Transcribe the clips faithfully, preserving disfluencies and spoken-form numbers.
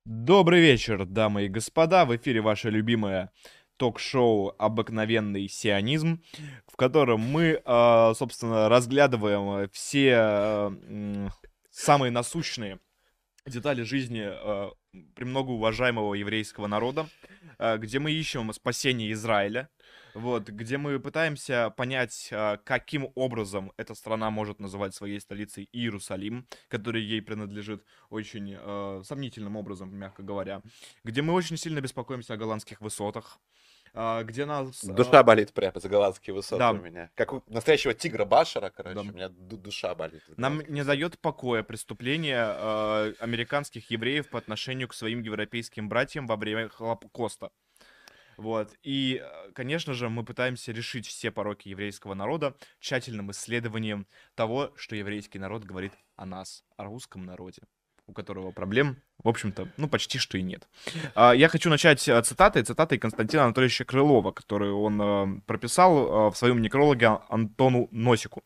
Добрый вечер, дамы и господа. В эфире ваше любимое ток-шоу «Обыкновенный сионизм», в котором мы, а, собственно, разглядываем э, все э, м, самые насущные детали жизни э, премного уважаемого еврейского народа, э, где мы ищем спасение Израиля, вот, где мы пытаемся понять, э, каким образом эта страна может называть своей столицей Иерусалим, который ей принадлежит очень э, сомнительным образом, мягко говоря, где мы очень сильно беспокоимся о голландских высотах, э, где нас... э, Душа болит прямо за голландские высоты у да, меня. Как у настоящего тигра Башара, да. короче, у меня ду- душа болит за Нам голландские не высоты. дает покоя преступление э, американских евреев по отношению к своим европейским братьям во время Холокоста. Вот. И, э, конечно же, мы пытаемся решить все пороки еврейского народа тщательным исследованием того, что еврейский народ говорит о нас, о русском народе, у которого проблем, в общем-то, ну, почти что и нет. А, Я хочу начать э, цитатой, цитатой Константина Анатольевича Крылова, которую он э, прописал э, в своем некрологе Антону Носику.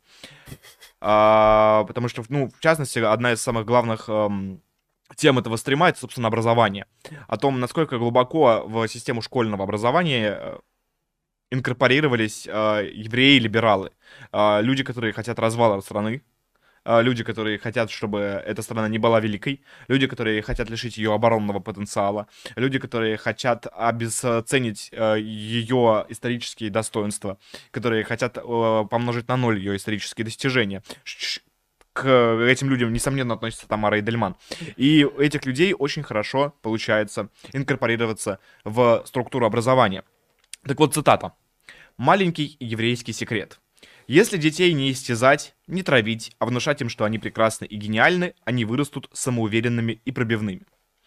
А, потому что, ну, в частности, одна из самых главных эм, тем этого стрима — это, собственно, образование. О том, насколько глубоко в систему школьного образования э, инкорпорировались э, евреи-либералы. Э, люди, которые хотят развала страны, э, люди, которые хотят, чтобы эта страна не была великой, люди, которые хотят лишить ее оборонного потенциала, люди, которые хотят обесценить э, ее исторические достоинства, которые хотят э, помножить на ноль ее исторические достижения. Ш- К этим людям, несомненно, относится Тамара Эдельман. И у этих людей очень хорошо получается инкорпорироваться в структуру образования. Так вот, цитата. Маленький еврейский секрет. Если детей не истязать, не травить, а внушать им, что они прекрасны и гениальны, они вырастут самоуверенными и пробивными.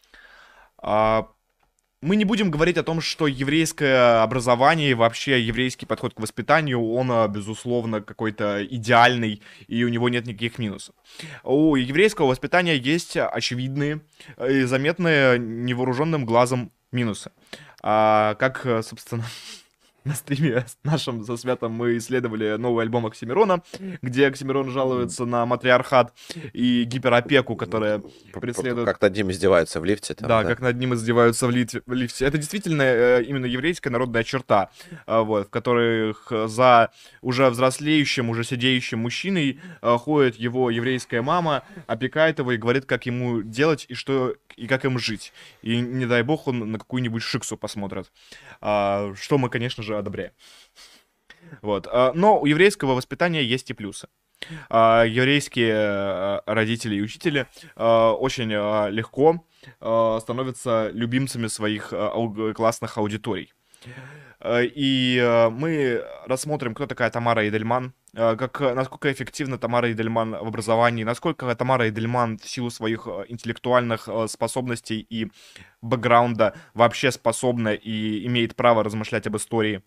А, Мы не будем говорить о том, что еврейское образование и вообще еврейский подход к воспитанию, он, а, безусловно, какой-то идеальный, и у него нет никаких минусов. У еврейского воспитания есть очевидные и заметные невооруженным глазом минусы. А, как, э, собственно, на стриме с нашим со Святом мы исследовали новый альбом Оксимирона, где Оксимирон жалуется на матриархат и гиперопеку, которая П- п- преследует. Как над ним издеваются в лифте там, Да, да? как над ним издеваются в, Литве- в лифте. Это действительно э, именно еврейская народная черта, а, вот, в которых э, за уже взрослеющим, уже сидеющим мужчиной э, ходит его еврейская мама, опекает его и говорит, как ему делать и что и как им жить. И не дай бог он на какую-нибудь шиксу посмотрит, А, что мы, конечно же, одобряем. Вот. а, Но у еврейского воспитания есть и плюсы. А, Еврейские э, родители и учители э, очень э, легко э, становятся любимцами своих э, ау- классных аудиторий. Э, И э, мы рассмотрим, кто такая Тамара Эдельман, э, как, э, насколько эффективна Тамара Эдельман в образовании, насколько Тамара Эдельман в силу своих э, интеллектуальных э, способностей и бэкграунда вообще способна и имеет право размышлять об истории.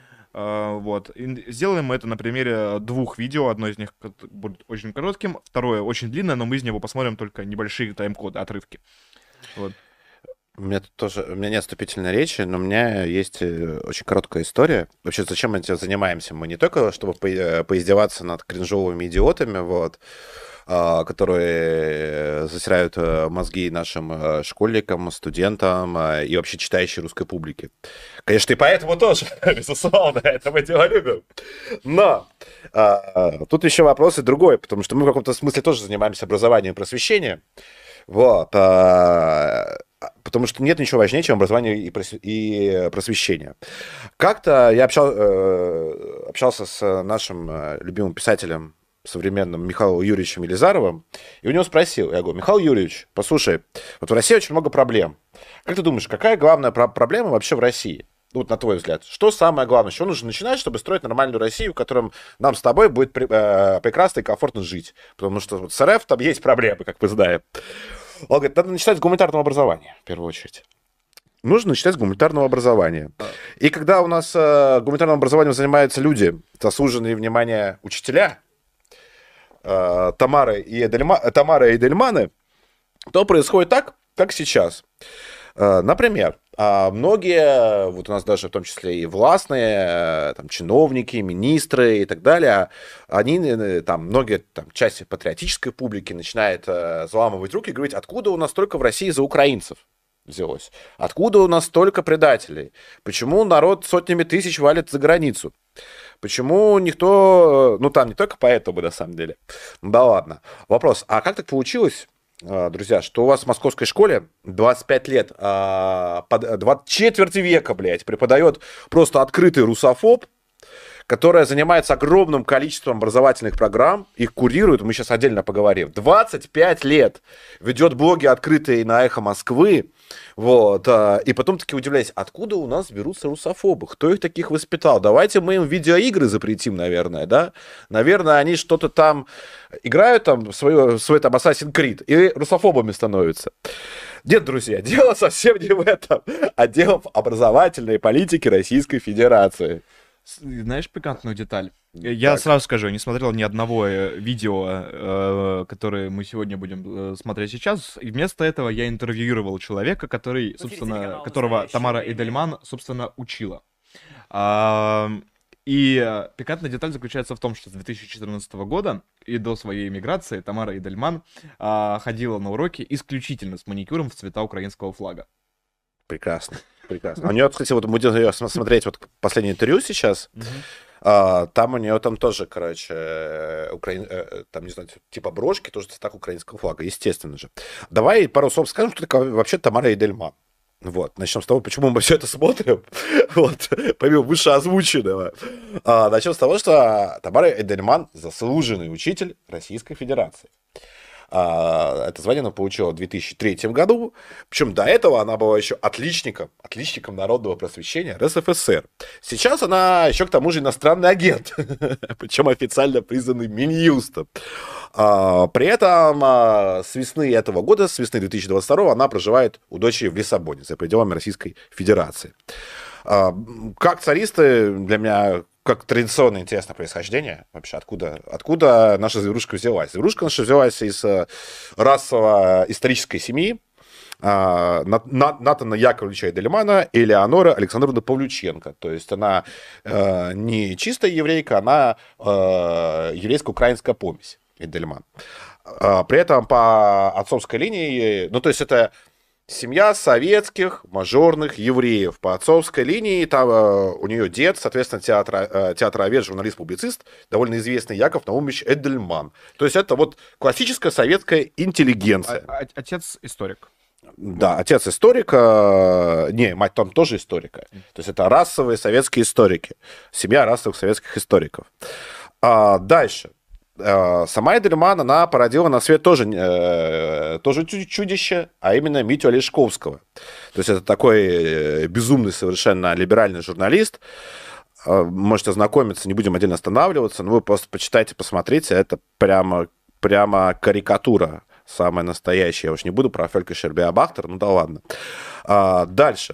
А, Вот. И сделаем мы это на примере двух видео. Одно из них кот- будет очень коротким, второе очень длинное, но мы из него посмотрим только небольшие тайм-коды, отрывки. Вот. У меня тут тоже, у меня нет вступительной речи, но у меня есть э, очень короткая история. Вообще, зачем мы этим занимаемся? Мы не только, чтобы по- э, поиздеваться над кринжовыми идиотами, вот, а, которые засирают э, мозги нашим э, школьникам, студентам э, и вообще читающей русской публике. Конечно, и поэтому тоже, безусловно, это мы дело любим. Но а, тут еще вопрос и другой, потому что мы в каком-то смысле тоже занимаемся образованием и просвещением. Вот. а, Потому что нет ничего важнее, чем образование и, прос- и просвещение. Как-то я общал, э, общался с нашим э, любимым писателем современным Михаилом Юрьевичем Елизаровым, и у него спросил, я говорю, Михаил Юрьевич, послушай, вот в России очень много проблем. Как ты думаешь, какая главная про- проблема вообще в России? Ну, вот на твой взгляд, что самое главное, с чего нужно начинать, чтобы строить нормальную Россию, в которой нам с тобой будет при- э, прекрасно и комфортно жить? Потому что вот с РФ там есть проблемы, как мы знаем. Он говорит, надо начинать с гуманитарного образования, в первую очередь. Нужно начинать с гуманитарного образования. А, И когда у нас э, гуманитарным образованием занимаются люди, заслуженные внимания учителя, э, Тамары и Эдельма, Тамара и Эдельманы, то происходит так, как сейчас. Э, Например, а, многие, вот у нас даже в том числе и властные, э, там, чиновники, министры и так далее, они, э, там, многие, там, части патриотической публики начинает э, заламывать руки и говорить, откуда у нас столько в России за украинцев? взялось? Откуда у нас столько предателей? Почему народ сотнями тысяч валит за границу? Почему никто... Ну, там не только поэтому, на самом деле. Да ладно. Вопрос. А как так получилось, друзья, что у вас в московской школе двадцать пять лет, под двадцать четверть века, блядь, преподает просто открытый русофоб, которая занимается огромным количеством образовательных программ, их курирует, мы сейчас отдельно поговорим, двадцать пять лет ведет блоги открытые на «Эхо Москвы», вот, и потом таки удивляюсь, откуда у нас берутся русофобы, кто их таких воспитал, давайте мы им видеоигры запретим, наверное, да, наверное, они что-то там играют, там, свой, свой там Assassin's Creed, и русофобами становятся. Нет, друзья, дело совсем не в этом, а дело в образовательной политике Российской Федерации. Знаешь пикантную деталь? Я так. сразу скажу, я не смотрел ни одного видео, э, которое мы сегодня будем смотреть сейчас. И вместо этого я интервьюировал человека, который, собственно, которого Тамара Эдельман, собственно, учила. А, и пикантная деталь заключается в том, что с две тысячи четырнадцатого года и до своей эмиграции Тамара Эдельман а, ходила на уроки исключительно с маникюром в цвета украинского флага. Прекрасно. Прекрасно. У нее, кстати, вот мы будем смотреть вот последнее интервью сейчас. Uh-huh. А, там у нее там тоже, короче, украин... там, не знаю, типа брошки, тоже так украинского флага, естественно же. Давай пару слов скажем, что такое вообще Тамара Эдельман. Вот, начнем с того, почему мы все это смотрим, вот, помимо вышеозвученного. А, начнем с того, что Тамара Эдельман заслуженный учитель Российской Федерации. Это звание она получила в две тысячи третьем году. Причем до этого она была еще отличником, отличником народного просвещения эр эс эф эс эр. Сейчас она еще к тому же иностранный агент, причем официально признанный Минюстом. При этом с весны этого года, с весны две тысячи двадцать второго, она проживает у дочери в Лиссабоне, за пределами Российской Федерации. Как царисты, для меня как традиционно интересное происхождение вообще, откуда, откуда наша зверушка взялась. Зверушка наша взялась из расово-исторической семьи э, Натана Яковлевича Эдельмана и Леоноры Александровны Павлюченко. То есть она э, не чистая еврейка, она э, еврейско-украинская помесь Эдельман. Э, при этом по отцовской линии, ну то есть это семья советских мажорных евреев. По отцовской линии там э, у нее дед, соответственно, театро, э, театровед, журналист-публицист, довольно известный Яков Наумович Эдельман. То есть это вот классическая советская интеллигенция. А, отец историк. Да, отец историка, не, мать там тоже историка. То есть это расовые советские историки. Семья расовых советских историков. А дальше. Сама Эдельман, она породила на свет тоже, э, тоже чудище, а именно Митю Олешковского. То есть это такой безумный совершенно либеральный журналист. Можете ознакомиться, не будем отдельно останавливаться, но вы просто почитайте, посмотрите, это прямо, прямо карикатура самая настоящая. Я уж не буду про Фелька Щербия-Бахтер, ну да ладно. А, дальше.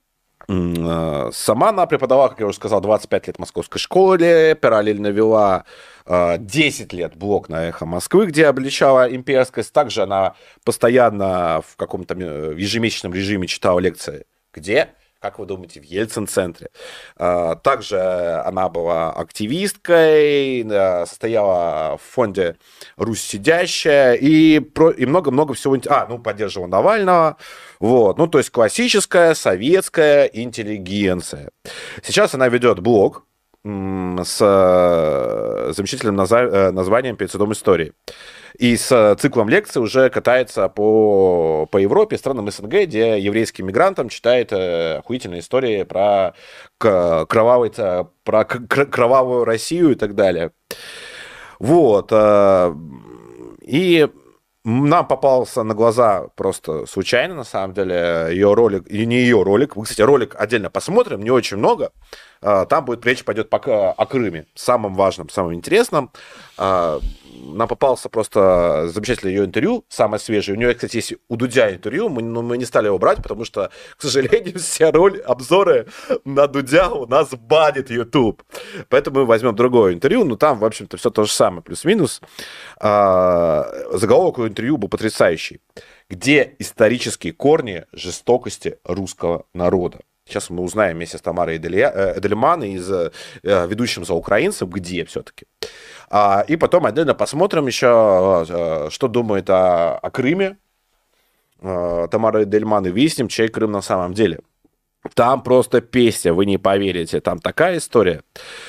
Сама она преподавала, как я уже сказал, двадцать пять лет в московской школе, параллельно вела десять лет блог на «Эхо Москвы», где обличала имперскость. Также она постоянно в каком-то ежемесячном режиме читала лекции. Где? Как вы думаете, в Ельцин-центре. Также она была активисткой, состояла в фонде «Русь сидящая» и много-много всего. А, ну, поддерживала Навального. Вот. Ну, то есть классическая советская интеллигенция. Сейчас она ведет блог с замечательным названием «Перед судом истории». И с циклом лекций уже катается по, по Европе, странам СНГ, где еврейским мигрантам читает охуительные истории про, кровавый, про кровавую Россию и так далее. Вот. И нам попался на глаза просто случайно, на самом деле, ее ролик, и не ее ролик. Вы, кстати, ролик отдельно посмотрим, не очень много. Там будет речь пойдет пока о Крыме, самым важным, самым интересным. Нам попался просто замечательное ее интервью, самое свежее. У нее, кстати, есть у Дудя интервью, мы, но мы не стали его брать, потому что, к сожалению, все роли, обзоры на Дудя у нас банит YouTube. Поэтому мы возьмем другое интервью, но там, в общем-то, все то же самое, плюс-минус. Заголовок у интервью был потрясающий. Где исторические корни жестокости русского народа? Сейчас мы узнаем вместе с Тамарой Эдельман и с ведущим за украинцев, где все-таки. И потом отдельно посмотрим еще, что думает о, о Крыме. э, Тамары Эдельман и выясним, чей Крым на самом деле. Там просто песня, вы не поверите. Там такая история.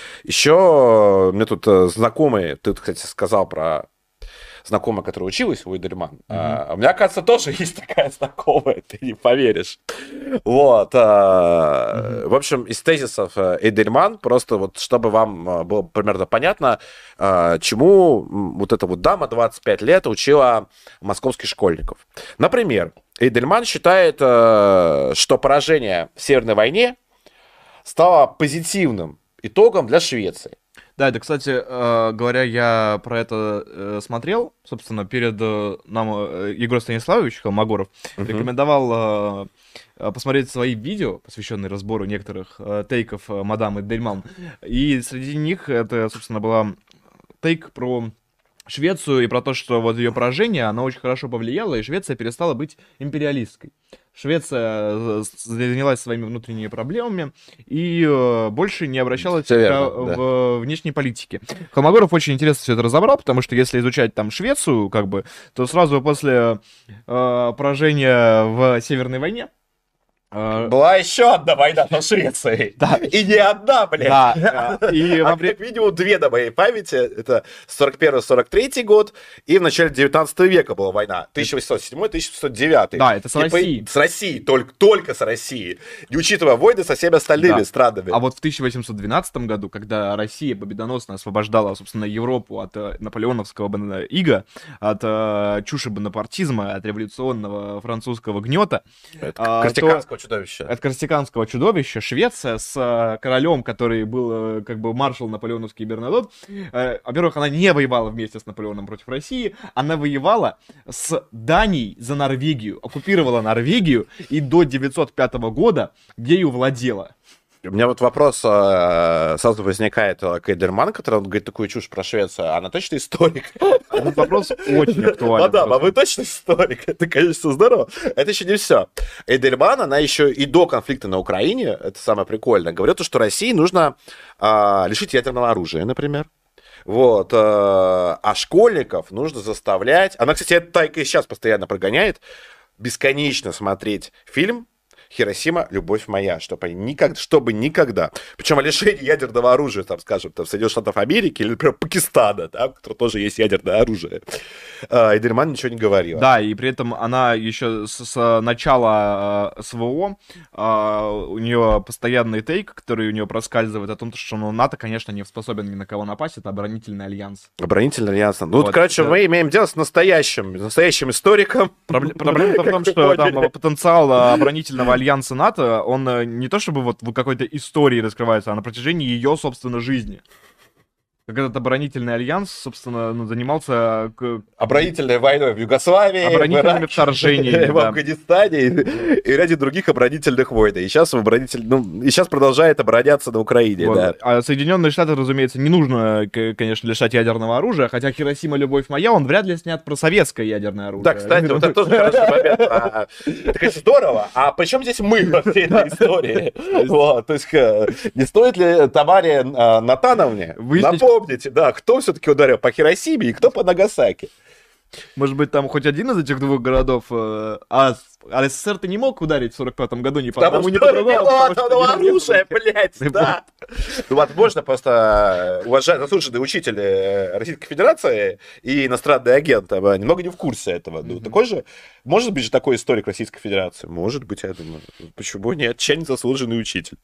Еще мне тут знакомый, ты, кстати, сказал про знакомая, которая училась у Эдельман. Mm-hmm. А, у меня, кажется, тоже есть такая знакомая, ты не поверишь. Вот. А, mm-hmm. В общем, из тезисов Эдельман, просто вот чтобы вам было примерно понятно, а, чему вот эта вот дама двадцать пять лет учила московских школьников. Например, Эдельман считает, что поражение в Северной войне стало позитивным итогом для Швеции. Да, это, кстати, э, говоря, я про это э, смотрел, собственно, перед э, нам э, Егор Станиславович Холмогоров uh-huh. рекомендовал э, посмотреть свои видео, посвященные разбору некоторых э, тейков э, мадам Эдельман. И среди них это, собственно, была тейк про Швецию и про то, что вот ее поражение, оно очень хорошо повлияло, и Швеция перестала быть империалисткой. Швеция занялась своими внутренними проблемами и э, больше не обращалась верно, к да. в внешней политике. Холмогоров очень интересно все это разобрал, потому что если изучать там Швецию, как бы, то сразу после э, поражения в Северной войне была еще одна война на Швеции. Да. И не одна, блядь. Да. И а, во время... как минимум две на моей памяти. Это сорок первый сорок третий год. И в начале девятнадцатого века была война. тысяча восемьсот седьмой тысяча восемьсот девятый. Да, это с и Россией. По... С Россией. Только, только с Россией. Не учитывая войны со всеми остальными да. странами. А вот в тысяча восемьсот двенадцатом году, когда Россия победоносно освобождала, собственно, Европу от э, наполеоновского ига, от э, чуши бонапартизма, от революционного французского гнета. Это э, Корсиканского то... чудовища. От корсиканского чудовища Швеция с э, королем, который был э, как бы маршал наполеоновский Бернадот. Э, во-первых, она не воевала вместе с Наполеоном против России, она воевала с Данией за Норвегию, оккупировала Норвегию и до девятьсот пятого года ею владела. У меня вот вопрос э, сразу возникает к Эдельман, который он говорит такую чушь про Швецию. Она точно историк? Этот вопрос очень актуален. Мадам, а вы точно историк? Это, конечно, здорово. Это еще не все. Эдельман, она еще и до конфликта на Украине, это самое прикольное, говорит, что России нужно э, лишить ядерного оружия, например. Вот. Э, а школьников нужно заставлять... Она, кстати, это так и сейчас постоянно прогоняет. Бесконечно смотреть фильм «Хиросима. Любовь моя», чтобы, они никогда, чтобы никогда. Причем о лишении ядерного оружия, там, скажем, там, в Соединенных Штатах Америки или, например, Пакистана, да, у которого тоже есть ядерное оружие. Эдельман ничего не говорила. Да, и при этом она еще с, с начала э, СВО, э, у нее постоянный тейк, который у нее проскальзывает о том, что ну, НАТО, конечно, не способен ни на кого напасть, это оборонительный альянс. Оборонительный альянс. Ну, вот, вот, короче, да. Мы имеем дело с настоящим, настоящим историком. Проблема в том, что там потенциал оборонительного альянса НАТО, он не то чтобы вот в какой-то истории раскрывается, а на протяжении ее, собственно, жизни. Как этот оборонительный альянс, собственно, ну, занимался... Оборонительной войной в Югославии, оборонительными в Ираке, вторжениями, в Афганистане и, и ряде других оборонительных войн. И сейчас, в оборонитель... ну, и сейчас продолжает обороняться на Украине. Вот. Да. А Соединенные Штаты, разумеется, не нужно, конечно, лишать ядерного оружия, хотя «Хиросима. Любовь моя», он вряд ли снят про советское ядерное оружие. Да, кстати, вот это тоже хороший момент. Это, конечно, здорово. А при чем здесь мы во всей этой истории? То есть, не стоит ли Тамаре Натановне напомнить, помните, да, кто все-таки ударил по Хиросиме и кто по Нагасаки? Может быть, там хоть один из этих двух городов, э, а, а СССР-то не мог ударить в сорок пятом году ни по одному, ни по другому. Потому что оружие, блядь, да. Ну, возможно, просто уважаемый заслуженный учитель Российской Федерации и иностранный агент немного не в курсе этого. Ну, такой же, может быть же такой историк Российской Федерации? Может быть, я думаю. Почему нет? Чей заслуженный учитель?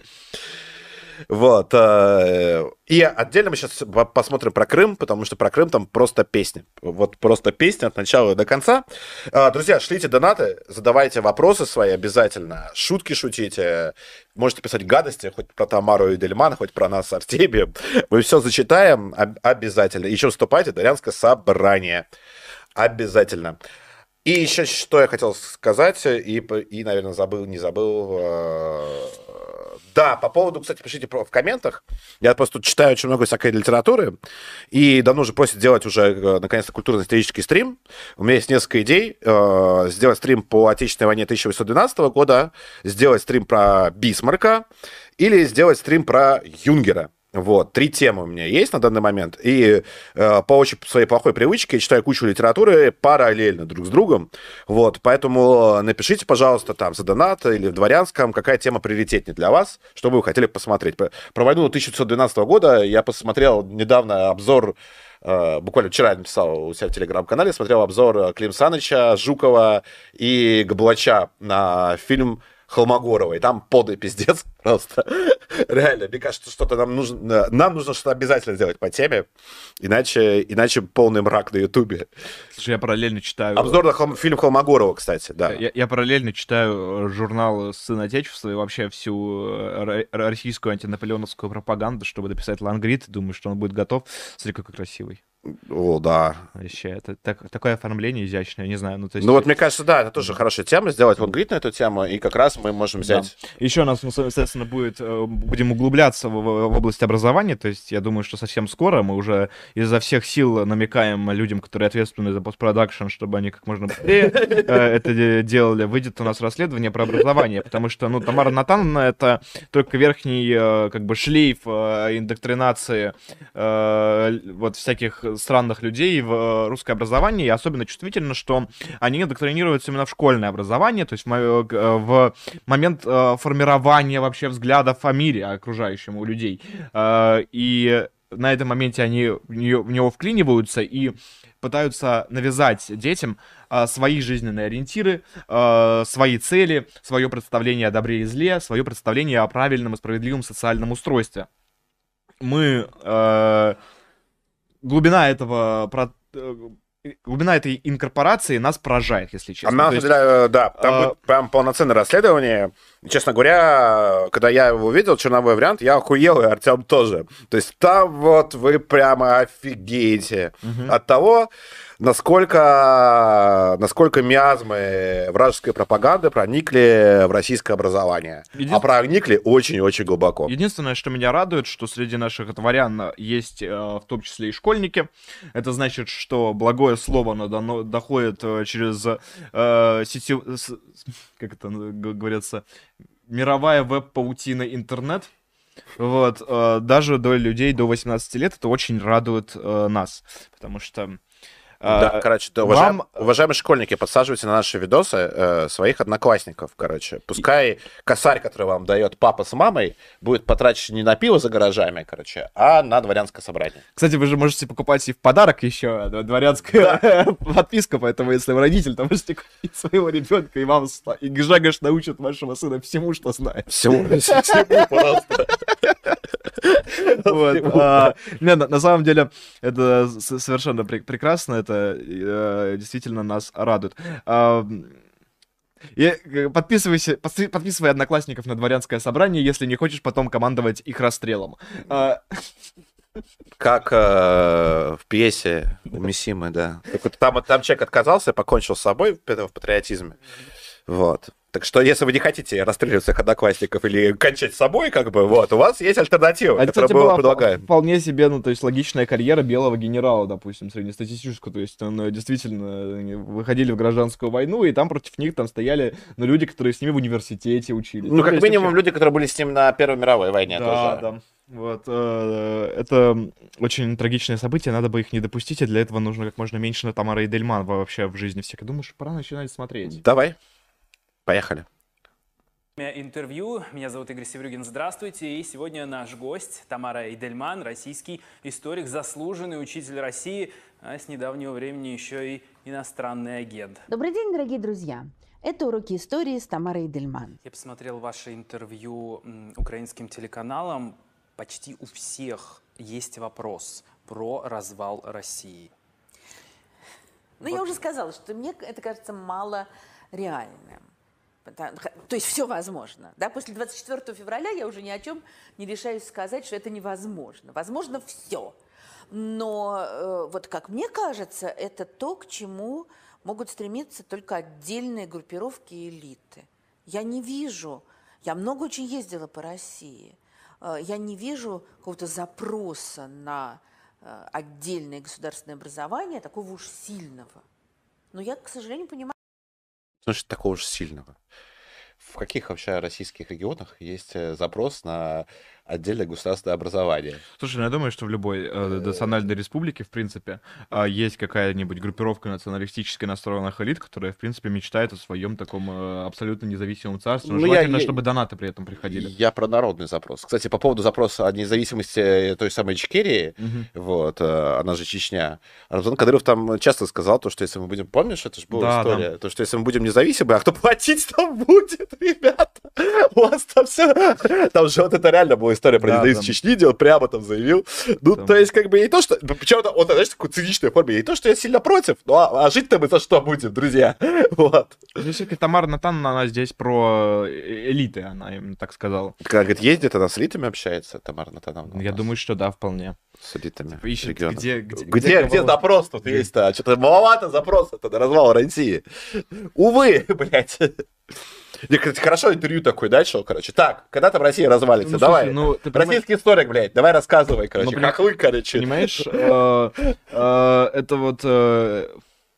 Вот. И отдельно мы сейчас посмотрим про Крым, потому что про Крым там просто песня. Вот просто песня от начала до конца. Друзья, шлите донаты, задавайте вопросы свои обязательно, шутки шутите, можете писать гадости, хоть про Тамару Эдельман, хоть про нас с Артемием. Мы все зачитаем обязательно. Еще вступайте в Дворянское собрание. Обязательно. И еще что я хотел сказать, и, и наверное, забыл, не забыл... Да, по поводу, кстати, пишите в комментах. Я просто читаю очень много всякой литературы. И давно уже просят делать уже, наконец-то, культурно-исторический стрим. У меня есть несколько идей. Сделать стрим по Отечественной войне тысяча восемьсот двенадцатого года. Сделать стрим про Бисмарка. Или сделать стрим про Юнгера. Вот, три темы у меня есть на данный момент, и э, по очень своей плохой привычке я читаю кучу литературы параллельно друг с другом, вот, поэтому напишите, пожалуйста, там, за донат или в дворянском, какая тема приоритетнее для вас, что бы вы хотели посмотреть. Про, про войну тысяча девятьсот двенадцатого года я посмотрел недавно обзор, э, буквально вчера я написал у себя в телеграм-канале, смотрел обзор Клим Саныча, Жукова и Габлача на фильм Холмогорова, и там подлый пиздец просто. Реально, мне кажется, что-то нам нужно, нам нужно что-то обязательно сделать по теме, иначе, иначе полный мрак на Ютубе. Слушай, я параллельно читаю... Обзор на хом... фильм Холмогорова, кстати, да. Я, я параллельно читаю журнал «Сын Отечества» и вообще всю российскую антинаполеоновскую пропаганду, чтобы дописать лангрид. Думаю, что он будет готов. Смотри, какой красивый. О, да. Вообще, это так, такое оформление изящное, не знаю. Ну, то есть... ну вот, мне кажется, да, это тоже хорошая тема, сделать лонгрид на эту тему, и как раз мы можем взять... Да. Еще у нас, ну, соответственно, будет, будем углубляться в, в область образования, то есть я думаю, что совсем скоро мы уже изо всех сил намекаем людям, которые ответственны за постпродакшн, чтобы они как можно быстрее это делали. Выйдет у нас расследование про образование, потому что, ну, Тамара Натановна — это только верхний, как бы, шлейф индоктринации вот всяких странных людей в русское образование, и особенно чувствительно, что они индоктринируются именно в школьное образование, то есть в, в момент формирования вообще взглядов о мире окружающем у людей. И на этом моменте они в, нее, в него вклиниваются и пытаются навязать детям свои жизненные ориентиры, свои цели, свое представление о добре и зле, свое представление о правильном и справедливом социальном устройстве. Мы... Глубина этого, глубина этой инкорпорации нас поражает, если честно. А на самом деле, да, там а... будет прям полноценное расследование. Честно говоря, когда я его увидел, черновой вариант, я охуел, и Артем тоже. То есть там вот вы прямо офигеете угу. от того, насколько, насколько миазмы вражеской пропаганды проникли в российское образование. Един... А проникли очень-очень глубоко. Единственное, что меня радует, что среди наших дворян есть э, в том числе и школьники. Это значит, что благое слово оно доходит через э, сети... как это говорится, мировая веб-паутина интернет. Вот, э, даже до людей до восемнадцати лет это очень радует э, нас, потому что Да, короче, да, уважаем, вам... уважаемые школьники, подсаживайте на наши видосы э, своих одноклассников, короче. Пускай косарь, который вам дает папа с мамой, будет потрачен не на пиво за гаражами, короче, а на дворянское собрание. Кстати, вы же можете покупать и в подарок еще дворянская да. подписка, поэтому если вы родитель, то можете купить своего ребенка, и вам и Гжагаш научит вашего сына всему, что знает. Всему, всему просто. Вот. А, не, на, на самом деле это совершенно пр- прекрасно, это э, действительно нас радует. А, и подписывайся, подписывай одноклассников на дворянское собрание, если не хочешь потом командовать их расстрелом. А... Как э, в пьесе у Мисимы, да. Там, там человек отказался, покончил с собой в, в патриотизме. Вот. Так что, если вы не хотите расстреливать своих одноклассников или кончать с собой, как бы, вот, у вас есть альтернатива, а которую мы была предлагаем. Вполне себе, ну, то есть, логичная карьера белого генерала, допустим, среднестатистическую, то есть, он действительно выходили в гражданскую войну, и там против них там стояли, ну, люди, которые с ними в университете учились. Ну, ну как минимум, вообще... люди, которые были с ним на Первой мировой войне да, тоже. Да, вот, э, это очень трагичное событие, надо бы их не допустить, и для этого нужно как можно меньше на Тамара Эйдельман вообще в жизни всех. Я думаю, что пора начинать смотреть. Давай. Поехали. Интервью. Меня зовут Игорь Севрюгин. Здравствуйте. И сегодня наш гость Тамара Эйдельман, российский историк, заслуженный учитель России, а с недавнего времени еще и иностранный агент. Добрый день, дорогие друзья. Это уроки истории с Тамарой Эйдельман. Я посмотрел ваше интервью украинским телеканалам. Почти у всех есть вопрос про развал России. Ну, вот. Я уже сказала, что мне это кажется мало реальным. То есть все возможно. Да? После двадцать четвёртого февраля я уже ни о чем не решаюсь сказать, что это невозможно. Возможно все. Но э, вот как мне кажется, это то, к чему могут стремиться только отдельные группировки и элиты. Я не вижу, я много очень ездила по России, э, я не вижу какого-то запроса на э, отдельное государственное образование, такого уж сильного. Но я, к сожалению, понимаю. Слушай, такого же сильного. В каких вообще российских регионах есть запрос на отдельное государственное образование. Слушай, ну я думаю, что в любой э, национальной республике, в принципе, э, есть какая-нибудь группировка националистически настроенных элит, которая, в принципе, мечтает о своем таком э, абсолютно независимом царстве. Но Ну, я- желательно, я- чтобы донаты при этом приходили. Я про народный запрос. Кстати, по поводу запроса о независимости той самой Ичкерии, Мгм. вот, э, она же Чечня. Рамзан Кадыров там часто сказал, то, что если мы будем, помнишь, это же была Да, история, то, что если мы будем независимы, а кто платить там будет, ребята? У вас там все... Там же вот это реально была история про Да, независимость там- Чечни, делал, прямо там заявил. Ну, Там- то есть, как бы, не то, что... Причем он, знаешь, в такой циничной форме, не то, что я сильно против, ну, а, а жить-то мы за что будем, друзья? Вот. Ну, все-таки Тамара Натановна, она здесь про э, элиты, она именно так сказала. Когда, говорит, ездит, она с элитами общается, Тамара Натановна. у Я нас. думаю, что да, вполне. С элитами Ищет, региона. где- где- где, где где кого- запрос тут есть-то? Что-то маловато запроса-то на развал России. Увы, блядь. Я, кстати, хорошо интервью такой начал, короче. Так, когда там Россия развалится? Ну, Давай. слушай, ну, ты понимаешь- Российский историк, блядь, давай рассказывай, короче. Ну, поним- Хохлы, короче. Понимаешь, э, э, это вот э,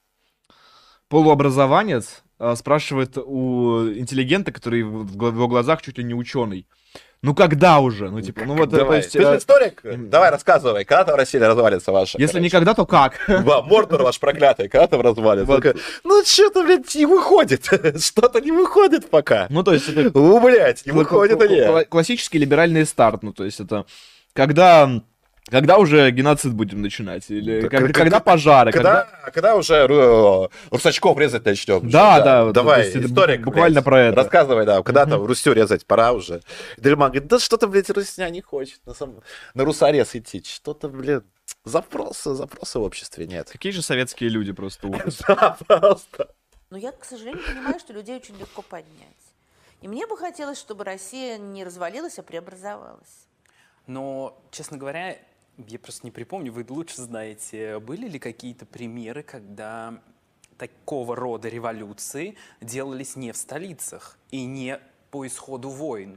полуобразованец э, спрашивает у интеллигента, который в в его глазах чуть ли не ученый. Ну когда уже? Ну типа, ну вот, э, то Давай. есть, Ты же э, историк? Давай, рассказывай, когда там Россия развалится ваша? если короче? никогда, то как? Да, Мордор ваш проклятый, когда там развалится? Вот. Он такой, ну что-то, блядь, не выходит. Что-то не выходит пока. Ну то есть это Ну, блядь, не кла- выходит кла- они. кла- классический либеральный старт. Ну то есть это когда когда уже геноцид будем начинать или Да, как- как- когда как- пожары, Когда, когда уже э, русачков резать начнем? Да, уже, да, вот, Давай, то есть это историк, буквально блядь, про это. Рассказывай, да, когда Мгм. там Русю резать, пора уже. Дельман говорит, да что-то, блядь, Русня не хочет на, сам... на русорез идти. Что-то, блин, запросы, запросы в обществе нет. Какие же советские люди просто ужас. Да, просто. Но я, к сожалению, понимаю, что людей очень легко поднять. И мне бы хотелось, чтобы Россия не развалилась, а преобразовалась. Но, честно говоря, я просто не припомню, вы лучше знаете, были ли какие-то примеры, когда такого рода революции делались не в столицах и не по исходу войн?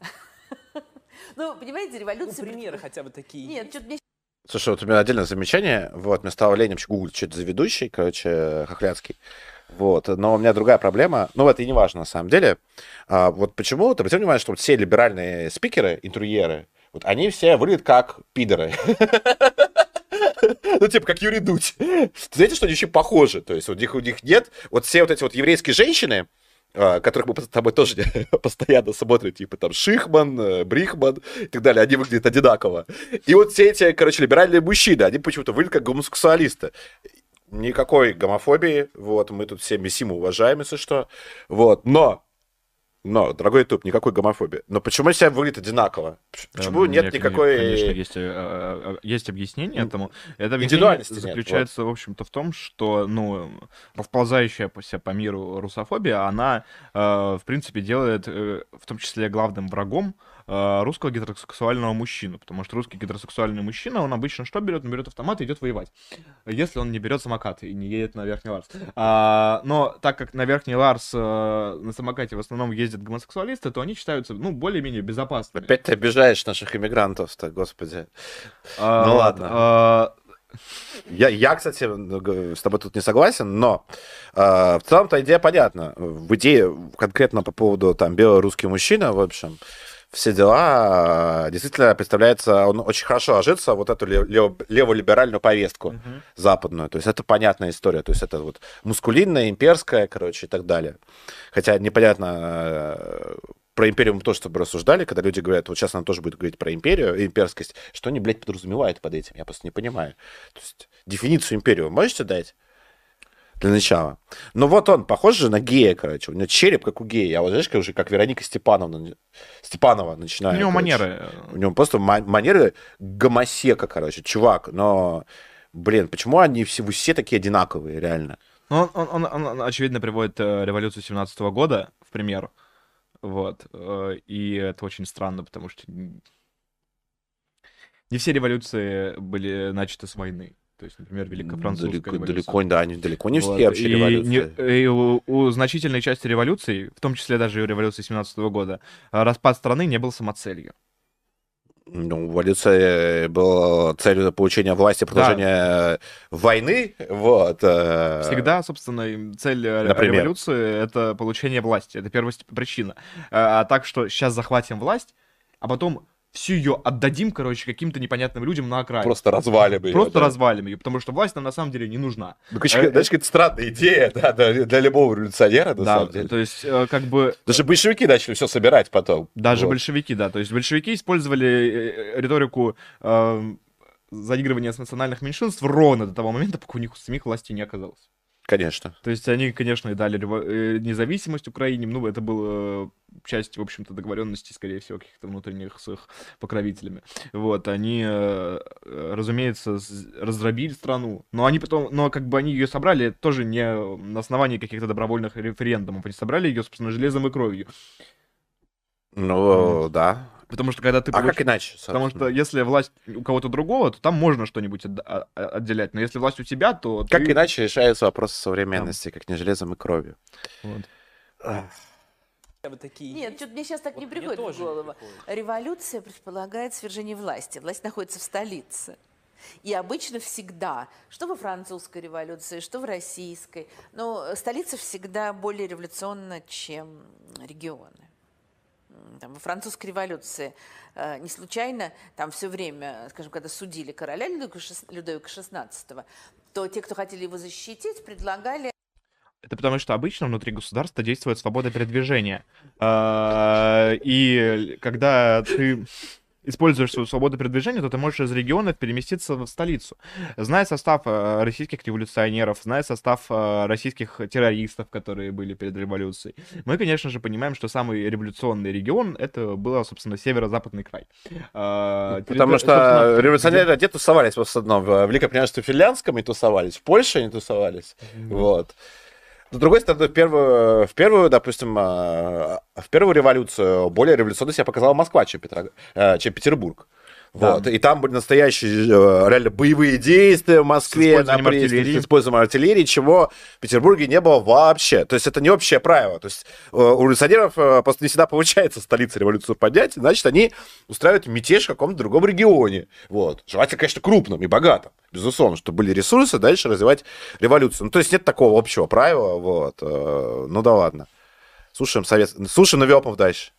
Ну, понимаете, Ну, революция... примеры хотя бы такие. Нет, есть? что-то мне Слушай, вот у меня отдельное замечание. Вот, мне стало лень вообще гуглить, что это за ведущий, короче, Хохлядский. Вот, но у меня другая проблема. Ну, это и не важно, на самом деле. А, вот почему, ты обратил внимание, что вот все либеральные спикеры, интервьюеры, вот они все выглядят как пидоры. Ну, типа, как Юрий Дудь. Знаете, что они еще похожи? То есть, у них, у них нет... Вот все вот эти вот еврейские женщины, а, которых мы с тобой тоже постоянно смотрим, типа там Шихман, э, Брихман и так далее, они выглядят одинаково. И вот все эти, короче, либеральные мужчины, они почему-то выглядят как гомосексуалисты. Никакой гомофобии, вот, мы тут все Мисиму уважаем, если что, вот, но, но, дорогой YouTube, никакой гомофобии. Но почему все выглядят одинаково? Почему Эм, нет нет, никакой... Конечно, есть, э, э, есть объяснение этому. Это объяснение Индивидуальности нет, заключается, в общем-то, в том, что, ну, расползающая по себя по миру русофобия, она, э, в принципе, делает, э, в том числе, главным врагом э, русского гетеросексуального мужчину, потому что русский гетеросексуальный мужчина, он обычно что берет? Он берет автомат и идет воевать, если он не берет самокат и не едет на Верхний Ларс. А, но так как на Верхний Ларс э, на самокате в основном ездят гомосексуалисты, то они считаются, ну, более-менее безопасными. Опять ты обижаешь наших иммигрантов-то, господи. А, Ну вот, ладно. а, Я, я, кстати, г- с тобой тут не согласен, но э, в целом-то идея понятна. В идее конкретно по поводу там белорусский мужчина, в общем, все дела, э, действительно представляется, он очень хорошо ложится в вот эту лев- лев- леволиберальную повестку Мгм. западную. То есть это понятная история. То есть это вот мускулинная, имперская, короче, и так далее. Хотя непонятно, э, про империю мы тоже с тобой рассуждали, когда люди говорят, вот сейчас она тоже будет говорить про империю, имперскость. Что они, блядь, подразумевают под этим? Я просто не понимаю. То есть дефиницию империи вы можете дать? Для начала. Ну вот он, похож же на гея, короче. У него череп, как у гея. А вот знаешь, как уже как Вероника Степановна, Степанова у начинает. него короче. манеры. У него просто ма- манеры гомосека, короче, чувак. Но, блин, почему они все, вы все такие одинаковые, реально? Ну, он, он, он, он, очевидно, приводит э, революцию семнадцатого года в пример. Вот. э, И это очень странно, потому что н- не все революции были начаты с войны. То есть, например, Великая Французская далеко, революция. далеко, да, они далеко не Вот, все вообще и революции. не- и у, у значительной части революций, в том числе даже и у революции семнадцатого года, э, распад страны не был самоцелью. Ну, эволюция была целью получения власти, продолжения войны, вот. э, Всегда, собственно, и цель э, Например? революции — это получение власти. Это первая причина. А а так что сейчас захватим власть, а потом всю ее отдадим, короче, каким-то непонятным людям на окраине. Просто развалим ее. Просто да. развалим ее, потому что власть нам на самом деле не нужна. Ну, конечно, знаешь, это странная идея, да, для, для любого революционера, на Да, самом деле. то есть, э, как бы... Даже большевики начали все собирать потом. Даже Вот. большевики, да. То есть большевики использовали э, риторику э, заигрывания с национальных меньшинств ровно до того момента, пока у них у самих власти не оказалось. Конечно. То есть они, конечно, и дали рево- э, независимость Украине, ну, это была часть, в общем-то, договоренностей, скорее всего, каких-то внутренних с их покровителями. Вот, они, э, э, разумеется, с- раздробили страну, но они потом, но как бы они ее собрали тоже не на основании каких-то добровольных референдумов, они собрали ее, собственно, железом и кровью. Ну, да. Потому что когда ты А получ- как иначе, Потому собственно? что если власть у кого-то другого, то там можно что-нибудь отда- а- а- отделять. Но если власть у тебя, то Как ты... иначе решаются вопросы современности, как не железом и кровью? Вот. Вот такие Нет, есть. что-то мне сейчас так Вот не мне приходит в тоже не голову. приходит. Революция предполагает свержение власти. Власть находится в столице. И обычно всегда, что во французской революции, что в российской, но столица всегда более революционна, чем регионы. М, Там, во французской революции э, не случайно, там все время, скажем, когда судили короля Людовика шес- Людовика шестнадцатого, то те, кто хотели его защитить, предлагали Это потому что обычно внутри государства действует свобода передвижения. А, И когда ты используешь свою свободу передвижения, то ты можешь из регионов переместиться в столицу. Зная состав э, российских революционеров, зная состав э, российских террористов, которые были перед революцией, мы, конечно же, понимаем, что самый революционный регион — это был, собственно, северо-западный край. А, Потому территори- что собственно, революционеры где тусовались в основном? В Великом княжестве Финляндском и тусовались, в Польше они тусовались. Вот. С другой стороны, в первую, в первую, допустим, а, в первую революцию более революционно себя показала Москва, чем, Петро- э, чем Петербург. Да. Вот. И там были настоящие э, реально боевые действия в Москве, С использованием на Пресне, артиллерии. с использованием артиллерии, чего в Петербурге не было вообще. То есть это не общее правило. То есть э, у революционеров э, просто не всегда получается столице революцию поднять, значит, они устраивают мятеж в каком-то другом регионе. Вот. Желательно, конечно, крупном и богатом. Безусловно, чтобы были ресурсы дальше развивать революцию. Ну, то есть нет такого общего правила. Вот. Э, Ну да ладно. Слушаем совет. Слушаем Новиопов дальше.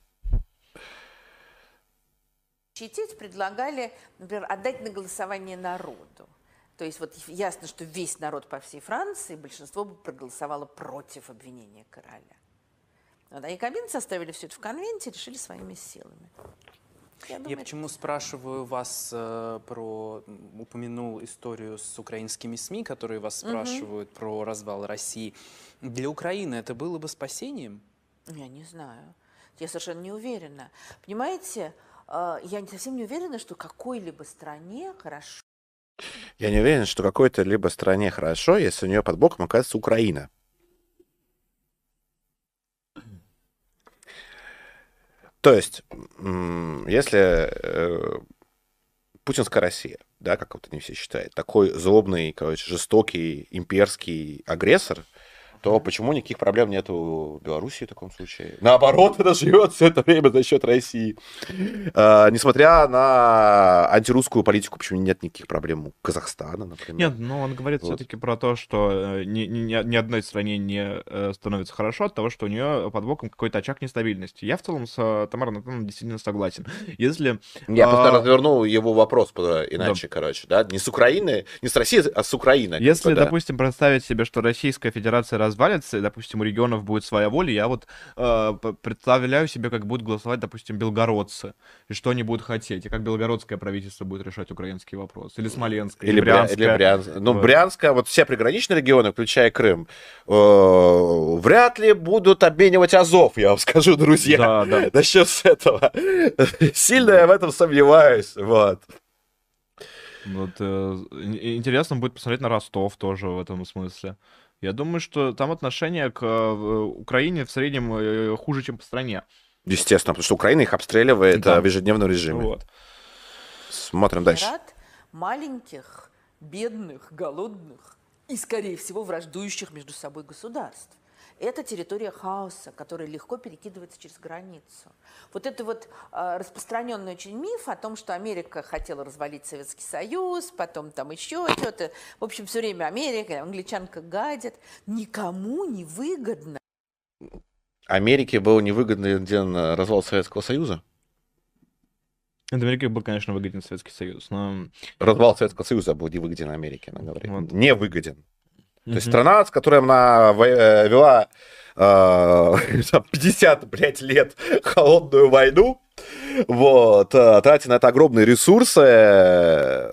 защитить, предлагали, например, отдать на голосование народу. То есть вот ясно, что весь народ по всей Франции, большинство бы проголосовало против обвинения короля. Вот, а якобинцы составили все это в конвенте, решили своими силами. Я Я думаю, почему спрашиваю вас э, про, м, упомянул историю с украинскими СМИ, которые вас спрашивают про развал России. Для Украины это было бы спасением? я не знаю. Я совершенно не уверена. Понимаете, э, я не- совсем не уверена, что какой-либо стране хорошо. Я не уверен, что какой-то либо стране хорошо, если у нее под боком оказывается Украина. То есть, м, если э, путинская Россия, да, как вот они все считают, такой злобный, короче, жестокий, имперский агрессор, то почему никаких проблем нет у Белоруссии в таком случае? Наоборот, она живет все это время за счет России. А, несмотря на антирусскую политику, почему нет никаких проблем у Казахстана, например? Нет, ну он говорит Вот. все-таки про то, что э, ни, ни, ни ни одной стране не э, становится хорошо от того, что у нее под боком какой-то очаг нестабильности. Я в целом с э, Тамарой Анатольевной действительно согласен. Если... Я просто а, развернул его вопрос по- иначе, короче, да? Не с Украины, не с России, а с Украины. Если, как бы, да. допустим, представить себе, что Российская Федерация развалится, и, допустим, у регионов будет своя воля, я вот э, п- представляю себе, как будут голосовать, допустим, белгородцы, и что они будут хотеть, и как белгородское правительство будет решать украинский вопрос, или смоленское, Или, или Бря... брянское. или Брянск. Ну, Вот. Брянска, вот все приграничные регионы, включая Крым, э, вряд ли будут обменивать Азов, я вам скажу, друзья. Да, да. Насчет с этого. Сильно я в этом сомневаюсь. Вот. Вот, э, ин- интересно будет посмотреть на Ростов тоже в этом смысле. Я думаю, что там отношение к э, Украине в среднем э, хуже, чем по стране. Естественно, потому что Украина их обстреливает Да. э, в ежедневном режиме. Вот. Смотрим дальше. Рад маленьких, бедных, голодных и, скорее всего, враждующих между собой государств. Это территория хаоса, которая легко перекидывается через границу. Вот это вот э, распространенный очень миф о том, что Америка хотела развалить Советский Союз, потом там еще что-то. В общем, все время Америка, англичанка гадят. Никому не выгодно. Америке был невыгодный развал Советского Союза? Для Америки был, конечно, выгоден Советский Союз, но... Развал Советского Союза был не выгоден Америке, она говорит. Вот. Не выгоден. То Мгм. есть страна, с которой она во- э, вела э, там пятьдесят, блядь, лет холодную войну, вот, э, тратя на это огромные ресурсы, э,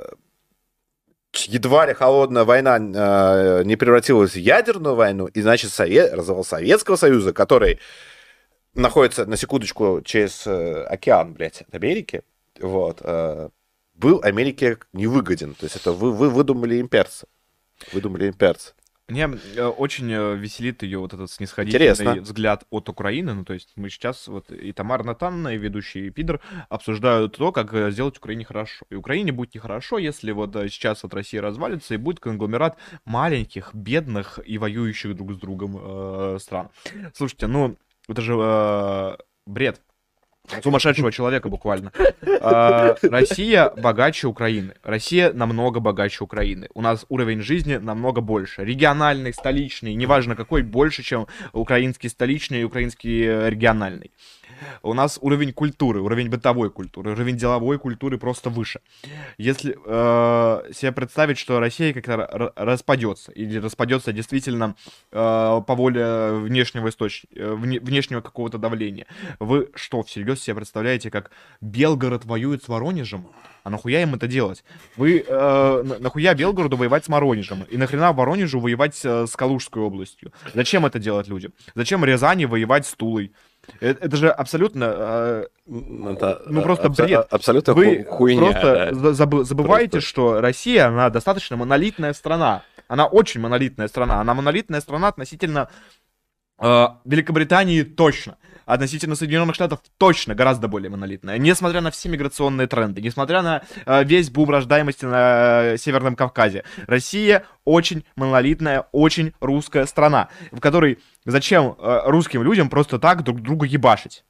едва ли холодная война э, не превратилась в ядерную войну, и, значит, Совет, развал Советского Союза, который находится, на секундочку, через э, океан, блядь, от Америки, вот, э, был Америке невыгоден. То есть это вы, вы выдумали имперцы. Выдумали имперцы. Мне э, очень э, веселит ее вот этот снисходительный Интересно. взгляд от Украины. Ну, то есть мы сейчас, вот и Тамара Натановна, и ведущий Пидор обсуждают то, как э, сделать Украине хорошо. И Украине будет нехорошо, если вот э, сейчас вот Россия развалится, и будет конгломерат маленьких, бедных и воюющих друг с другом э, стран. Слушайте, ну, это же э, бред. Сумасшедшего человека буквально. А, Россия богаче Украины. Россия намного богаче Украины. У нас уровень жизни намного больше. Региональный, столичный, неважно какой, больше, чем украинский столичный и украинский э, региональный. У нас уровень культуры, уровень бытовой культуры, уровень деловой культуры просто выше. Если э, себе представить, что Россия как-то р- распадется, или распадется действительно э, по воле внешнего источника, внешнего какого-то давления, вы что, всерьез себе представляете, как Белгород воюет с Воронежем? А нахуя им это делать? Вы э, на- нахуя Белгороду воевать с Воронежем? И нахрена Воронежу воевать э, с Калужской областью? Зачем это делать людям? Зачем Рязани воевать с Тулой? Это, это же абсолютно, э, Это, ну просто абсо- бред. Абсолютно Вы ху- хуйня. просто да. за- забы- забываете, Просто. что Россия, она достаточно монолитная страна. Она очень монолитная страна. Она монолитная страна относительно э, Великобритании точно. Относительно Соединенных Штатов точно гораздо более монолитная. Несмотря на все миграционные тренды, несмотря на э, весь бум рождаемости на э, Северном Кавказе. Россия очень монолитная, очень русская страна, в которой зачем э, русским людям просто так друг друга ебашить?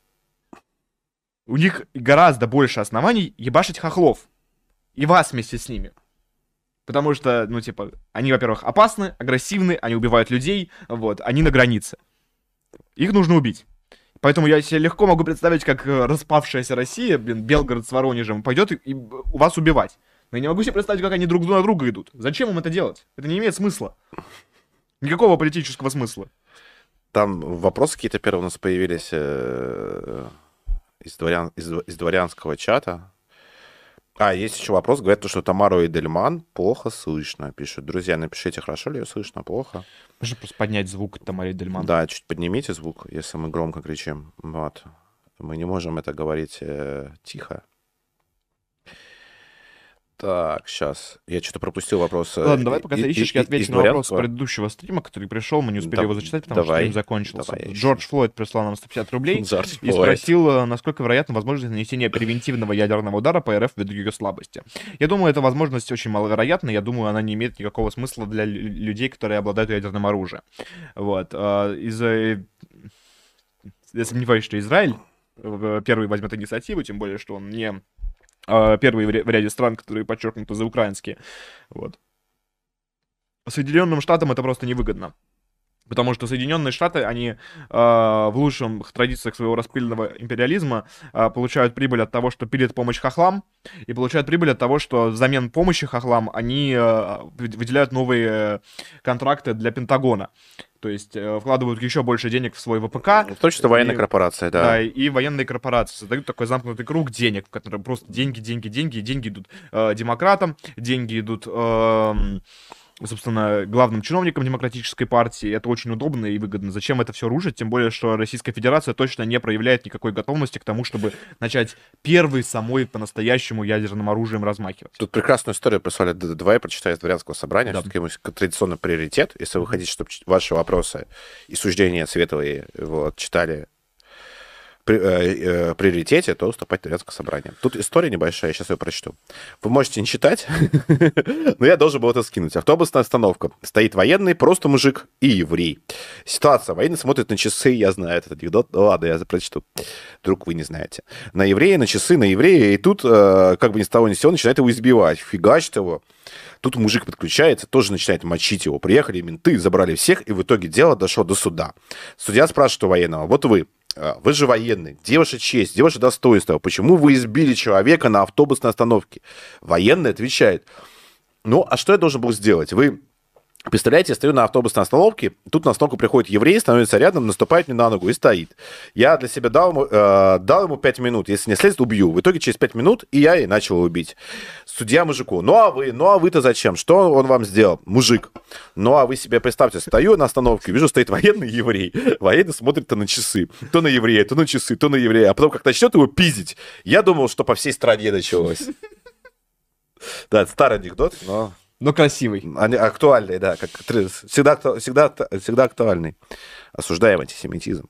У них гораздо больше оснований ебашить хохлов. И вас вместе с ними. Потому что, ну, типа, они, во-первых, опасны, агрессивны, они убивают людей, вот, они на границе. Их нужно убить. Поэтому я себе легко могу представить, как э, распавшаяся Россия, блин, Белгород с Воронежем, пойдет и, и у вас убивать. Но я не могу себе представить, как они друг на друга идут. Зачем им это делать? Это не имеет смысла. Никакого политического смысла. Там вопросы какие-то первые у нас появились э, из, дворян, из, из дворянского чата. А, есть еще вопрос. Говорят, то, что Тамару Эдельман плохо слышно. Пишут. Друзья, напишите, хорошо ли ее слышно, плохо. Можно просто поднять звук Тамары Дельман. Да, чуть поднимите звук, если мы громко кричим. Вот. Мы не можем это говорить э, тихо. Так, сейчас. Я что-то пропустил вопрос. э, Ладно, давай пока ты и- ищешь, и- я из отвечу на вопрос дворянства. предыдущего стрима, который пришел, мы не успели Да- его зачитать, потому давай, что стрим закончился. давай, ищем. Джордж Флойд прислал нам сто пятьдесят рублей Джордж и Флойд. спросил, э, насколько вероятна возможность нанесения превентивного ядерного удара по РФ ввиду ее слабости. Я думаю, эта возможность очень маловероятна, я думаю, она не имеет никакого смысла для лю- людей, которые обладают ядерным оружием. Вот. э, Из-за... Я сомневаюсь, что Израиль э, первый возьмет инициативу, тем более, что он не э, первый в ря- в ряде стран, которые подчеркнуты за украинские. Вот. Соединенным Штатам это просто невыгодно. Потому что Соединенные Штаты, они э, в лучших традициях своего распильного империализма э, получают прибыль от того, что пилят помощь хохлам, и получают прибыль от того, что взамен помощи хохлам они э, выделяют новые э, контракты для Пентагона. То есть э, вкладывают еще больше денег в свой ВПК. В том числе военная И- корпорация, да. Да, и военные корпорации создают такой замкнутый круг денег, в котором просто деньги, деньги, деньги, и деньги идут э, демократам, деньги идут, эм, собственно, главным чиновникам демократической партии. Это очень удобно и выгодно. Зачем это все рушить? Тем более, что Российская Федерация точно не проявляет никакой готовности к тому, чтобы начать первый самой по-настоящему ядерным оружием размахивать. Тут прекрасную историю прислали. Д- Давай я прочитаю из дворянского собрания. Да. Все-таки ему традиционный приоритет. Если вы хотите, чтобы ч- ваши вопросы и суждения светлые вот, читали при, э, э, приоритете, то уступать в дворянское собрание. Тут история небольшая, я сейчас ее прочту. Вы можете не читать, но я должен был это скинуть. Автобусная остановка. Стоит военный, просто мужик и еврей. Ситуация. Военный смотрит на часы, я знаю этот анекдот. Ну ладно, я прочту. Вдруг вы не знаете. На еврея, на часы, на еврея. И тут, э, как бы ни с того ни с сего, начинает его избивать. Фигачит его. Тут мужик подключается, тоже начинает мочить его. Приехали менты, забрали всех, и в итоге дело дошло до суда. Судья спрашивает у военного: вот вы, вы же военный, где ваша честь, где ваше достоинство? Почему вы избили человека на автобусной остановке? Военный отвечает, ну, а что я должен был сделать? Вы... Представляете, я стою на автобусной остановке, тут на остановку приходит еврей, становится рядом, наступает мне на ногу и стоит. Я для себя дал ему, э, дал ему пять минут, если не слезет, убью. В итоге через пять минут и я и начал убить. Судья мужику, ну а вы, ну а вы-то зачем? Что он вам сделал? Мужик. Ну а вы себе представьте, стою на остановке, вижу, стоит военный еврей. Военный смотрит-то на часы. То на еврея, то на часы, то на еврея. А потом как начнет его пиздить, я думал, что по всей стране началось. Да, это старый анекдот, но... Но красивый. Они актуальный, да, как всегда, всегда, всегда актуальный. Осуждаем антисемитизм.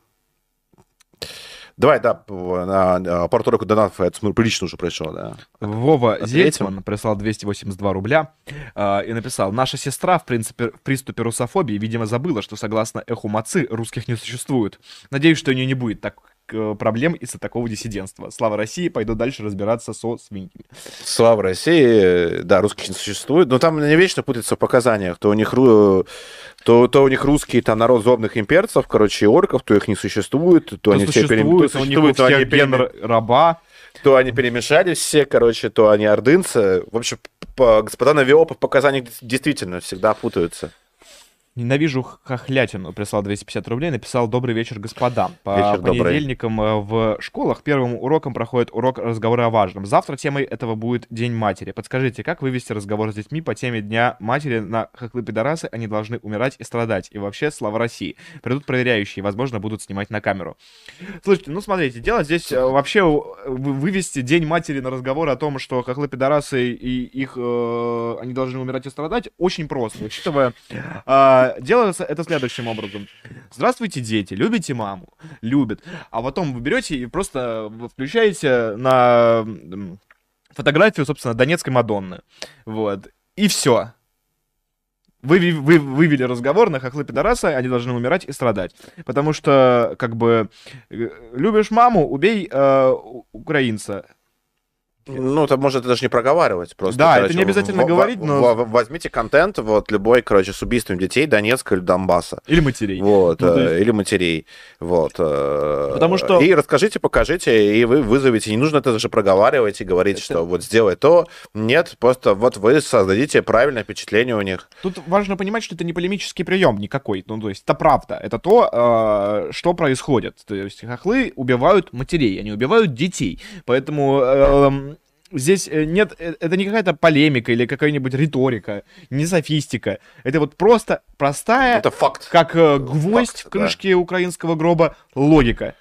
Давай, да, на пару-тройку донатов, я смотрю, прилично уже пришел, да. Вова Ответим. Зельцман прислал двести восемьдесят два рубля э, и написал: наша сестра в, принципе, в приступе русофобии, видимо, забыла, что согласно эху Мацы русских не существует. Надеюсь, что у нее не будет так проблем из-за такого диссидентства. Слава России, пойду дальше разбираться со свиньями. Слава России, да, русских не существует, но там не вечно путается в показаниях, то у них, то, то у них русские, там, народ злобных имперцев, короче, и орков, то их не существует, то, то они все перемешались, то, у них у всех они ген перем... раба, то они перемешались все, короче, то они ордынцы. В общем, по, господа Навиопы в показаниях действительно всегда путаются. Ненавижу хохлятину. Прислал двести пятьдесят рублей, написал: добрый вечер, господа. По вечер понедельникам добрый. В школах первым уроком проходит урок разговора о важном. Завтра темой этого будет День матери. Подскажите, как вывести разговор с детьми по теме Дня матери на хохлы-пидорасы? Они должны умирать и страдать. И вообще, слава России. Придут проверяющие, возможно, будут снимать на камеру. Слушайте, ну смотрите, дело здесь вообще вывести День матери на разговор о том, что хохлы-пидорасы и их, э, они должны умирать и страдать, очень просто. Учитывая... Э, делается это следующим образом. Здравствуйте, дети, любите маму? Любят. А потом вы берете и просто включаете на фотографию, собственно, Донецкой Мадонны. Вот. И все. Вы, вы вывели разговор на хохлы-пидорасы, они должны умирать и страдать. Потому что, как бы, любишь маму, убей э, украинца. Ну, это может даже не проговаривать. Просто, да, короче, это не обязательно в, говорить, в, но... В, возьмите контент, вот, любой, короче, с убийством детей Донецка или Донбасса. Или матерей. Вот, ну, э, есть... или матерей. Вот. Э, Потому что... И расскажите, покажите, и вы вызовете. Не нужно это даже проговаривать и говорить, это... что вот сделай то. Нет, просто вот вы создадите правильное впечатление у них. Тут важно понимать, что это не полемический прием никакой. Ну, то есть, это правда. Это то, э, что происходит. То есть, хохлы убивают матерей, они убивают детей. Поэтому... Э, Здесь нет, это не какая-то полемика или какая-нибудь риторика, не софистика. Это вот просто простая, это факт. Как гвоздь факт, в крышке да. украинского гроба, логика.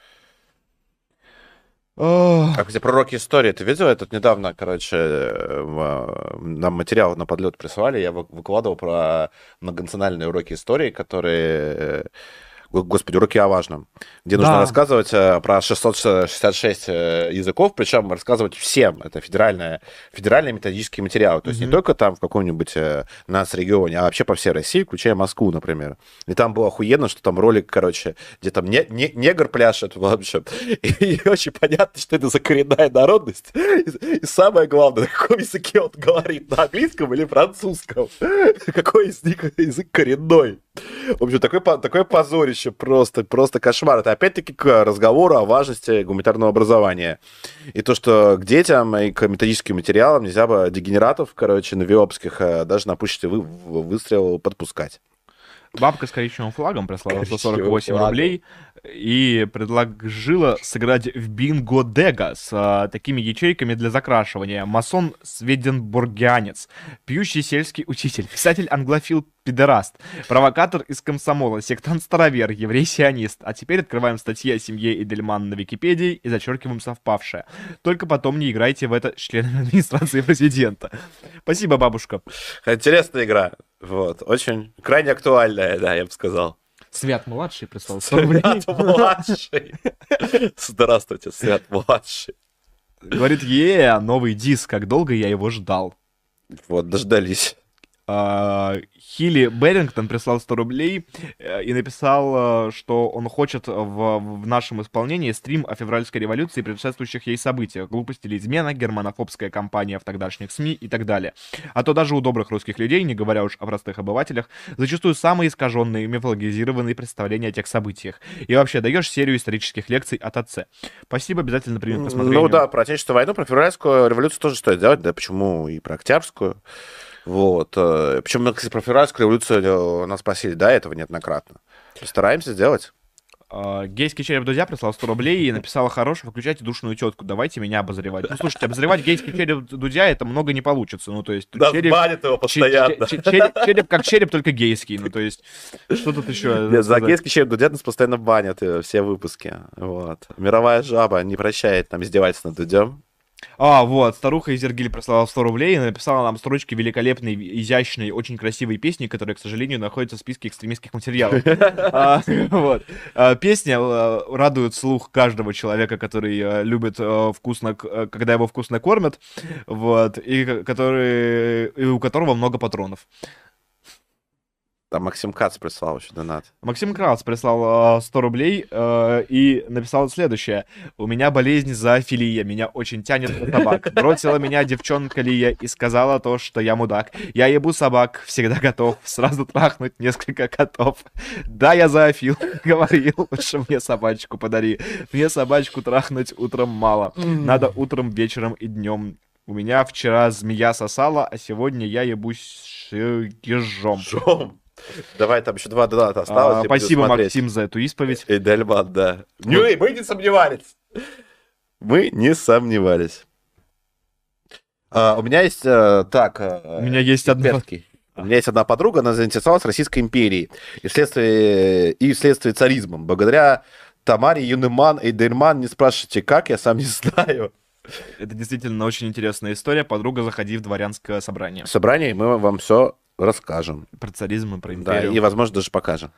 А где пророки истории, ты видел? Тут недавно, короче, нам материал на подлет прислали, я выкладывал про многонациональные уроки истории, которые... Господи, уроки о важном, где да. нужно рассказывать про шестьсот шестьдесят шесть языков, причем рассказывать всем. Это федеральные, федеральные методические материалы. То есть mm-hmm. не только там в каком-нибудь нацрегионе, а вообще по всей России, включая Москву, например. И там было охуенно, что там ролик, короче, где там не, не, негр пляшет, в общем. И, и очень понятно, что это за коренная народность. И, и самое главное, на каком языке он говорит, на английском или французском. Какой из них язык коренной. В общем, такой, такое позорище, просто, просто кошмар. Это опять-таки к разговору о важности гуманитарного образования. И то, что к детям и к методическим материалам нельзя бы дегенератов, короче, навиопских, даже на пушечный вы, выстрел подпускать. Бабка с коричневым флагом прислала сто сорок восемь рублей и предложила сыграть в бинго-дега с а, такими ячейками для закрашивания. Масон сведенбургианец, пьющий сельский учитель, писатель-англофил пидораст, провокатор из комсомола, сектант-старовер, еврей-сионист. А теперь открываем статьи о семье Эдельмана на Википедии и зачеркиваем совпавшее. Только потом не играйте в это с членами администрации президента. Спасибо, бабушка. Интересная игра. Вот. Очень крайне актуальная, да, я бы сказал. Свят-младший прислал сто рублей. Свят-младший. Здравствуйте, Свят-младший. Говорит, е, новый диск, как долго я его ждал. Вот, дождались. А, Хилли Берингтон прислал сто рублей э, и написал, э, что он хочет в, в нашем исполнении стрим о февральской революции и предшествующих ей событиях. Глупость или измена, германофобская кампания в тогдашних СМИ и так далее. А то даже у добрых русских людей, не говоря уж о простых обывателях, зачастую самые искаженные, мифологизированные представления о тех событиях. И вообще даешь серию исторических лекций от отца. Спасибо, обязательно примем к рассмотрению. Ну да, про Отечественную войну, про февральскую революцию тоже стоит делать, да, почему и про Октябрьскую. Вот. Причем мы, кстати, про февральскую революцию нас просили до этого неоднократно. Постараемся сделать. Uh, гейский череп Дудя прислал сто рублей и написал: хорош, выключайте душную тетку, давайте меня обозревать. Ну, слушайте, обозревать гейский череп Дудя это много не получится. Ну, то есть, да, череп, банит его постоянно. Череп, череп, череп как череп, только гейский. Ну, то есть, что тут еще? Нет, за гейский череп Дудя нас постоянно банят все выпуски. Вот. Мировая жаба не прощает нам издевательств над Дудем. А, вот, старуха из Иргиль прислала сто рублей и написала нам строчки великолепной, изящной, очень красивой песни, которая, к сожалению, находится в списке экстремистских материалов. Вот. Песня радует слух каждого человека, который любит вкусно, когда его вкусно кормят, вот, и который, и у которого много патронов. Там Максим Кац прислал еще донат. Максим Кац прислал э, сто рублей э, и написал следующее. У меня болезнь зоофилия, меня очень тянет на собак. Бросила меня девчонка Лия и сказала то, что я мудак. Я ебу собак, всегда готов сразу трахнуть несколько котов. Да, я зоофил, говорил, лучше мне собачку подари. Мне собачку трахнуть утром мало. Надо утром, вечером и днем. У меня вчера змея сосала, а сегодня я ебусь ежом. Жом. Давай, там еще два доната осталось. А, спасибо, Максим, за эту исповедь. И Дельман, да. Ну и мы не сомневались. Мы не сомневались. А, у меня есть, а, так... У меня есть одна... У меня есть одна подруга, она заинтересовалась Российской империей и вследствие, и вследствие царизмом. Благодаря Тамаре Юнеман и Дельман, не спрашивайте, как, я сам не знаю. Это действительно очень интересная история. Подруга, заходи в дворянское собрание. Собрание, мы вам все расскажем. Про царизм и про империю. Да, и, возможно, даже покажем.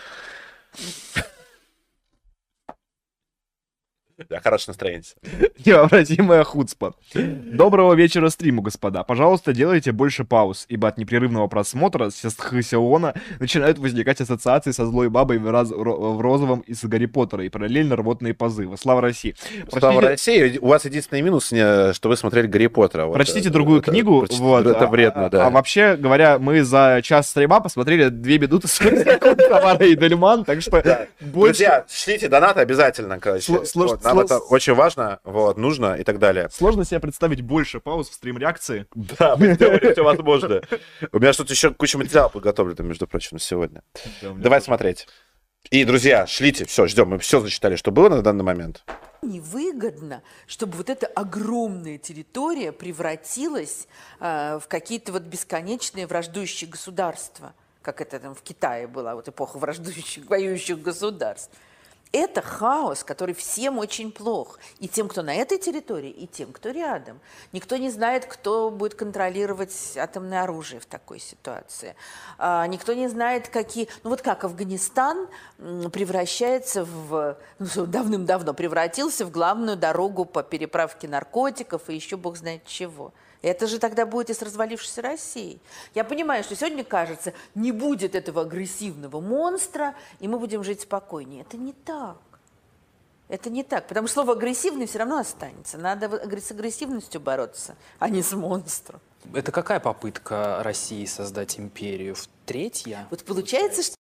Да, хорошее настроение. Невообразимая хуцпа. Доброго вечера стриму, господа. Пожалуйста, делайте больше пауз, ибо от непрерывного просмотра с Хсиона начинают возникать ассоциации со злой бабой в, раз... в розовом из Гарри Поттера и параллельно рвотные позывы. Слава России. Слава Прочтите... России. У вас единственный минус, что вы смотрели Гарри Поттера. Вот. Прочтите другую это, книгу. Это, вот. это вредно, а, да. А вообще говоря, мы за час стрима посмотрели две минуты с Тамара и Дельман, так что больше... Друзья, шлите донаты обязательно, короче. Нам это очень важно, вот, нужно и так далее. Сложно себе представить больше пауз в стрим-реакции. Да, мы сделали все возможное. У меня что-то еще куча материала подготовлено, между прочим, на сегодня. Давай смотреть. И, друзья, шлите, все, ждем. Мы все зачитали, что было на данный момент. Невыгодно, чтобы вот эта огромная территория превратилась э, в какие-то вот бесконечные враждующие государства, как это там в Китае была, вот эпоха враждующих, воюющих государств. Это хаос, который всем очень плох. И тем, кто на этой территории, и тем, кто рядом. Никто не знает, кто будет контролировать атомное оружие в такой ситуации. А, никто не знает, какие... Ну вот как Афганистан превращается в... Ну, давным-давно превратился в главную дорогу по переправке наркотиков и еще бог знает чего. Это же тогда будет и с развалившейся Россией. Я понимаю, что сегодня, кажется, не будет этого агрессивного монстра, и мы будем жить спокойнее. Это не так. Это не так. Потому что слово «агрессивный» все равно останется. Надо с агрессивностью бороться, а не с монстром. Это какая попытка России создать империю? Третья? Вот получается, что...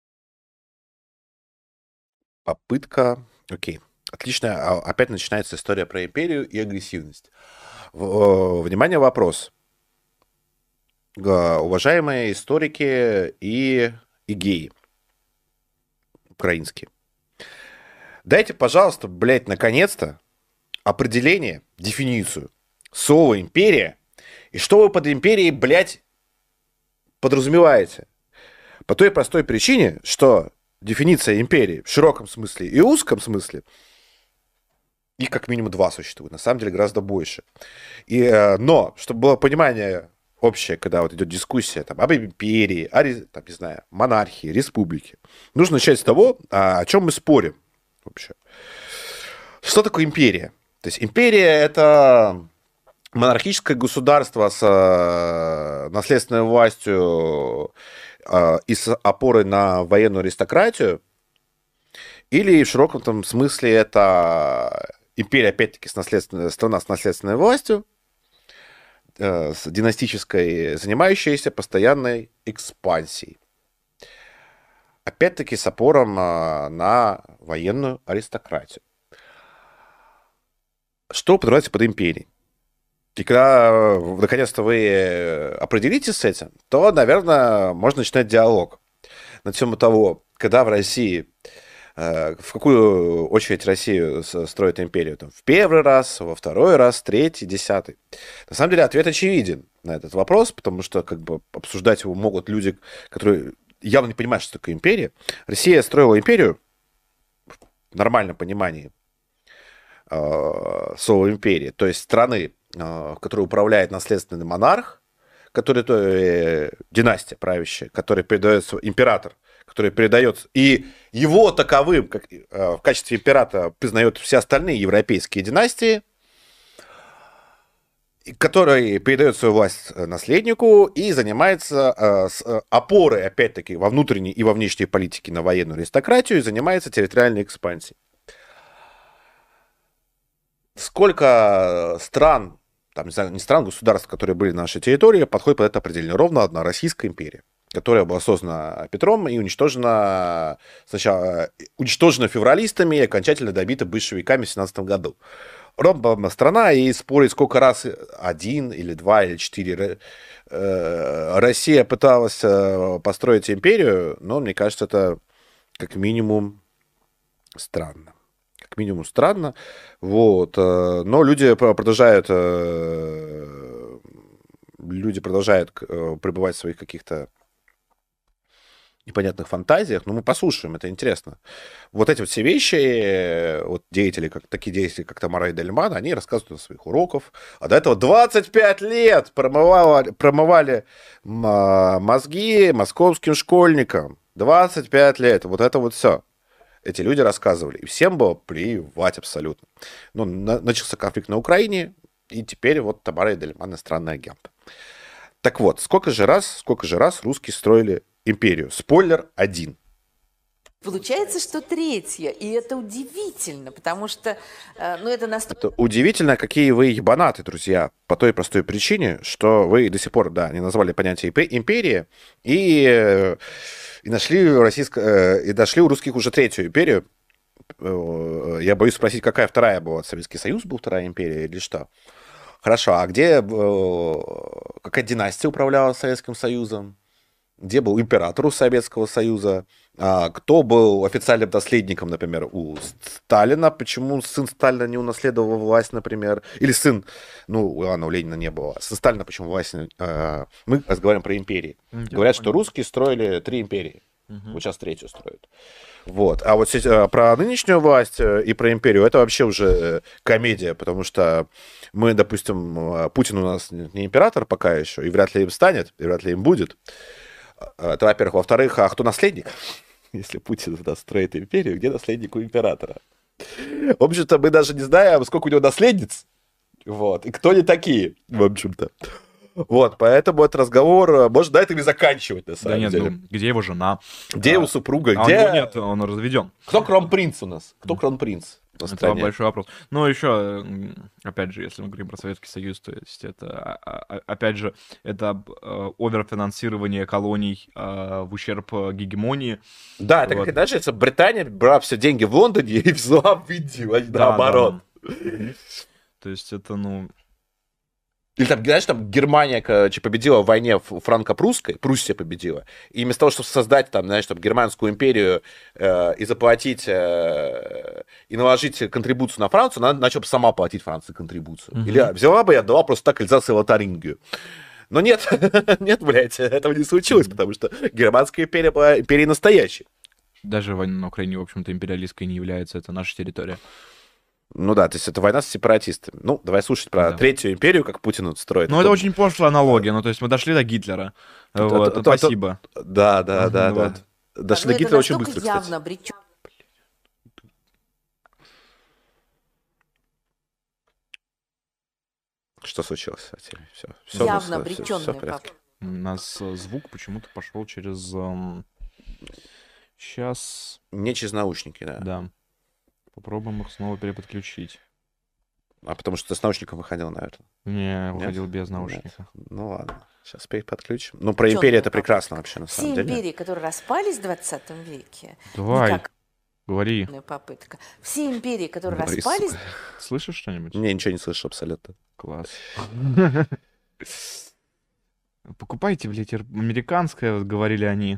Попытка... Окей. Отлично. Опять начинается история про империю и агрессивность. Внимание, вопрос. Уважаемые историки и, и геи украинские, дайте, пожалуйста, блядь, наконец-то определение, дефиницию слова «империя» и что вы под империей, блядь, подразумеваете. По той простой причине, что дефиниция империи в широком смысле и узком смысле их как минимум два существует, на самом деле гораздо больше. И, но, чтобы было понимание общее, когда вот идет дискуссия там, об империи, о, там, не знаю, монархии, республике, нужно начать с того, о чем мы спорим вообще. Что такое империя? То есть империя — это монархическое государство с э, наследственной властью э, и с опорой на военную аристократию, или в широком там смысле это империя, опять-таки, с наследственной, страна с наследственной властью, э, с династической, занимающаяся постоянной экспансией. Опять-таки с опором э, на военную аристократию. Что подразумевается под империей? И когда, наконец-то, вы определитесь с этим, то, наверное, можно начинать диалог на тему того, когда в России, в какую очередь Россию строит империю, там, в первый раз, во второй раз, третий, десятый. На самом деле ответ очевиден на этот вопрос, потому что как бы обсуждать его могут люди, которые явно не понимают, что такое империя. Россия строила империю в нормальном понимании слова империи, то есть страны, в которой управляет наследственный монарх, который, то, э, династия правящая, который передается, император, который передается, и его таковым, как, э, в качестве императора признают все остальные европейские династии, который передает свою власть наследнику и занимается э, с э, опорой, опять-таки, во внутренней и во внешней политике на военную аристократию и занимается территориальной экспансией. Сколько стран, там, не знаю, не стран, государств, которые были на нашей территории, подходит под это определение? Ровно одна Российская империя, которая была создана Петром и уничтожена сначала уничтожена февралистами и окончательно добита большевиками в семнадцатом году. Ровно одна страна, и спорить, сколько раз, один или два или четыре, Россия пыталась построить империю, но мне кажется, это как минимум странно. Как минимум странно, вот, но люди продолжают, люди продолжают пребывать в своих каких-то непонятных фантазиях, но мы послушаем, это интересно. Вот эти вот все вещи, вот деятели, как, такие деятели, как Тамара и Эдельман, они рассказывают о своих уроков, а до этого двадцать пять лет промывали, промывали мозги московским школьникам, двадцать пять лет, вот это вот все. Эти люди рассказывали, и всем было плевать абсолютно. Ну, на, начался конфликт на Украине, и теперь вот Тамара Эдельман иностранный агент. Так вот, сколько же раз, сколько же раз русские строили империю? Спойлер один. Получается, что третья, и это удивительно, потому что, э, ну, это настолько... Это удивительно, какие вы ебанаты, друзья, по той простой причине, что вы до сих пор, да, не назвали понятие империи, и... И нашли российско... и нашли у русских уже третью империю. Я боюсь спросить, какая вторая была? Советский Союз был вторая империя или что? Хорошо, а где... Какая династия управляла Советским Союзом? Где был император у Советского Союза? Кто был официальным наследником, например, у Сталина? Почему сын Сталина не унаследовал власть, например? Или сын... Ну, ладно, у Ленина не было. Сын Сталина почему власть... Мы разговариваем про империи. Я Говорят, понял. Что русские строили три империи. Угу. Вот сейчас третью строят. Вот. А вот про нынешнюю власть и про империю это вообще уже комедия, потому что мы, допустим, Путин у нас не император пока еще, и вряд ли им станет, и вряд ли им будет. Это, во-первых. Во-вторых, а кто наследник? Если Путин у нас строит империю, где наследник у императора? В общем-то, мы даже не знаем, сколько у него наследниц, вот, и кто они такие, в общем-то. Вот, поэтому этот разговор, может, на этом и заканчивать, на самом да нет, деле. Ну, где его жена? Где а, его супруга? А где... у него нет, он разведен. Кто кронпринц у нас? Кто кронпринц? Это большой вопрос. Ну, еще, опять же, если мы говорим про Советский Союз, то есть это, опять же, это оверфинансирование колоний в ущерб гегемонии. Да, это вот. Как даже если Британия брала все деньги в Лондоне и взяла в Индию, а не да, наоборот. Да. То есть это, ну... Или там, знаешь, там Германия, короче, победила в войне франко-прусской, Пруссия победила, и вместо того, чтобы создать там, знаешь, там, Германскую империю э, и заплатить, э, и наложить контрибуцию на Францию, она начала бы сама платить Франции контрибуцию. Mm-hmm. Или взяла бы и отдала просто так Эльзас и Лотарингию. Но нет, нет, блядь, этого не случилось, потому что Германская империя была империей настоящей. Даже война на Украине, в общем-то, империалистской не является, это наша территория. Ну да, то есть это война с сепаратистами. Ну, давай слушать про да. Третью империю, как Путин строит. Ну, это, это очень пошлая аналогия. Ну, то есть мы дошли до Гитлера. Это, вот, это, спасибо. Это, да, да, да, ну, да. Вот. Дошли до Гитлера очень быстро, явно кстати. Брич... Что случилось с этим? Все, все, Явно все, все, обреченная в порядке. папа. У нас э, звук почему-то пошел через... Сейчас... Не через наушники, да. Да. Попробуем их снова переподключить. А потому что ты с наушником выходил, наверное. Не, Нет? выходил без Нет. наушников. Ну ладно, сейчас подключим. Ну, про Чёрная империю это попытка. прекрасно вообще, на Все самом деле. империи, которые распались в двадцатом веке, Давай, никак говори. попытка. Все империи, которые Борис. распались, Слышишь что-нибудь? Не, ничего не слышу абсолютно. Класс. Покупайте, блядь, ир- американское, вот говорили они.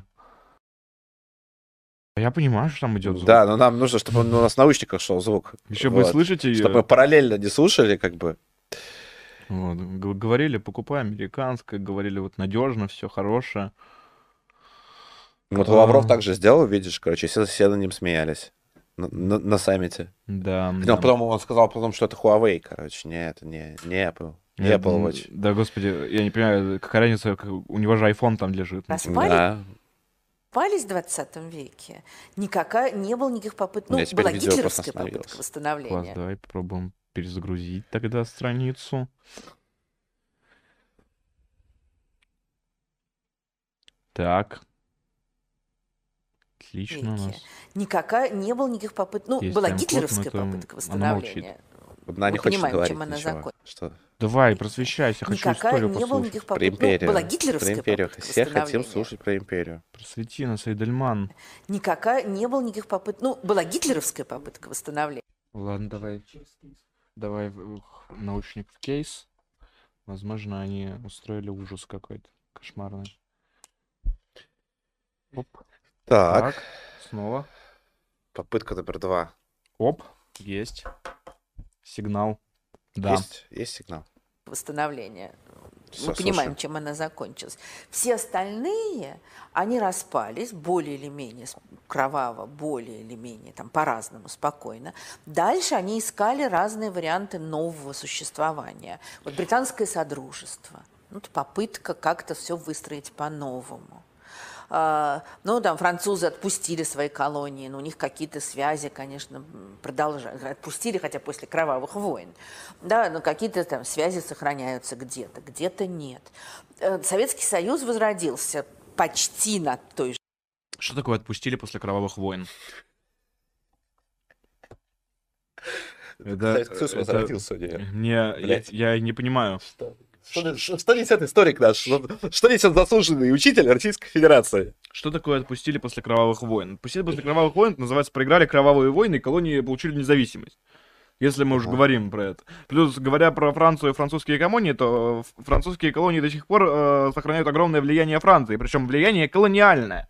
А я понимаю, что там идет звук. Да, но нам нужно, чтобы он у нас в наушниках шел звук. Еще вы Вот. слышите ее? Чтобы мы параллельно не слушали, как бы. Вот, г- говорили, покупай американское, говорили, вот надежно, все хорошее. Вот А. Лавров также сделал, видишь, короче, все, все над ним смеялись. На, на- на саммите. Да, Хотя да. он потом он сказал потом, что это Huawei, короче. Нет, не, не Apple. Не Я- Apple м, Watch. Да, господи, я не понимаю, какая разница, как- у него же iPhone там лежит. Ну, распались, Да. распались в двадцатом веке, никакая, не было никаких попыток. Ну, меня теперь была видео просто гитлеровская попытка остановилось. Класс, восстановления. давай попробуем перезагрузить тогда страницу. Так. Отлично у веке. нас. Никакая, не было никаких попыток. Ну, Есть была тайм-код, гитлеровская но это попытка она молчит. восстановления. Она не Мы хочет понимаем, говорить чем она ничего. закончится. Что? Давай, просвещайся, хочу Никакая, историю не было послушать. никаких Про попыток. Ну, империю. была Про гитлеровская империю. попытка Все хотим восстановления. слушать про империю. Просвети нас, Эйдельман. Никакая, не было никаких попыток. Ну, была гитлеровская попытка восстановления. Ладно, давай. Давай в- в- наушник в кейс. Возможно, они устроили ужас какой-то кошмарный. Оп. Так, Так, снова. попытка номер два. Оп, есть. Сигнал. Да. Есть, есть сигнал. Восстановления. Всё, Мы понимаем, слушаю. чем она закончилась. Все остальные, они распались более или менее с- кроваво, более или менее, там, по-разному, спокойно. Дальше они искали разные варианты нового существования. Вот британское содружество. Ну, это попытка как-то все выстроить по-новому. А, Ну, там французы отпустили свои колонии, но у них какие-то связи, конечно, продолжают. Отпустили, хотя после кровавых войн. Да, но какие-то там связи сохраняются где-то, где-то нет. Э, Советский Союз возродился почти на той же Что такое отпустили после кровавых войн? Это- Советский Союз это- возродился у нее. Мне, я, Блядь. я не понимаю. Что, что- что несет историк наш? Что, что несет заслуженный учитель Российской Федерации? Что такое отпустили после кровавых войн? Отпустили после кровавых войн, это называется, проиграли кровавые войны, и колонии получили независимость. Если мы уже Ага. говорим про это. Плюс, говоря про Францию и французские колонии, то ф- французские колонии до сих пор э, сохраняют огромное влияние Франции, причем влияние колониальное.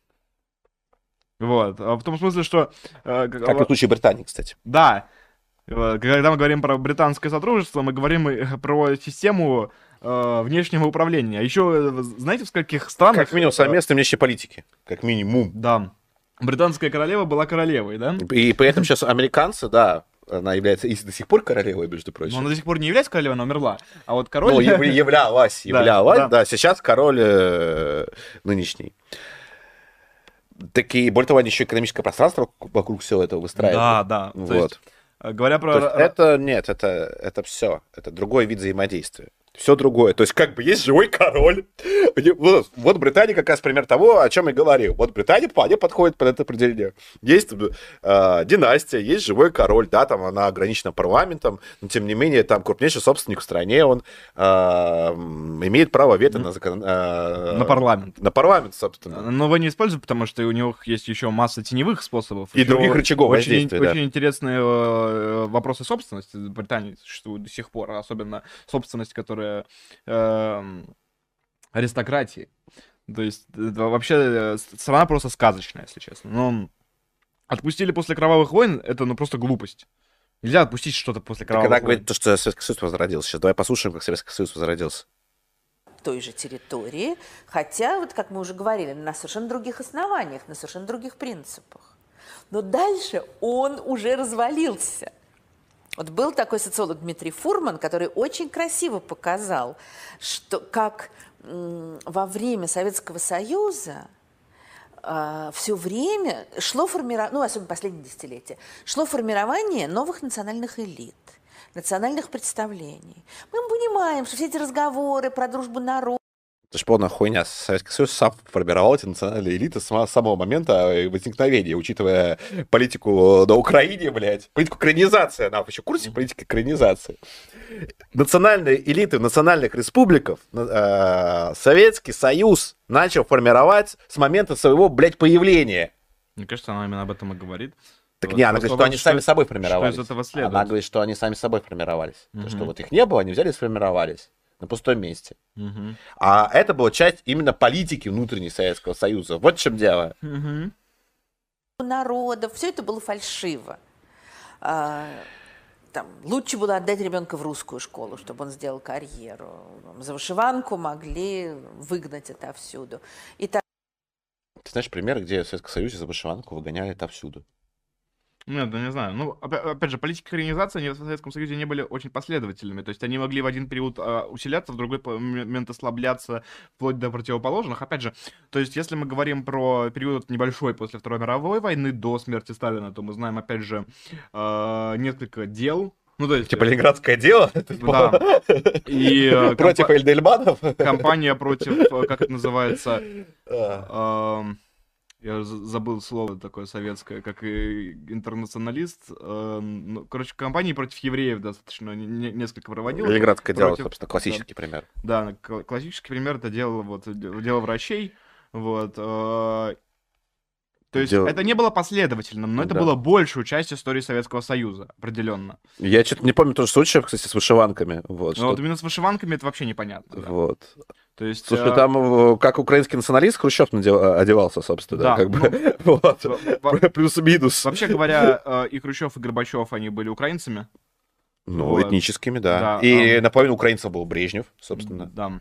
Вот. А в том смысле, что... э, к- Как и в случае Британии, кстати. Да. Э, Когда мы говорим про британское сотрудничество, мы говорим и про систему э, внешнего управления. А еще, э, знаете, в скольких странах... Как минимум э, совместной внешней политики. Как минимум. Да. Британская королева была королевой, да? И при этом сейчас американцы, да, она является и до сих пор королевой, между Но прочим. она до сих пор не является королевой, она умерла. А вот король... Ну, яв- являлась, Да, являлась, да. да, сейчас король э, нынешний. Так и, более того, они еще экономическое пространство вокруг всего этого Да, выстраивают. да. То Вот. есть, э, говоря про... То есть это, нет, это, это все, это другой вид взаимодействия. Все другое. То есть, как бы есть живой король. Вот, вот Британия как раз пример того, о чем я говорил. Вот Британия вполне подходит под это определение. Есть э, династия, есть живой король, да, там она ограничена парламентом, но тем не менее, там крупнейший собственник в стране, он э, имеет право вето на закон... э, На парламент. На парламент, собственно. Но вы не используете, потому что у него есть еще масса теневых способов. И Еще других рычагов очень, воздействия, да. Очень интересные э, вопросы собственности в Британии существуют до сих пор, особенно собственность, которая э, аристократии. То есть это вообще э, страна просто сказочная, если честно. Но отпустили после кровавых войн, это ну просто глупость. Нельзя отпустить что-то после Так кровавых она войн. говорит, то, что Советский Союз возродился. Сейчас давай послушаем, как Советский Союз возродился. той же территории, хотя, вот как мы уже говорили, на совершенно других основаниях, на совершенно других принципах. Но дальше он уже развалился. Вот был такой социолог Дмитрий Фурман, который очень красиво показал, что как м, во время Советского Союза э, все время шло формирование, ну, особенно последние десятилетия, шло формирование новых национальных элит. национальных представлений. Мы понимаем, что все эти разговоры про дружбу народа. Это же полная хуйня. Советский Союз сам формировал эти национальные элиты с самого момента возникновения, учитывая политику на Украине, блядь. Политику крайнизации. Она вообще в курсе политики крайнизации? Национальные элиты в национальных республиках э, Советский Союз начал формировать с момента своего, блядь, появления. Мне кажется, она именно об этом и говорит. Так Вот, не, она говорит, что они что, сами собой формировались. Что из этого следует? Она говорит, что они сами собой формировались. Угу. То, что вот их не было, они взяли и сформировались на пустом месте. Угу. А это была часть именно политики внутренней Советского Союза. Вот в чем дело. Угу. Народов, все это было фальшиво. А, там, лучше было отдать ребенка в русскую школу, чтобы он сделал карьеру. За вышиванку могли выгнать отовсюду. И так... Ты знаешь примеры, где в Советском Союзе за вышиванку выгоняли отовсюду? Нет, да не знаю. Ну, опять, опять же, политики коренизации, они в Советском Союзе не были очень последовательными. То есть они могли в один период а, усиляться, в другой момент ослабляться, вплоть до противоположных. Опять же, то есть если мы говорим про период небольшой после Второй мировой войны до смерти Сталина, то мы знаем, опять же, а, несколько дел. Ну, то есть... Типа Ленинградское дело? Да. И, против компа... Эльдельманов? Компания против, как это называется... Я забыл слово такое советское, как и интернационалист. Ну, короче, компании против евреев достаточно несколько проводил. Ленинградское дело, против... собственно, классический да. пример. Да, классический пример — это дело, вот, дело врачей. Вот. То есть Дел... это не было последовательным, но это да. было большую часть истории Советского Союза, определенно. Я что-то не помню тоже случаев, кстати, с вышиванками. Вот, что... вот именно с вышиванками это вообще непонятно. Да. Вот. То есть, Слушай, а... там как украинский националист Хрущев надев... одевался, собственно. Да, как ну, бы. Вот. Во... Плюс-минус. Вообще говоря, и Хрущев, и Горбачев, они были украинцами. Ну, вот. этническими, да. да и а... наполовину украинцев был Брежнев, собственно. Да.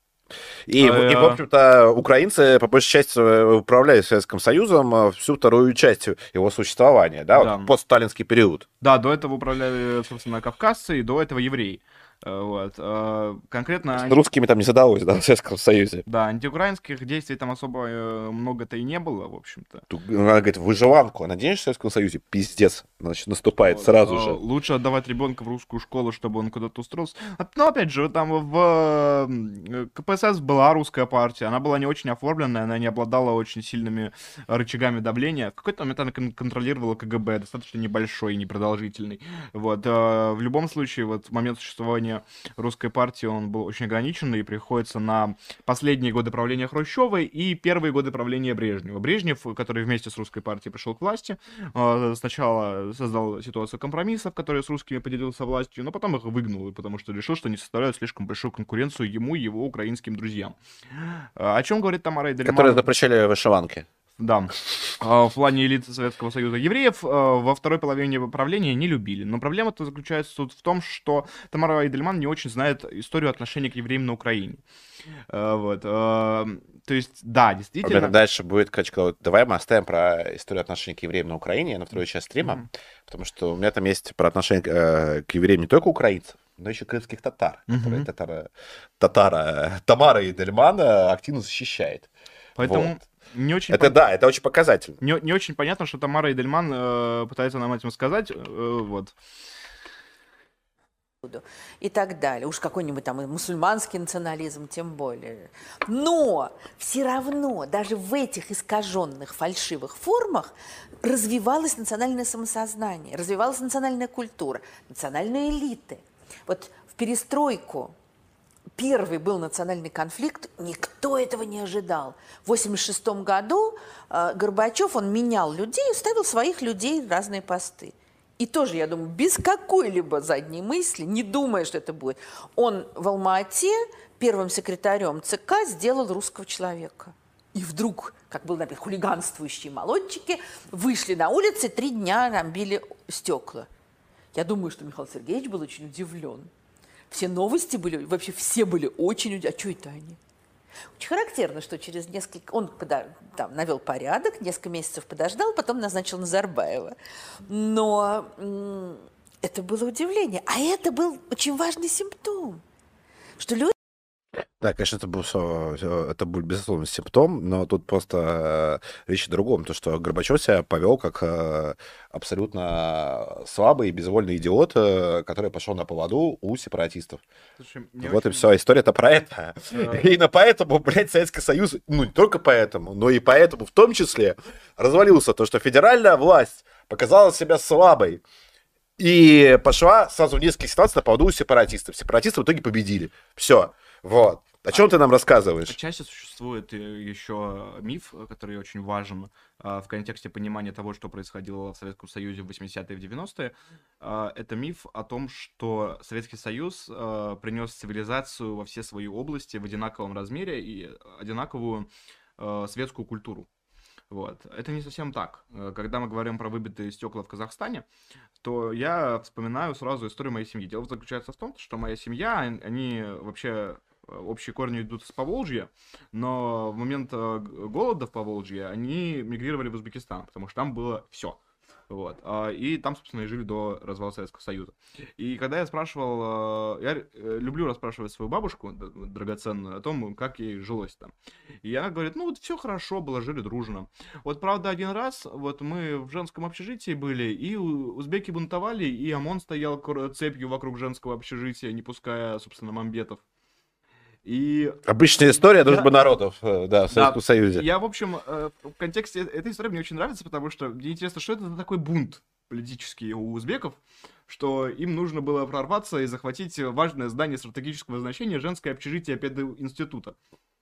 И, а... и, в общем-то, украинцы, по большей части, управляли Советским Союзом всю вторую часть его существования, да, да. Вот, постсталинский период. Да, до этого управляли, собственно, кавказцы, и до этого евреи. Вот. Конкретно... С русскими там не задалось, да, в Советском Союзе. Да, антиукраинских действий там особо много-то и не было, в общем-то. Она говорит, выживанку наденешь в Советском Союзе, пиздец, значит, наступает вот, сразу же. Лучше отдавать ребенка в русскую школу, чтобы он куда-то устроился. Но, опять же, там в КПСС была русская партия, она была не очень оформленная, она не обладала очень сильными рычагами давления. В какой-то момент она контролировала КГБ, достаточно небольшой и непродолжительный. Вот. В любом случае, вот момент существования русской партии, он был очень ограниченный и приходится на последние годы правления Хрущева и первые годы правления Брежнева. Брежнев, который вместе с русской партией пришел к власти, сначала создал ситуацию компромиссов, который с русскими поделился властью, но потом их выгнал, потому что решил, что они составляют слишком большую конкуренцию ему и его украинским друзьям. О чем говорит Тамара Эйдельман? Которые запрещали вышиванки. Да, в плане элиты Советского Союза. Евреев во второй половине правления не любили. Но проблема-то заключается тут в том, что Тамара Эйдельман не очень знает историю отношений к евреям на Украине. Вот. То есть, да, действительно... Ребята, дальше будет, короче, давай мы оставим про историю отношений к евреям на Украине на вторую часть стрима, mm-hmm. потому что у меня там есть про отношения к евреям не только украинцев, но еще крымских татар, mm-hmm. которые татара, татара, Тамара Эйдельман активно защищает. Поэтому... Вот. Не очень это пон... да, это очень показательно. Не, не очень понятно, что Тамара Эйдельман э, пытается нам этим сказать. Э, вот. И так далее. Уж какой-нибудь там мусульманский национализм, тем более. Но все равно, даже в этих искаженных, фальшивых формах развивалось национальное самосознание, развивалась национальная культура, национальные элиты. Вот в перестройку первый был национальный конфликт, никто этого не ожидал. В восемьдесят шестом году э, Горбачев, он менял людей и ставил своих людей в разные посты. И тоже, я думаю, без какой-либо задней мысли, не думая, что это будет, он в Алма-Ате первым секретарем ЦК сделал русского человека. И вдруг, как было написано, хулиганствующие молодчики вышли на улицы, три дня там били стекла. Я думаю, что Михаил Сергеевич был очень удивлен. Все новости были, вообще все были очень удивлены. А что это они? Очень характерно, что через несколько... Он пода... там, навел порядок, несколько месяцев подождал, потом назначил Назарбаева. Но м- это было удивление. А это был очень важный симптом, что люди... Да, конечно, это был, со- э, это был, безусловно, симптом, но тут просто э, речь о другом. То, что Горбачев себя повел как э, абсолютно слабый и безвольный идиот, э, который пошел на поводу у сепаратистов. Слушай, мне Вот и очень... все. История-то про это. э, Именно поэтому, блядь, Советский Союз, ну не только поэтому, но и поэтому в том числе развалился. То, что федеральная власть показала себя слабой. И пошла сразу в несколько ситуаций на поводу у сепаратистов. Сепаратисты в итоге победили. Все. Вот. О чем ты нам рассказываешь? Отчасти существует э, еще миф, э, который очень важен а, в контексте понимания того, что происходило в Советском Союзе в восьмидесятые и в девяностые. А, Это миф о том, что Советский Союз а, принес цивилизацию во все свои области в одинаковом размере и одинаковую а, светскую культуру. Вот. Это не совсем так. Э, Когда мы говорим про выбитые стекла в Казахстане, то я вспоминаю сразу историю моей семьи. Дело заключается в том, что моя семья, ан- они вообще э, общие корни идут с Поволжья, но в момент э, г- голода в Поволжье они мигрировали в Узбекистан, потому что там было все. Вот. А, И там, собственно, и жили до развала Советского Союза. И когда я спрашивал, э, я э, люблю расспрашивать свою бабушку д- драгоценную о том, как ей жилось там. И она говорит, ну вот все хорошо было, жили дружно. Вот, правда, один раз, вот мы в женском общежитии были, и у- узбеки бунтовали, и ОМОН стоял кор- цепью вокруг женского общежития, не пуская, собственно, мамбетов. И Обычная история я, дружбы народов, э, да, в да, Советском Союзе. я, в общем, э, в контексте э- этой истории мне очень нравится, потому что мне интересно, что это за такой бунт политический у узбеков, что им нужно было прорваться и захватить важное здание стратегического значения, женское общежитие пединститута.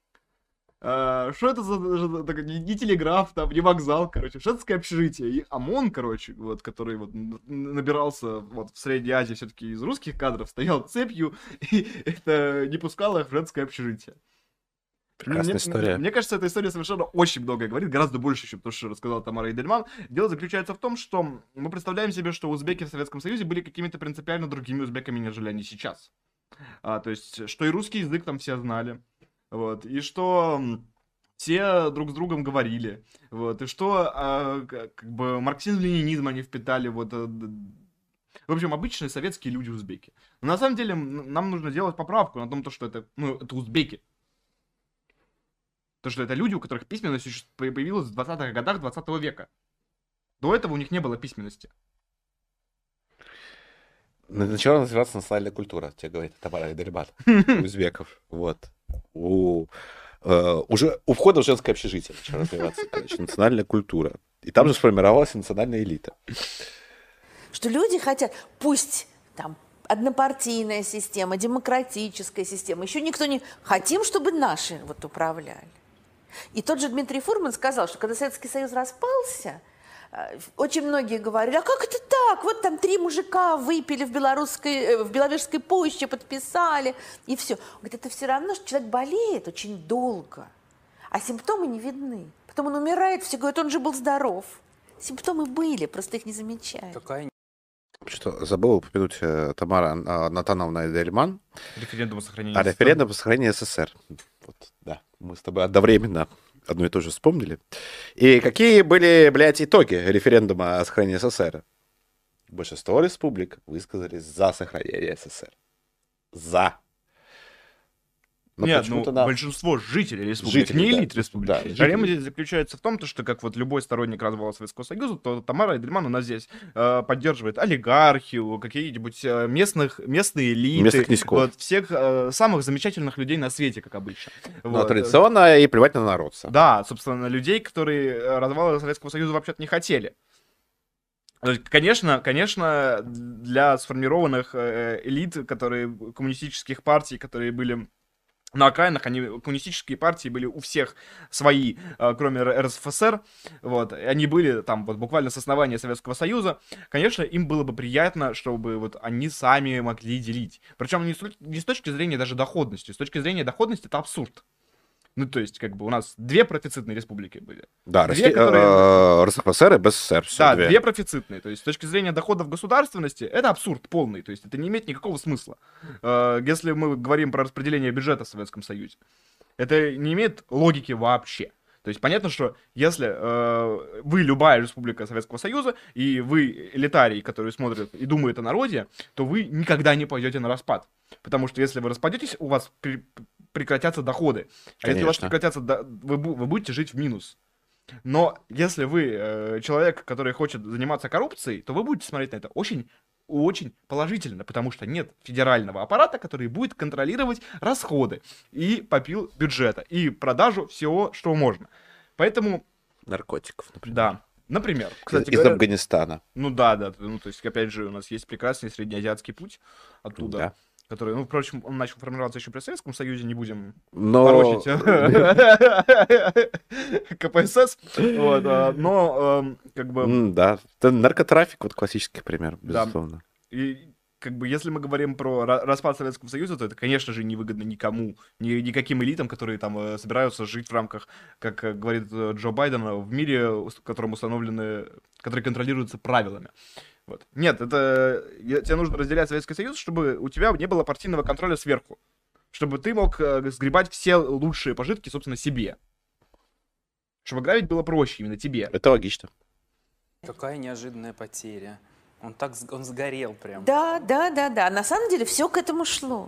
А, Что это за, за- так, не, не телеграф, там, не вокзал, короче, женское общежитие. И ОМОН, короче, вот, который вот н- н- набирался вот в Средней Азии все-таки из русских кадров, стоял цепью и это не пускало их в женское общежитие. Мне, Прекрасная мне- история. мне кажется, эта история совершенно очень многое говорит, гораздо больше, чем то, что рассказала Тамара Идельман. Дело заключается в том, что мы представляем себе, что узбеки в Советском Союзе были какими-то принципиально другими узбеками, нежели они сейчас. А, то есть, что и русский язык там все знали, вот, и что м, все друг с другом говорили, вот, и что а, к- как бы марксизм-ленинизм они впитали, вот, э, д- в общем, обычные советские люди-узбеки. Но на самом деле м, нам нужно делать поправку на том, то, что это, ну, это узбеки. То, что это люди, у которых письменность суще- появилась в двадцатых годах двадцатого века. До этого у них не было письменности. На- Начала называться национальная культура, тебе говорит Тамара Идельман. У узбеков. Вот. У, э, уже у входа в женское общежитие начала развиваться, короче, национальная культура. И там же сформировалась национальная элита. Что люди хотят, пусть там однопартийная система, демократическая система, еще никто не... Хотим, чтобы наши вот управляли. И тот же Дмитрий Фурман сказал, что когда Советский Союз распался, э, очень многие говорили, а как это так? Вот там три мужика выпили в, белорусской, э, в Беловежской пуще, подписали, и все. Он говорит, это все равно, что человек болеет очень долго, а симптомы не видны. Потом он умирает, все говорят, он же был здоров. Симптомы были, просто их не замечают. Какая Что забыл упомянуть э, Тамара а, Натановна Идельман Референдум о сохранении о СССР. референдуме по сохранению СССР. Вот, да, мы с тобой одновременно одно и то же вспомнили. И какие были, блядь, итоги референдума о сохранении СССР? Большинство республик высказались за сохранение СССР. За. Но Нет, ну, почему-то на- большинство жителей республики, Жителей, не да. элит республики. Да, жителей. Проблема здесь заключается в том, то, что как вот любой сторонник развала Советского Союза, то Тамара Эдельман у нас здесь э, поддерживает олигархию, какие-нибудь э, местных, местные элиты, Местных князьков. вот, всех э, самых замечательных людей на свете, как обычно. Ну, Вот. традиционно и плевать на народ. сам. Да, собственно, людей, которые э, развала Советского Союза вообще-то не хотели. То есть, конечно, конечно, для сформированных э, элит, которые коммунистических партий, которые были на окраинах, они, коммунистические партии были у всех свои, э, кроме Р- РСФСР, вот, и они были там вот буквально с основания Советского Союза, конечно, им было бы приятно, чтобы вот они сами могли делить. Причем не с, не с точки зрения даже доходности, с точки зрения доходности это абсурд. Ну, то есть, как бы у нас две профицитные республики были. Да, Две, Россия, которые- э, РСФСР и БССР. Все, Да, две. две профицитные. То есть, с точки зрения доходов государственности, это абсурд полный. То есть, это не имеет никакого смысла. Э, Если мы говорим про распределение бюджета в Советском Союзе, это не имеет логики вообще. То есть, понятно, что если э, вы любая республика Советского Союза, и вы элитарий, который смотрит и думает о народе, то вы никогда не пойдете на распад. Потому что если вы распадетесь, у вас при- прекратятся доходы. А если у вас Конечно. прекратятся, до- вы, бу- вы будете жить в минус. Но если вы э, человек, который хочет заниматься коррупцией, то вы будете смотреть на это очень, очень положительно, потому что нет федерального аппарата, который будет контролировать расходы и попил бюджета, и продажу всего, что можно. Поэтому, Наркотиков, например. да, например, кстати Из говоря, Афганистана. ну да, да, ну то есть, опять же, у нас есть прекрасный среднеазиатский путь оттуда, Да. который, ну, впрочем, он начал формироваться еще при Советском Союзе, не будем Но... порочить КПСС, вот, а, но эм, как бы, М, Да, это наркотрафик, вот классический пример, Да. безусловно. и, как бы, если мы говорим про ра- распад Советского Союза, то это, конечно же, невыгодно никому, ни, никаким элитам, которые там э, собираются жить в рамках, как э, говорит э, Джо Байден, в мире, ус- в котором установлены, который контролируется правилами. Вот. Нет, это я- тебе нужно разделять Советский Союз, чтобы у тебя не было партийного контроля сверху, чтобы ты мог э, сгребать все лучшие пожитки, собственно, себе. Чтобы грабить было проще именно тебе. Это логично. Какая неожиданная потеря. Он так с- он сгорел прям. Да, да, да, да. На самом деле все к этому шло.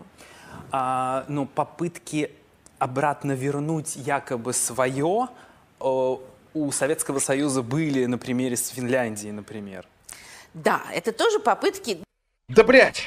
А, ну, попытки обратно вернуть якобы свое о, у Советского Союза были на примере с Финляндией, например. Да, это тоже попытки. Да, блядь!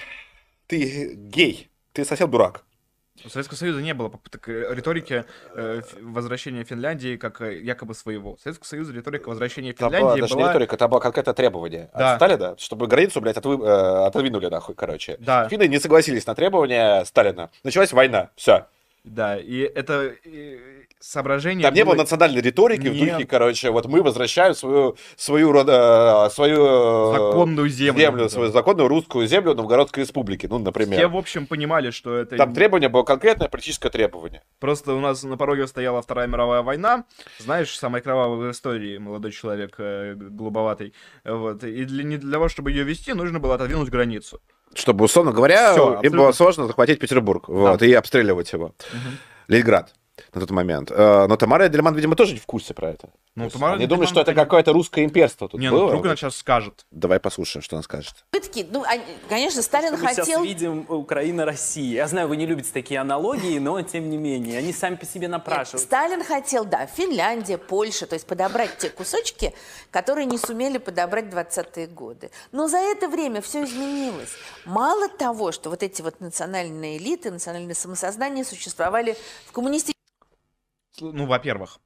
Ты гей. Ты совсем дурак. У Советского Союза не было попыток э, риторики э, ф- возвращения Финляндии как э, якобы своего. У Советского Союза риторика возвращения Там была Финляндии даже не была... риторика, там было конкретное требование Да. от Сталина, чтобы границу, блядь, отвы- э, отодвинули нахуй, короче. Да. Финны не согласились на требования Сталина. Началась война, все. Да, и это э, соображение... Там не было было- национальной риторики в Нет. духе, короче, вот мы возвращаем свою, свою, рода- свою э, Законную землю, да. свою законную русскую землю Новгородской республики, ну, например. Все, в общем, понимали, что это... Там требование было конкретное политическое требование. Просто у нас на пороге стояла Вторая мировая война. Знаешь, самая кровавая в истории, молодой человек, э, голубоватый. Вот. И для, не для того, чтобы ее вести, нужно было отодвинуть границу. Чтобы, условно говоря, Всё, им абсолютно. было сложно захватить Петербург вот, и обстреливать его. Ленинград на тот момент. Э, Но Тамара Эдельман, видимо, тоже не в курсе про это. Ну, То есть Тамара они думают, Эдельман что это это не- какое-то русское имперство тут Не, ну было. вдруг она сейчас скажет. Давай послушаем, что она скажет. Попытки, ну, они- конечно, Сталин Мы хотел... сейчас видим Украина-Россия. Я знаю, вы не любите такие аналогии, но тем не менее, они сами по себе напрашиваются. Сталин хотел, да, Финляндия, Польша, то есть подобрать те кусочки, которые не сумели подобрать в двадцатые годы. Но за это время все изменилось. Мало того, что вот эти вот национальные элиты, национальное самосознание существовали в коммунистическом... Ну, во-первых,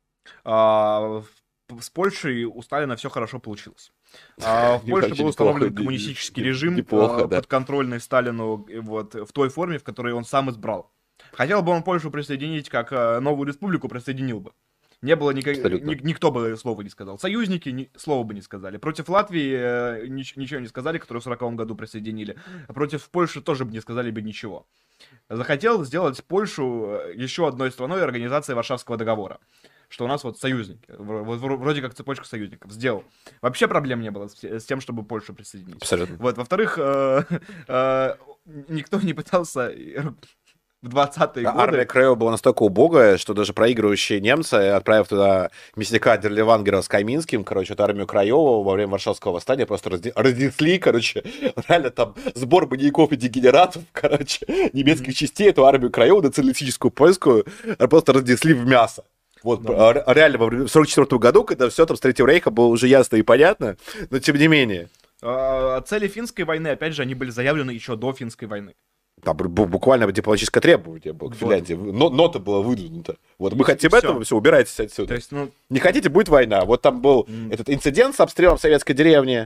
а, в- с Польшей у Сталина все хорошо получилось. А, В Не Польше очень был установлен неплохо, коммунистический не- режим, неплохо, а, да. подконтрольный Сталину э, вот, в той форме, в которой он сам избрал. Хотел бы он Польшу присоединить, как а, новую республику присоединил бы. Не было никак... Абсолютно. ни- никто бы слова не сказал. Союзники ни... слова бы не сказали. Против Латвии э, нич- ничего не сказали, которую в сороковом году присоединили. А против Польши тоже бы не сказали бы ничего. Захотел сделать Польшу э, еще одной страной организации Варшавского договора. Что у нас вот союзники. В- вот вро- Вроде как цепочка союзников. Сделал. Вообще проблем не было с с тем, чтобы Польшу присоединить. Абсолютно. Вот, во-вторых, э, э, никто не пытался э, в двадцатые А годы... Армия Краева была настолько убогая, что даже проигрывающие немцы, отправив туда мясника Дерливангера с Кайминским, короче, эту армию Краева во время Варшавского восстания просто разде- разнесли, короче, реально там сбор маньяков и дегенератов, короче, немецких частей, эту армию Краева, националистическую польскую, просто разнесли в мясо. Вот, а, ре- реально, во время- в сорок четвёртом году, когда все там с Третьего рейха было уже ясно и понятно, но тем не менее. А, Цели финской войны, опять же, они были заявлены еще до финской войны. Там бу- буквально дипломатическое требование было к Вот. Финляндии. Но, нота была выдвинута. Вот, мы И хотим всё. этого, все, убирайтесь отсюда. То есть, ну, Не хотите, будет война. Вот там был Мгм. этот инцидент с обстрелом советской деревни.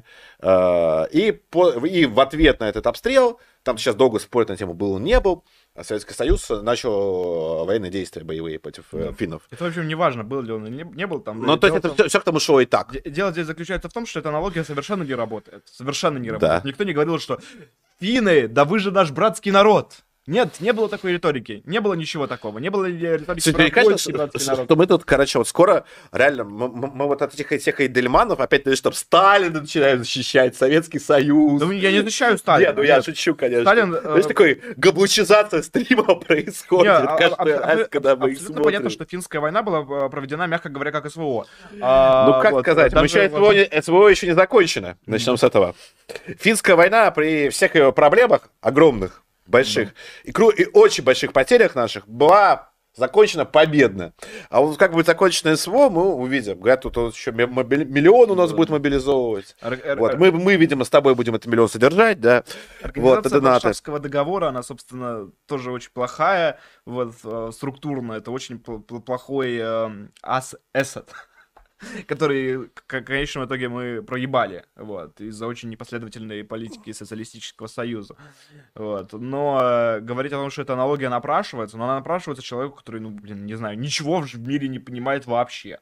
э, и, по- и в ответ на этот обстрел, там сейчас долго спорят на тему, был он, не был, а Советский Союз начал военные действия боевые против э, финнов. это, в общем, не важно, был ли он или не, не был там. Ну, то есть Дело это в все, к тому шло и так. том- де- Дело здесь заключается в том, что эта аналогия совершенно не работает. Совершенно не Да. работает. Никто не говорил, что финны, да вы же наш братский народ. Нет, не было такой риторики. Не было ничего такого. Не было риторики Тебе про не кажется, польский что, братский что- народ. что мы тут, короче, вот скоро, реально, мы, мы- мы вот от этих всех Эйдельманов опять, знаешь, там Сталина начинаем защищать, Советский Союз. Да я не защищаю Сталина. Не, ну я нет. шучу, конечно. Сталин, э, Знаешь, такой габлучизация стрима происходит Не, а- каждый а- раз, аб- когда мы их абсолютно понятно, смотрим. что финская война была э, проведена, мягко говоря, как СВО. А, Ну, как вот, сказать, мы даже еще вот- СВО, не- СВО еще не закончено. Начнем с этого. Финская война при всех ее проблемах, огромных, больших, и, кру- и очень больших потерях наших, была Закончено победно. А вот как будет закончено СВО, мы увидим. Говорят, тут, тут еще мобили... миллион у нас будет мобилизовывать. Р- Вот. р- Мы, мы, видимо, с тобой будем этот миллион содержать, да. Вот, Организация донаты. Варшавского договора, она, собственно, тоже очень плохая, вот, э, структурно, это очень пл- пл- плохой э, ас- эссет, который, к- в конечном итоге, мы проебали, вот, из-за очень непоследовательной политики Социалистического Союза, вот. Но э, говорить о том, что эта аналогия напрашивается, но она напрашивается человеку, который, ну, блин, не знаю, ничего в мире не понимает вообще.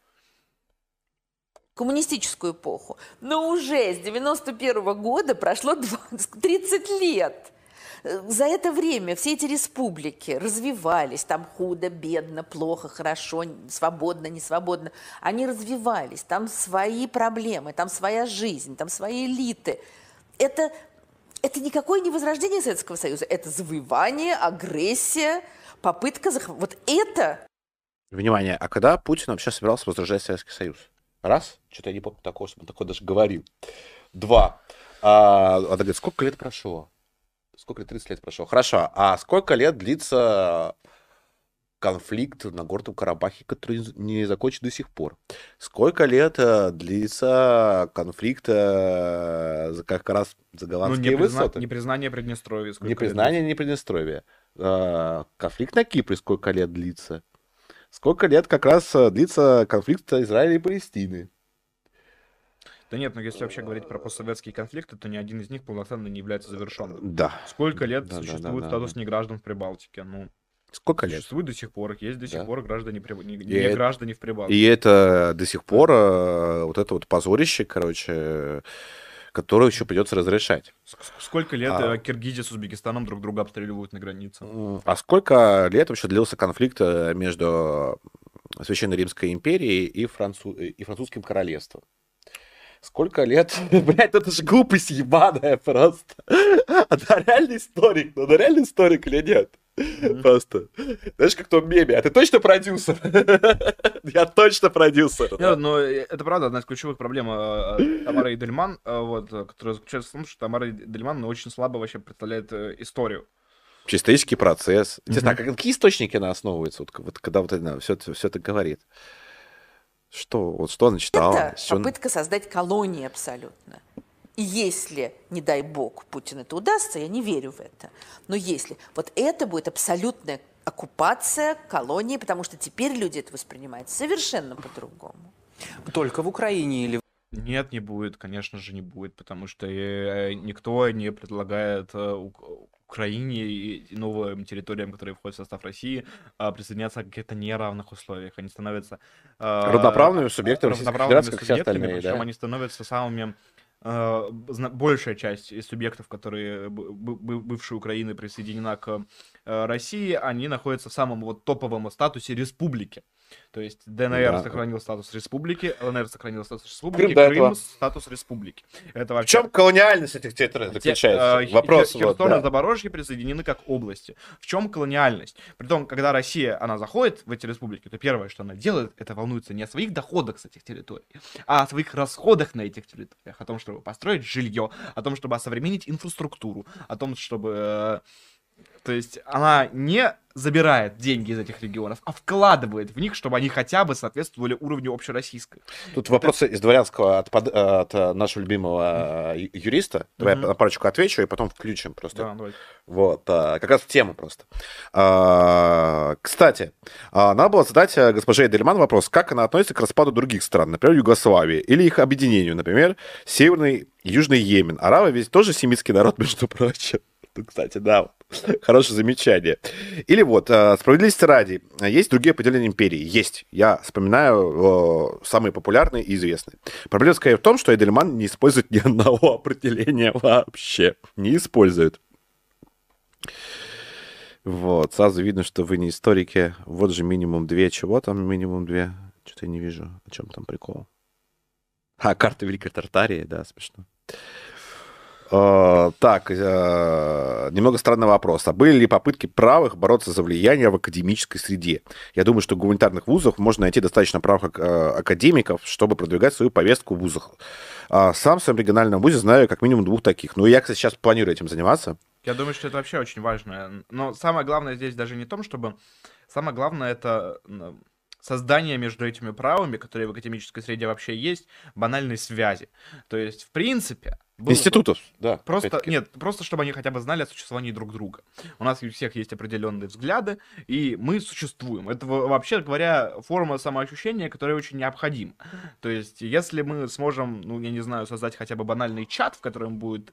Коммунистическую эпоху. Но уже с девяносто первого года прошло двадцать, тридцать лет. За это время все эти республики развивались, там худо, бедно, плохо, хорошо, свободно, не свободно. Они развивались, там свои проблемы, там своя жизнь, там свои элиты. Это, это никакое не возрождение Советского Союза, это завоевание, агрессия, попытка захватить. Вот это... Внимание, а когда Путин вообще собирался возрождать Советский Союз? Раз, что-то я не помню такого, что он такое даже говорил. Два, а, она говорит, сколько лет прошло? Сколько лет? тридцать лет прошло. Хорошо, а сколько лет длится конфликт на Горном Карабахе, который не закончен до сих пор? Сколько лет э, длится конфликт э, за, как раз за Ну, голландские не, призна- высоты? не признание Приднестровья. сколько лет Непризнание, не Приднестровья. Э, конфликт на Кипре сколько лет длится? Сколько лет как раз э, длится конфликт Израиля и Палестины? Да нет, но если вообще говорить про постсоветские конфликты, то ни один из них полноценно не является завершенным. Да. Сколько лет Да, да, существует да, да, статус да. неграждан в Прибалтике? Ну, Сколько лет? существует до сих пор, есть до сих Да. пор граждане, Приб- не, И не это- граждане в Прибалтике. И это до сих пор э, вот это вот позорище, короче, которое еще придется разрешать. С- с- Сколько лет А. э, Киргизия с Узбекистаном друг друга обстреливают на границе? М, А сколько лет вообще длился конфликт э, между Священной Римской империей и, францу- и французским королевством? Сколько лет? Блядь, это же глупость ебаная просто. Она реальный историк, но она реальный историк или нет? Просто. Знаешь, как в том меме, а ты точно продюсер? Я точно продюсер. Нет, но э, это правда одна из ключевых проблем э, э, Тамары Эдельман, э, вот, э, которая заключается в том, что Тамара Эдельман ну, очень слабо вообще представляет э, историю. Исторический процесс. Интересно, Мгм. а какие источники она основывается, вот, вот когда вот она все, это- все это говорит? Что, вот что она читала? Это С чего она- попытка создать колонии абсолютно. И если, не дай бог, Путин это удастся, я не верю в это, но если, вот это будет абсолютная оккупация колонии, потому что теперь люди это воспринимают совершенно по-другому. Только в Украине или Нет, не будет, конечно же, не будет, потому что э, никто не предлагает э, Ук- Украине и и новым территориям, которые входят в состав России, а, присоединяться к каких-то неравных условиях. Они становятся а, Равноправными субъектами Российской равноправными Федерации, как все субъектами, остальные, причем да. они становятся самыми а, зна- большая часть из субъектов, которые б- б- б- бывшей Украины присоединена к э, России, они находятся в самом вот топовом статусе республики. То есть ДНР Да. сохранил статус республики, ЛНР сохранил статус республики, Крым до Крым этого. статус республики. Это В вообще... чем колониальность этих территорий Те- заключается? э, Хе- Вопрос Хер- вот, Херсон и да. Запорожье присоединены как области. В чем колониальность? Притом, когда Россия, она заходит в эти республики, то первое, что она делает, это волнуется не о своих доходах с этих территорий, а о своих расходах на этих территориях, о том, чтобы построить жилье, о том, чтобы осовременить инфраструктуру, о том, чтобы... э, То есть она не забирает деньги из этих регионов, а вкладывает в них, чтобы они хотя бы соответствовали уровню общероссийской. Тут вопросы из дворянского от, под- от э, нашего любимого э, ю- юриста. Давай Мгм. я на парочку отвечу и потом включим просто. Да, давайте. Вот, а, как раз в тему просто. А, Кстати, а, надо было задать э, госпоже Эдельман вопрос, как она относится к распаду других стран, например, Югославии, или их объединению, например, Северный и Южный Йемен. Арабы ведь тоже семитский народ, между прочим. Ну, кстати, да, хорошее замечание. Или вот, э, справедливости ради, есть другие определения империи? Есть. Я вспоминаю э, самые популярные и известные. Проблема скорее в том, что Эдельман не использует ни одного определения вообще. Не использует. Вот, сразу видно, что вы не историки. Вот же минимум две. Чего там минимум две? Что-то я не вижу. О чем там прикол? А, карта Великой Тартарии, да, смешно. Э, Так, э, немного странный вопрос. А были ли попытки правых бороться за влияние в академической среде? Я думаю, что в гуманитарных вузах можно найти достаточно правых ак- э, академиков, чтобы продвигать свою повестку в вузах. А Сам в своем региональном вузе знаю как минимум двух таких. Ну, я, кстати, сейчас планирую этим заниматься. Я думаю, что это вообще очень важно. Но самое главное здесь даже не в том, чтобы... Самое главное — это м, создание между этими правами, которые в академической среде вообще есть, банальной связи. То есть, в принципе... было бы Институтов, да. Просто, опять-таки. нет, просто чтобы они хотя бы знали о существовании друг друга. У нас у всех есть определенные взгляды, и мы существуем. Это, во- вообще говоря, форма самоощущения, которая очень необходима. То есть, если мы сможем, ну, я не знаю, создать хотя бы банальный чат, в котором будет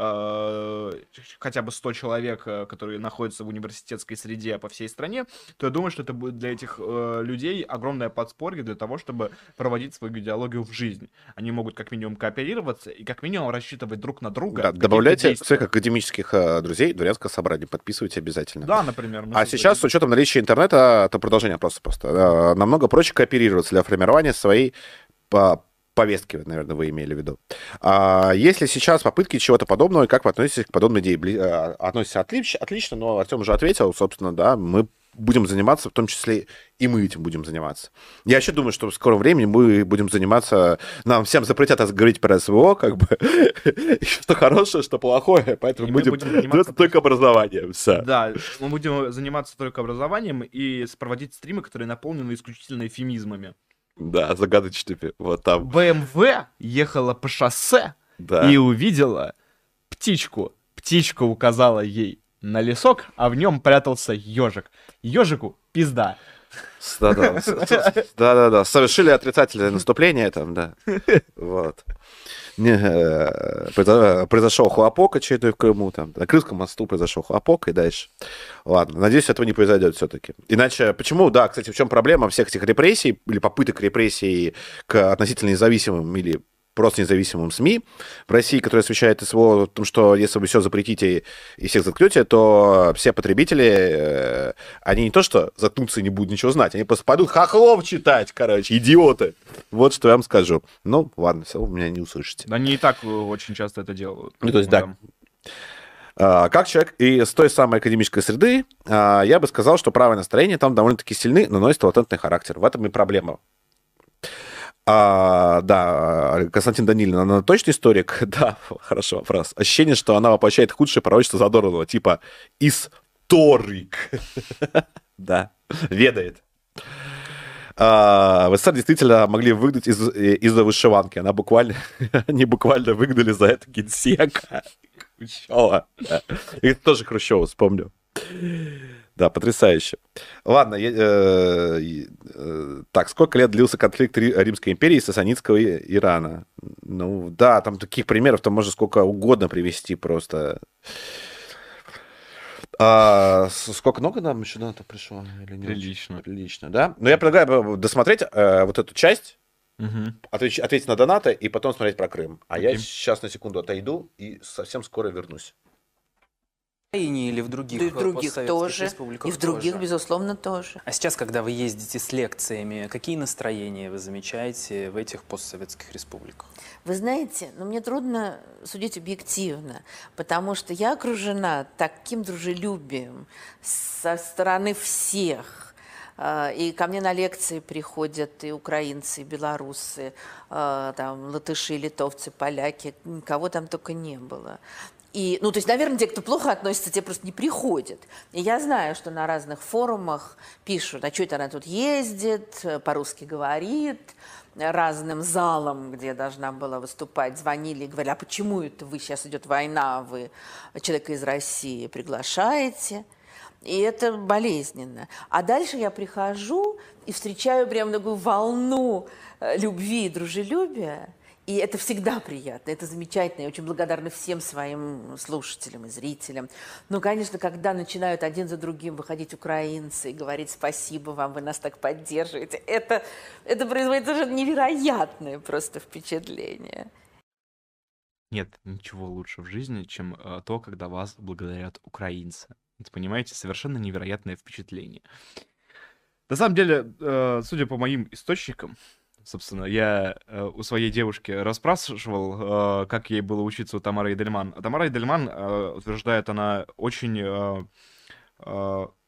э, хотя бы сто человек, э, которые находятся в университетской среде по всей стране, то я думаю, что это будет для этих э, людей огромное подспорье для того, чтобы проводить свою идеологию в жизнь. Они могут как минимум кооперироваться и как минимум рассчитывать друг на друга. Да, в каких-то добавляйте действиях. своих академических э, друзей дворянское собрание, подписывайте обязательно. Да, например. мы А создадим- сейчас, с учетом наличия интернета, это продолжение просто просто э, намного проще кооперироваться для формирования своей по- повестки, наверное, вы имели в виду. А если сейчас попытки чего-то подобного, и как вы относитесь к подобной идее? Бли- э, Относитесь отлич- отлично, но Артем уже ответил, собственно, да, мы будем заниматься, в том числе и мы этим будем заниматься. Я еще думаю, что в скором времени мы будем заниматься... Нам всем запретят говорить про СВО, как бы, что хорошее, что плохое, поэтому И мы будем будем заниматься заниматься только образованием. Всё. Да, мы будем заниматься только образованием и проводить стримы, которые наполнены исключительно эфемизмами. Да, загадочными. Вот там. бэ эм вэ ехала по шоссе Да. и увидела птичку. Птичка указала ей на лесок, а в нем прятался ежик. Ежику пизда. Да-да, с- с- да-да-да, совершили отрицательное наступление там, да. Вот. Не, э, произо- Произошел хлопок очередной в Крыму, там, на Крымском мосту произошел хлопок и дальше. Ладно, надеюсь, этого не произойдет все-таки. Иначе, почему, да, кстати, в чем проблема всех этих репрессий или попыток репрессий к относительно независимым или просто независимым СМИ в России, которые освещают СВО, в том, что если вы все запретите и всех заткнете, то все потребители, э, они не то что заткнутся и не будут ничего знать, они просто пойдут хохлов читать, короче, идиоты. Вот что я вам скажу. Ну, ладно, все, вы меня не услышите. Они и так э, очень часто это делают. Ну, то есть, Ну, да. там. А, Как человек из той самой академической среды, а, я бы сказал, что правые настроения там довольно-таки сильны, но носят латентный характер. В этом и проблема. А, да, Константин Данилин, она точно историк? Да, хорошо вопрос. Ощущение, что она воплощает худшее пророчество Задорнова, типа историк. Да, ведает. А, в СССР действительно могли выгнать из- из-за вышиванки. Она буквально, они буквально выгнали за это генсека. Хрущева. Да. И тоже Хрущева, вспомню. Да, потрясающе. Ладно, я, э, э, так, сколько лет длился конфликт Ри- Римской империи и сасанидского и- Ирана? Ну, да, там таких примеров там можно сколько угодно привести просто. А, с- сколько много нам еще на это пришло? Или не очень? Прилично. Прилично, да? Но я предлагаю досмотреть э, вот эту часть, Мгм. ответь, ответить на донаты и потом смотреть про Крым. А я Окей. сейчас на секунду отойду и совсем скоро вернусь. Или в других, Да и в э, других постсоветских тоже. республиках И в других, тоже. безусловно, тоже. А сейчас, когда вы ездите с лекциями, какие настроения вы замечаете в этих постсоветских республиках? Вы знаете, ну, мне трудно судить объективно, потому что я окружена таким дружелюбием со стороны всех. А, И ко мне на лекции приходят и украинцы, и белорусы, а, там, латыши, литовцы, поляки, кого там только не было. И, ну, то есть, наверное, те, кто плохо относится, те просто не приходят. И я знаю, что на разных форумах пишут, а что это она тут ездит, по-русски говорит, разным залам, где я должна была выступать, звонили и говорили, а почему это вы, сейчас идет война, вы человека из России приглашаете? И это болезненно. А дальше я прихожу и встречаю прям такую волну э, любви и дружелюбия. И это всегда приятно, это замечательно. Я очень благодарна всем своим слушателям и зрителям. Но, конечно, когда начинают один за другим выходить украинцы и говорить спасибо вам, вы нас так поддерживаете, это, это производит совершенно невероятное просто впечатление. Нет ничего лучше в жизни, чем э, то, когда вас благодарят украинцы. Это, понимаете, совершенно невероятное впечатление. На самом деле, э, судя по моим источникам, собственно, я э, у своей девушки расспрашивал, э, как ей было учиться у Тамары Эдельман. А Тамара Эдельман, э, утверждает, она очень э, э,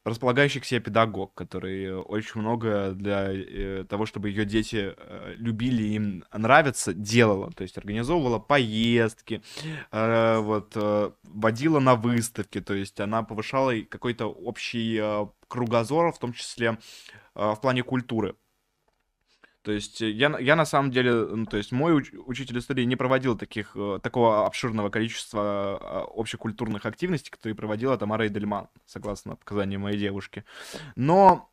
располагающий к себе педагог, который очень много для э, того, чтобы ее дети э, любили и им нравится, делала. То есть организовывала поездки, э, вот, э, водила на выставки, то есть она повышала и какой-то общий э, кругозор, в том числе э, в плане культуры. То есть э, я, на- я на самом деле, ну, то есть мой уч- учитель истории не проводил таких, э, такого обширного количества э, общекультурных активностей, которые проводила Тамара Эдельман, согласно показаниям моей девушки. Но,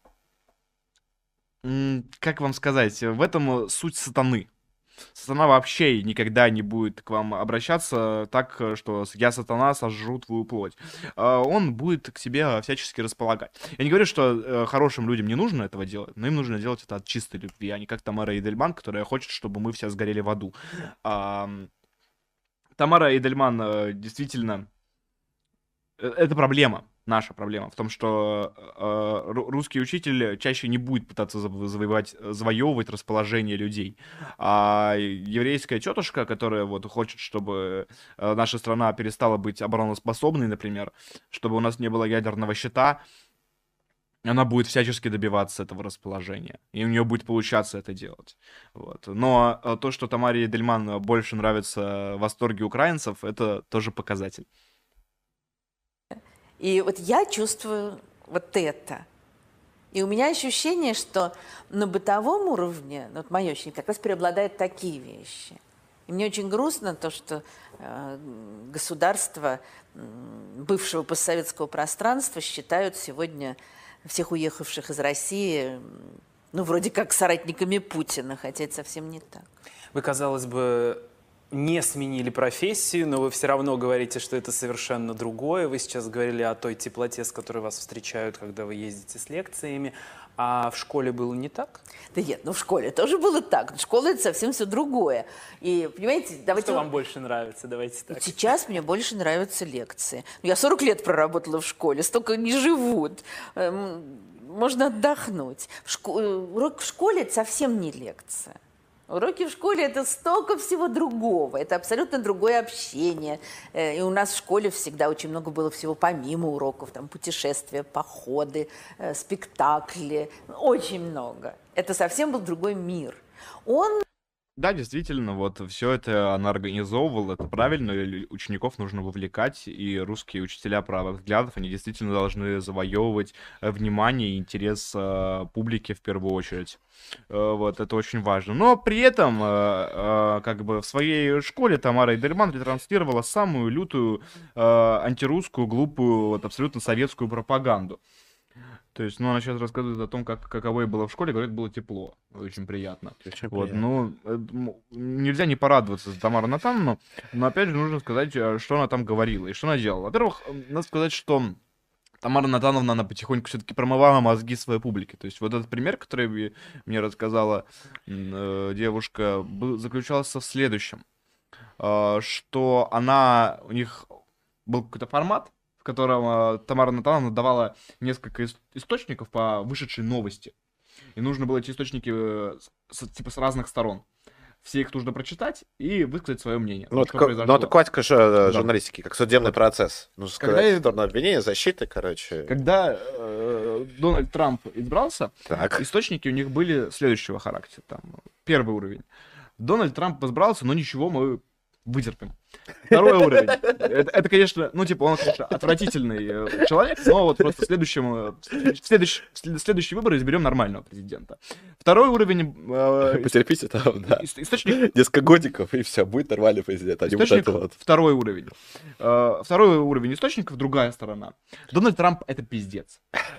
м, как вам сказать, в этом э, суть сатаны. Сатана вообще никогда не будет к вам обращаться так, э, что с- я сатана сожру твою плоть. А, Он будет к себе всячески располагать. Я не говорю, что э, хорошим людям не нужно этого делать, но им нужно делать это от чистой любви, а не как Тамара Эдельман, которая хочет, чтобы мы все сгорели в аду. Ам, Тамара Эдельман э, действительно э, это проблема, наша проблема в том, что э, ру- русский учитель чаще не будет пытаться зав- завоевать, завоевывать расположение людей, а еврейская тетушка, которая вот хочет, чтобы э, наша страна перестала быть обороноспособной, например, чтобы у нас не было ядерного щита, она будет всячески добиваться этого расположения, и у нее будет получаться это делать. Вот. Но э, то, что Тамаре Эдельман больше нравятся восторги украинцев, это тоже показатель. И вот я чувствую вот это. И у меня ощущение, что на бытовом уровне, ну, вот мое ощущение, как раз преобладают такие вещи. И мне очень грустно то, что э, государства м, бывшего постсоветского пространства считают сегодня всех уехавших из России, м, ну, вроде как соратниками Путина, хотя это совсем не так. Вы, казалось бы, не сменили профессию, но вы все равно говорите, что это совершенно другое. Вы сейчас говорили о той теплоте, с которой вас встречают, когда вы ездите с лекциями. А в школе было не так? Да нет, ну в школе тоже было так. Школа – это совсем все другое. И, понимаете, давайте... Что вам больше нравится? Давайте так. Сейчас мне больше нравятся лекции. Ну, я сорок лет проработала в школе, столько не живут. Эм, Можно отдохнуть. В шко- э, Урок в школе – это совсем не лекция. Уроки в школе – это столько всего другого, это абсолютно другое общение. Э, И у нас в школе всегда очень много было всего помимо уроков, там путешествия, походы, э, спектакли, очень много. Это совсем был другой мир. Он Да, действительно, вот все это она организовывала, это правильно, лю- учеников нужно вовлекать, и русские учителя правых взглядов, они действительно должны завоевывать э, внимание и интерес э, публики в первую очередь. Э, Вот, это очень важно. Но при этом, э, э, как бы в своей школе Тамара Эдельман ретранслировала самую лютую э, антирусскую, глупую, вот абсолютно советскую пропаганду. То есть, ну, она сейчас рассказывает о том, как, каково ей было в школе, говорит, было тепло, очень приятно. Очень Вот, приятно. ну, э, м, нельзя не порадоваться за Тамару Натановну, но опять же нужно сказать, э, что она там говорила и что она делала. Во-первых, э, надо сказать, что Тамара Натановна, она потихоньку все-таки промывала мозги своей публики. То есть вот этот пример, который вы- мне рассказала м, э, девушка, был- заключался в следующем, э, что она, у них был какой-то формат, в котором э, Тамара Натановна давала несколько ис- источников по вышедшей новости. И нужно было эти источники э, с, типа с разных сторон. Все их нужно прочитать и высказать свое мнение. Ну, Вот это, что ко- произошло. ну, это классика же, э, Да. журналистики, как судебный Вот. процесс. Нужно Когда сказать я- сторону обвинения, защиты, короче. Когда э, Дональд Трамп избрался, Так. источники у них были следующего характера. Там, первый уровень. Дональд Трамп избрался, но ничего, мы вытерпим. Второй уровень. Это, это, конечно, ну, типа, он, конечно, отвратительный э, человек, но вот просто в следующем, э, в следующий, в след- следующий выбор изберем нормального президента. Второй уровень... э, Потерпите там, да. ис- источник Несколько годиков, и все, будет нормальный президент. А не вот Источник это вот. второй уровень. Э, Второй уровень источников, другая сторона. Дональд Трамп — это пиздец.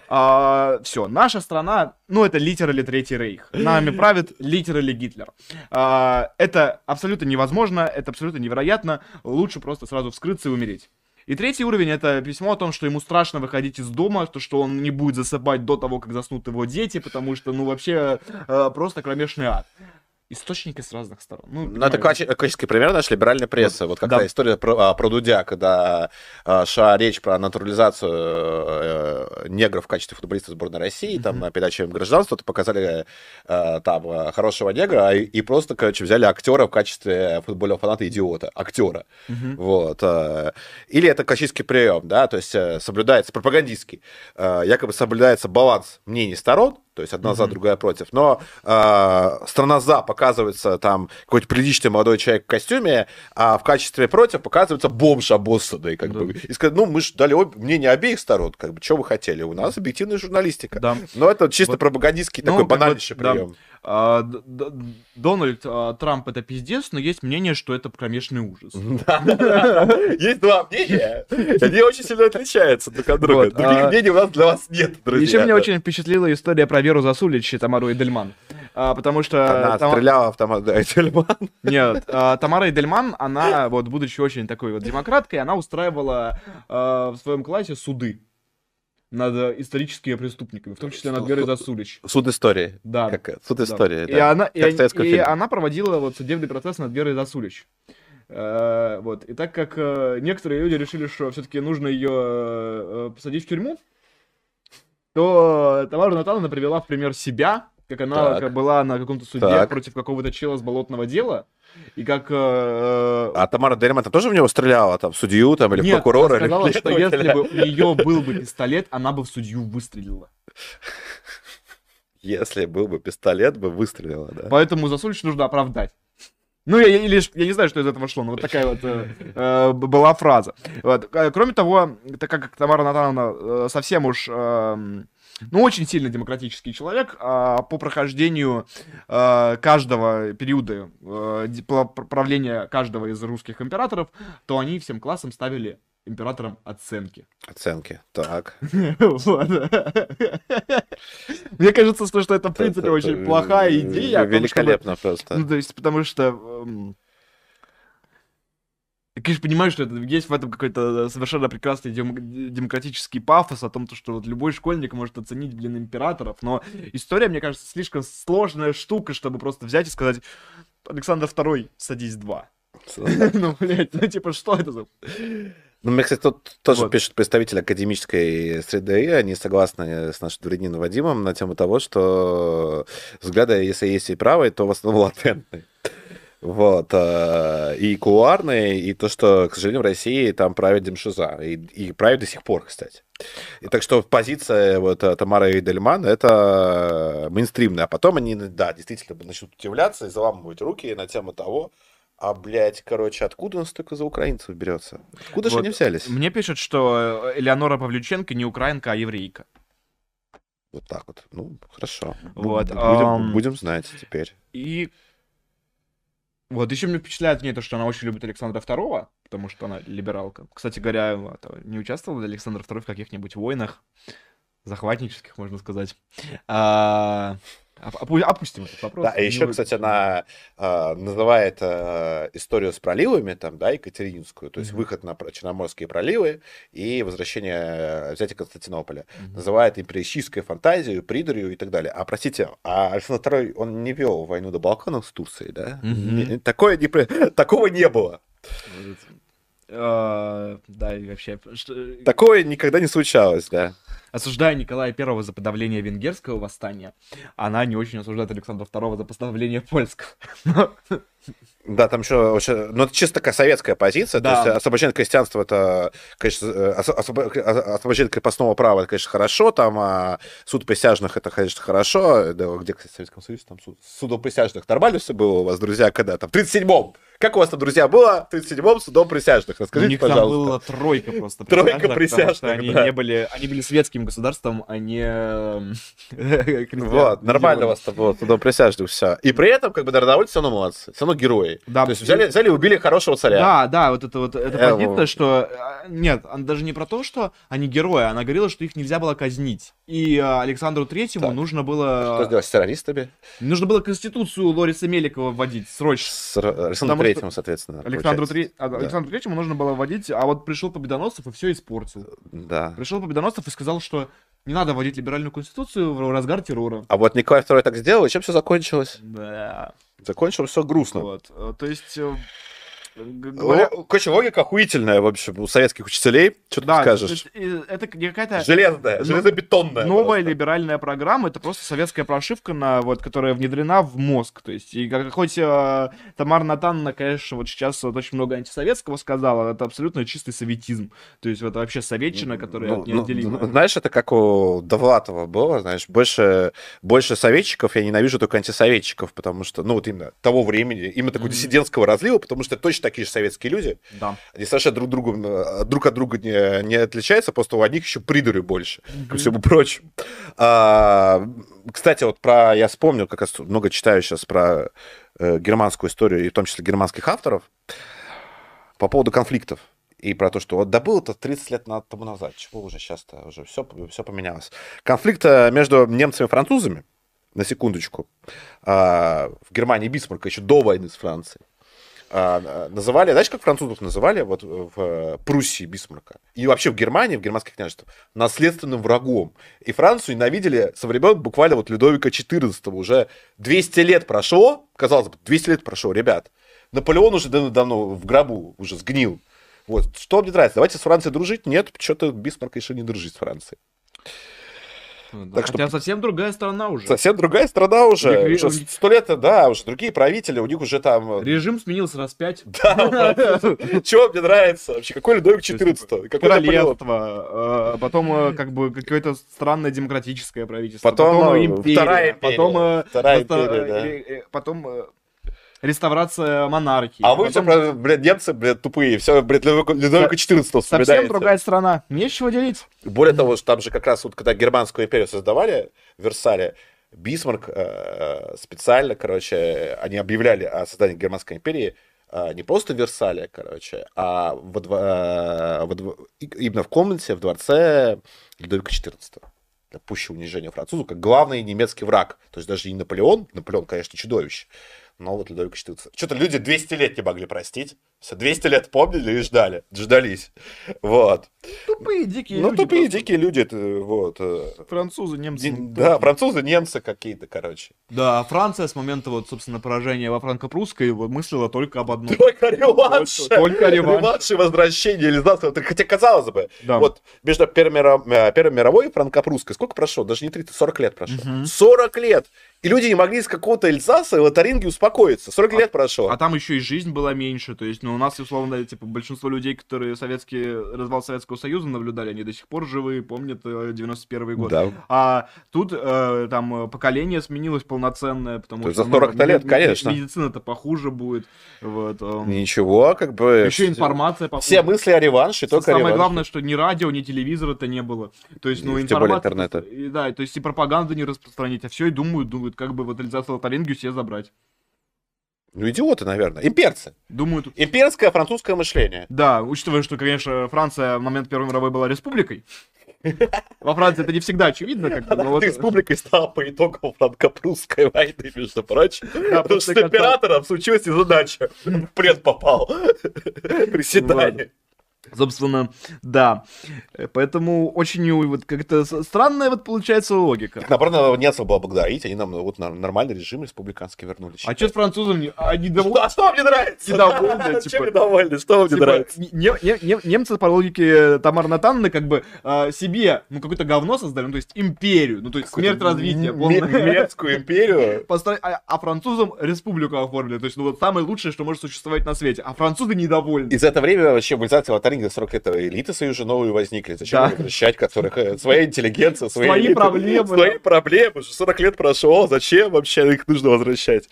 Все, наша страна, ну, это литерали Третий Рейх. Нами правит литерали Гитлер. А, Это абсолютно невозможно, это абсолютно невероятно. Лучше просто сразу вскрыться и умереть. И третий уровень — это письмо о том, что ему страшно выходить из дома, то, что он не будет засыпать до того, как заснут его дети, потому что, ну, вообще, э, просто кромешный ад. источники с разных сторон. Ну, Ну, это понимаете. класси- классический пример нашей либеральной прессы. Вот, как да. та история про, а, про Дудя, когда а, шла речь про натурализацию э, негров в качестве футболиста сборной России, там, на передаче им гражданства, то показали э, там э, хорошего негра, и, и просто, короче, взяли актера в качестве футбольного фаната идиота. Актера. Вот. э. Или это классический прием, да, то есть э, соблюдается пропагандистский. Э, якобы соблюдается баланс мнений сторон, то есть одна за, другая против. Но э, страна за показывается там какой-то приличный молодой человек в костюме, а в качестве против показывается бомж обоссанный. Как Да. бы. И сказать, ну, мы же дали об- мнение обеих сторон. Как бы, что вы хотели? У нас объективная журналистика. Да. Но это чисто Вот. пропагандистский Ну, такой как бы, банальнейший да. прием. А, Д- Д- Дональд а, Трамп это пиздец, но есть мнение, что это кромешный ужас. Есть два мнения. Они очень сильно отличаются друг от друга. Вот, Других а- мнений у нас для вас нет, друзья. Еще меня очень впечатлила история про Веру Засулич и Тамару Эдельман. А, потому что... Она Тама- стреляла автомат, да, Эдельман. Нет, а, Тамара Эдельман, она, вот, будучи очень такой вот демократкой, она устраивала а, в своем классе суды над э, историческими преступниками, в том числе над Верой Засулич. Суд истории. Да. Как, суд Да. истории, И, да. она, и, Как в советском и фильме. она проводила вот судебный процесс над Верой Засулич. Э, вот. И так как э, некоторые люди решили, что все-таки нужно ее э, посадить в тюрьму, то Тамара Натановна привела в пример себя, как она Так. как была на каком-то суде Так. против какого-то чела с болотного дела, и как... э, А Тамара Дельман тоже в него стреляла, там, в судью, там, или в Нет, прокурора, она или в сказала, что следователя? если бы у нее был бы пистолет, она бы в судью выстрелила. Если был бы пистолет, бы выстрелила, да. Поэтому Засулич нужно оправдать. Ну, я, я- или ж- я не знаю, что из этого шло, но вот такая вот э, э, б- была фраза. Вот. Э, Кроме того, так как Тамара Натановна э, совсем уж, эм, ну, очень сильно демократический человек, а по прохождению э, каждого периода э, ди- пла- пр- правления каждого из русских императоров, то они всем классом ставили императорам оценки. Оценки. Так. Вот. Мне кажется, что что это, в принципе, очень плохая идея. о том, чтобы- Великолепно просто. Ну, то есть, потому что... эм, Я, конечно, понимаю, что это, есть в этом какой-то совершенно прекрасный дем- демократический пафос о том, то, что вот любой школьник может оценить, блин, императоров, но история, мне кажется, слишком сложная штука, чтобы просто взять и сказать: Александр Второй, садись два. Ну, блядь, ну типа, что это за... Ну, мне, кстати, тут тоже Вот. пишет представитель академической среды, они согласны с нашим дворянином Вадимом на тему того, что взгляды, если есть и правые, то в основном латентные. Вот. э, И кулуарные, и то, что, к сожалению, в России там правит Демшиза. И, и правит до сих пор, кстати. И так что позиция вот э, Тамары Эдельман — это мейнстримная. А потом они, да, действительно начнут удивляться и заламывать руки на тему того, а, блядь, короче, откуда у нас столько за украинцев берется? Откуда же Вот. они взялись? Мне пишут, что Элеонора Павлюченко не украинка, а еврейка. Вот так вот. Ну, хорошо. Вот, Будем, ам. будем знать теперь. И вот еще меня впечатляет в ней то, что она очень любит Александра Второго, потому что она либералка. Кстати говоря, вот, а не участвовал ли Александр Второй в каких-нибудь войнах захватнических, можно сказать. А, опу- Опустим этот вопрос. Да, и Не еще, вы- кстати, она э, называет э, историю с проливами, там, да, Екатерининскую, то есть Мгм. выход на про- Черноморские проливы и возвращение э, взятия Константинополя. Мгм. Называет империалистической фантазией, придурью и так далее. А, простите, а Александр Второй, он не вел войну до Балканов с Турцией, да? Мгм. Не- такое не, при- такого не было. Вот. А, Да, и вообще... что- Такое никогда не случалось, да. Осуждая Николая Первого за подавление венгерского восстания, она не очень осуждает Александра Второго за подавление польского. Но- Да, там еще очень... Ну, это чисто такая советская позиция. Да. То есть освобождение от крестьянства — это, конечно, э, ос- освоб- ос- освобождение от крепостного права — это, конечно, хорошо. Там а суд присяжных — это, конечно, хорошо. Да, где, кстати, в Советском Союзе там суд, судом присяжных? Нормально все было у вас, друзья, когда там? В тридцать седьмом. Как у вас там, друзья, было в тридцать седьмом судом присяжных? У Расскажите, них там пожалуйста. была тройка просто Тройка потому что присяжных, они да. не были, они были светским государством, а не эм, Вот, нормально у крестьянами. вас там было судом присяжных все. И при этом, как бы, народовольцы все равно молодцы, все равно герои. Да, То есть взяли, взяли и убили хорошего царя. Да, да, вот это вот эта Э, позиция, вот. что а, нет, она даже не про то, что они герои, она говорила, что их нельзя было казнить. И а, Александру Третьему Так. нужно Что было сделать с террористами? нужно было конституцию Лориса Меликова вводить срочно. С Р- Александром Потому что Третьему, соответственно. Александру, получается. Тре- а, Да. Александру Третьему нужно было вводить, а вот пришел Победоносцев и все испортил. Да. Пришел Победоносцев и сказал, что не надо вводить либеральную конституцию в разгар террора. А вот Николай Второй так сделал, и чем все закончилось? Да. Закончилось все грустно. Вот. э, То есть, э, г- говоря... Ло- Короче, логика охуительная, в общем, у советских учителей. Что ты Да, то скажешь? есть, э, это не какая-то Железная, ну, железобетонная. новая просто. либеральная программа, это просто советская прошивка, на, вот, которая внедрена в мозг. То есть, и как, хоть э, Тамара Натановна, конечно, вот сейчас вот очень много антисоветского сказала, это абсолютно чистый советизм. То есть, это вообще советчина, которая Ну, ну, неотделима. знаешь, это как у Довлатова было, знаешь, больше, больше советчиков, я ненавижу только антисоветчиков, потому что, ну, вот именно того времени, именно такого Мгм. диссидентского разлива, потому что это точно такие же советские люди, Да. они совершенно друг, другу, э, друг от друга не, не отличаются, просто у одних еще придуры больше, ко всему прочему. А, кстати, вот про, я вспомнил, как раз много читаю сейчас про э, германскую историю, и в том числе германских авторов, по поводу конфликтов. И про то, что вот да было-то тридцать лет на- тому назад, чего уже сейчас-то уже все, все поменялось. Конфликт э, между немцами и французами, на секундочку, а, в Германии Бисмарка еще до войны с Францией, а, называли, знаешь, как французов называли вот в Пруссии Бисмарка и вообще в Германии, в германских княжествах, наследственным врагом. И Францию ненавидели со времен буквально вот Людовика четырнадцатого. Уже двести лет прошло, казалось бы, двести лет прошло, ребят. Наполеон уже давно в гробу уже сгнил. Вот. Что мне нравится? Давайте с Францией дружить? Нет, что-то Бисмарк еще не дружит с Францией. Да. Так что- Хотя совсем другая страна уже. Совсем другая страна уже. У них- Уже у них- сто лет, да, уже другие правители, у них уже там... Режим сменился раз пять. Да, чего мне нравится вообще? Какой Людовик четырнадцатый? Какой Наполеон? Королевство, э, потом э, как бы какое-то странное демократическое правительство, Потом, э, э, империя, Вторая империя. потом, э, Вторая восста- империя, да. э, э, потом э, реставрация монархии. А вы все, потом блядь, немцы, блядь, тупые. Все, блядь, Людовика Людовика четырнадцатого совсем вспоминаете. другая страна. Нечего делить. Более того, что там же как раз вот, когда Германскую империю создавали в Версале, Бисмарк э, специально, короче, они объявляли о создании Германской империи э, не просто в Версале, короче, а во дво- э, во дво- и- именно в комнате, в дворце Людовика четырнадцатого. Для пущего унижения французу, как главный немецкий враг. То есть даже не Наполеон, Наполеон, конечно, чудовище, но вот Людовик четырнадцатый. Что-то люди двести лет не могли простить. Все, двести лет помнили и ждали, дождались. Вот. Тупые, дикие Ну, люди. тупые, просто. дикие люди, это, вот. э, Французы, немцы. Ди- ну, Да, тоже. французы, немцы какие-то, короче. Да, а Франция с момента, вот, собственно, поражения во франко-прусской вот, мыслила только об одном. Только реванш. Только- только реванш. Реванш и возвращение Эльзаса. Это, хотя, казалось бы, Да. вот между Первой, миро- э, Первой мировой и франко-прусской сколько прошло? Даже не тридцать, сорок лет прошло. Мгм. сорок лет! И люди не могли из какого-то Эльзаса и Лотарингии успокоиться. сорок лет прошло. А там еще и жизнь была меньше. То есть, ну, у нас, условно, типа, большинство людей, которые советский развал Советского Союза наблюдали, они до сих пор живы, помнят э, девяносто первый год. Да. А тут э, там э, поколение сменилось полноценное, потому То есть что за сорок ну, лет, ми- ми- конечно. медицина-то похуже будет. Вот, эм, Ничего, как бы... еще информация похуже. Все мысли о реванше, только Самое реванш. главное, что ни радио, ни телевизора-то не было. То есть, ну, И тем более информация... интернета. И, да, то есть и пропаганду не распространить, а все и думают, думают, как бы вот Эльзас Лотарингию себе забрать. Ну, идиоты, наверное. Имперцы. Думают, Имперское французское мышление. да, учитывая, что, конечно, Франция в момент Первой мировой была республикой. Во Франции это не всегда очевидно, как бы, но вот... Республикой стала по итогам франко-прусской войны, между прочим. Потому что после с конца. императором случилась задача. В плен попал. Приседание. Собственно, да. Э, Поэтому очень у- вот как-то с- странная вот получается логика. Наоборот, надо немцев было благодарить. Они нам вот нар- нормальный режим республиканский вернули. А что с французом? не- Они Что- довольны? А что вам не нравится? Недовольны, Чем типа- недовольны? Что вам не Типа, нравится? не- не- не- немцы, по логике Тамары Натановны, как бы а, себе, ну, какое-то говно создали, ну, то есть империю, ну, то есть смерть развития. М- полная. Немецкую империю. Построить- а, а французам республику оформили, то есть, ну, вот самое лучшее, что может существовать на свете. А французы недовольны. И за это время вообще в Эльзасе и Лотарингии сорок лет элиты свои уже новые возникли. Зачем Да. их возвращать, которых э, своя интеллигенция, свои, Свои элиты, проблемы, Свои да. проблемы. Уже сорок лет прошло. Зачем вообще их нужно возвращать?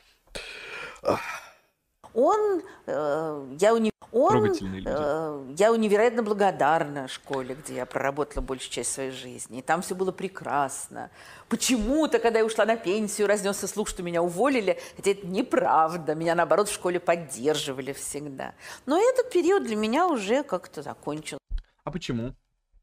Он, э, я, уни... он Трогательные люди. э, я невероятно благодарна школе, где я проработала большую часть своей жизни. И там все было прекрасно. Почему-то, когда я ушла на пенсию, разнесся слух, что меня уволили, хотя это неправда. Меня, наоборот, в школе поддерживали всегда. Но этот период для меня уже как-то закончился. А почему?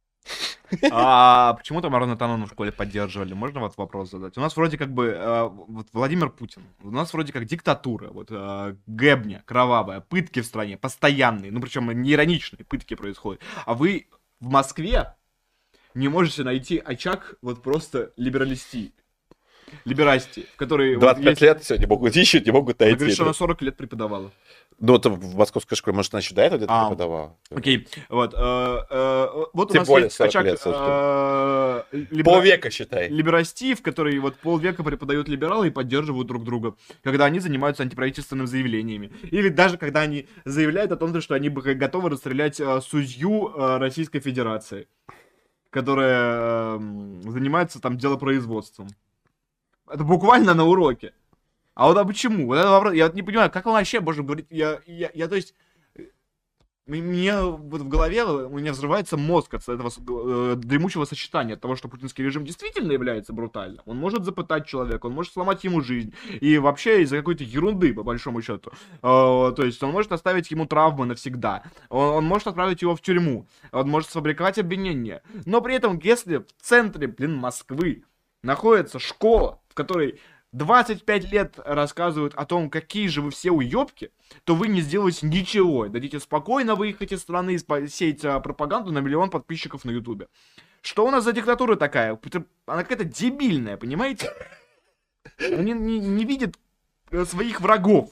А почему Тамару Натановну в школе поддерживали? Можно вот вопрос задать? У нас вроде как бы э, вот Владимир Путин, у нас вроде как диктатура, вот э, гэбня, кровавая, пытки в стране, постоянные, ну причем не ироничные пытки происходят. А вы в Москве не можете найти очаг вот просто либералистии. Либерасти, в которой... вот двадцать пять есть- лет сегодня могут ищут, не могут Она найти. говорит, что она сорок лет преподавала. Ну, это в московской школе, может, она еще до этого где-то А, преподавала. Окей, вот. э, э, Вот у Тем нас более есть сорок очаг лет, слушайте. э, либера- Полвека, считай. либерасти, в которой вот полвека преподают либералы и поддерживают друг друга, когда они занимаются антиправительственными заявлениями. Или даже когда они заявляют о том, что они бы готовы расстрелять э, судью э, Российской Федерации, которая э, занимается там делопроизводством. Это буквально на уроке. А вот а почему? Вот это вопрос. Я вот не понимаю, как он вообще может говорить. Я, я, я то есть. э, Мне вот в голове у меня взрывается мозг от этого с- э, дремучего сочетания, от того, что путинский режим действительно является брутальным. Он может запытать человека, он может сломать ему жизнь. И вообще из-за какой-то ерунды, по большому счету. Э, То есть он может оставить ему травмы навсегда. Он, он может отправить его в тюрьму. Он может сфабриковать обвинения. Но при этом, если в центре, блин, Москвы находится школа, в которой двадцать пять лет рассказывают о том, какие же вы все уебки, то вы не сделаете ничего. Дадите спокойно выехать из страны и спа- сеять а, пропаганду на миллион подписчиков на Ютубе. Что у нас за диктатура такая? Это- Она какая-то дебильная, понимаете? Они не, не видят э, своих врагов.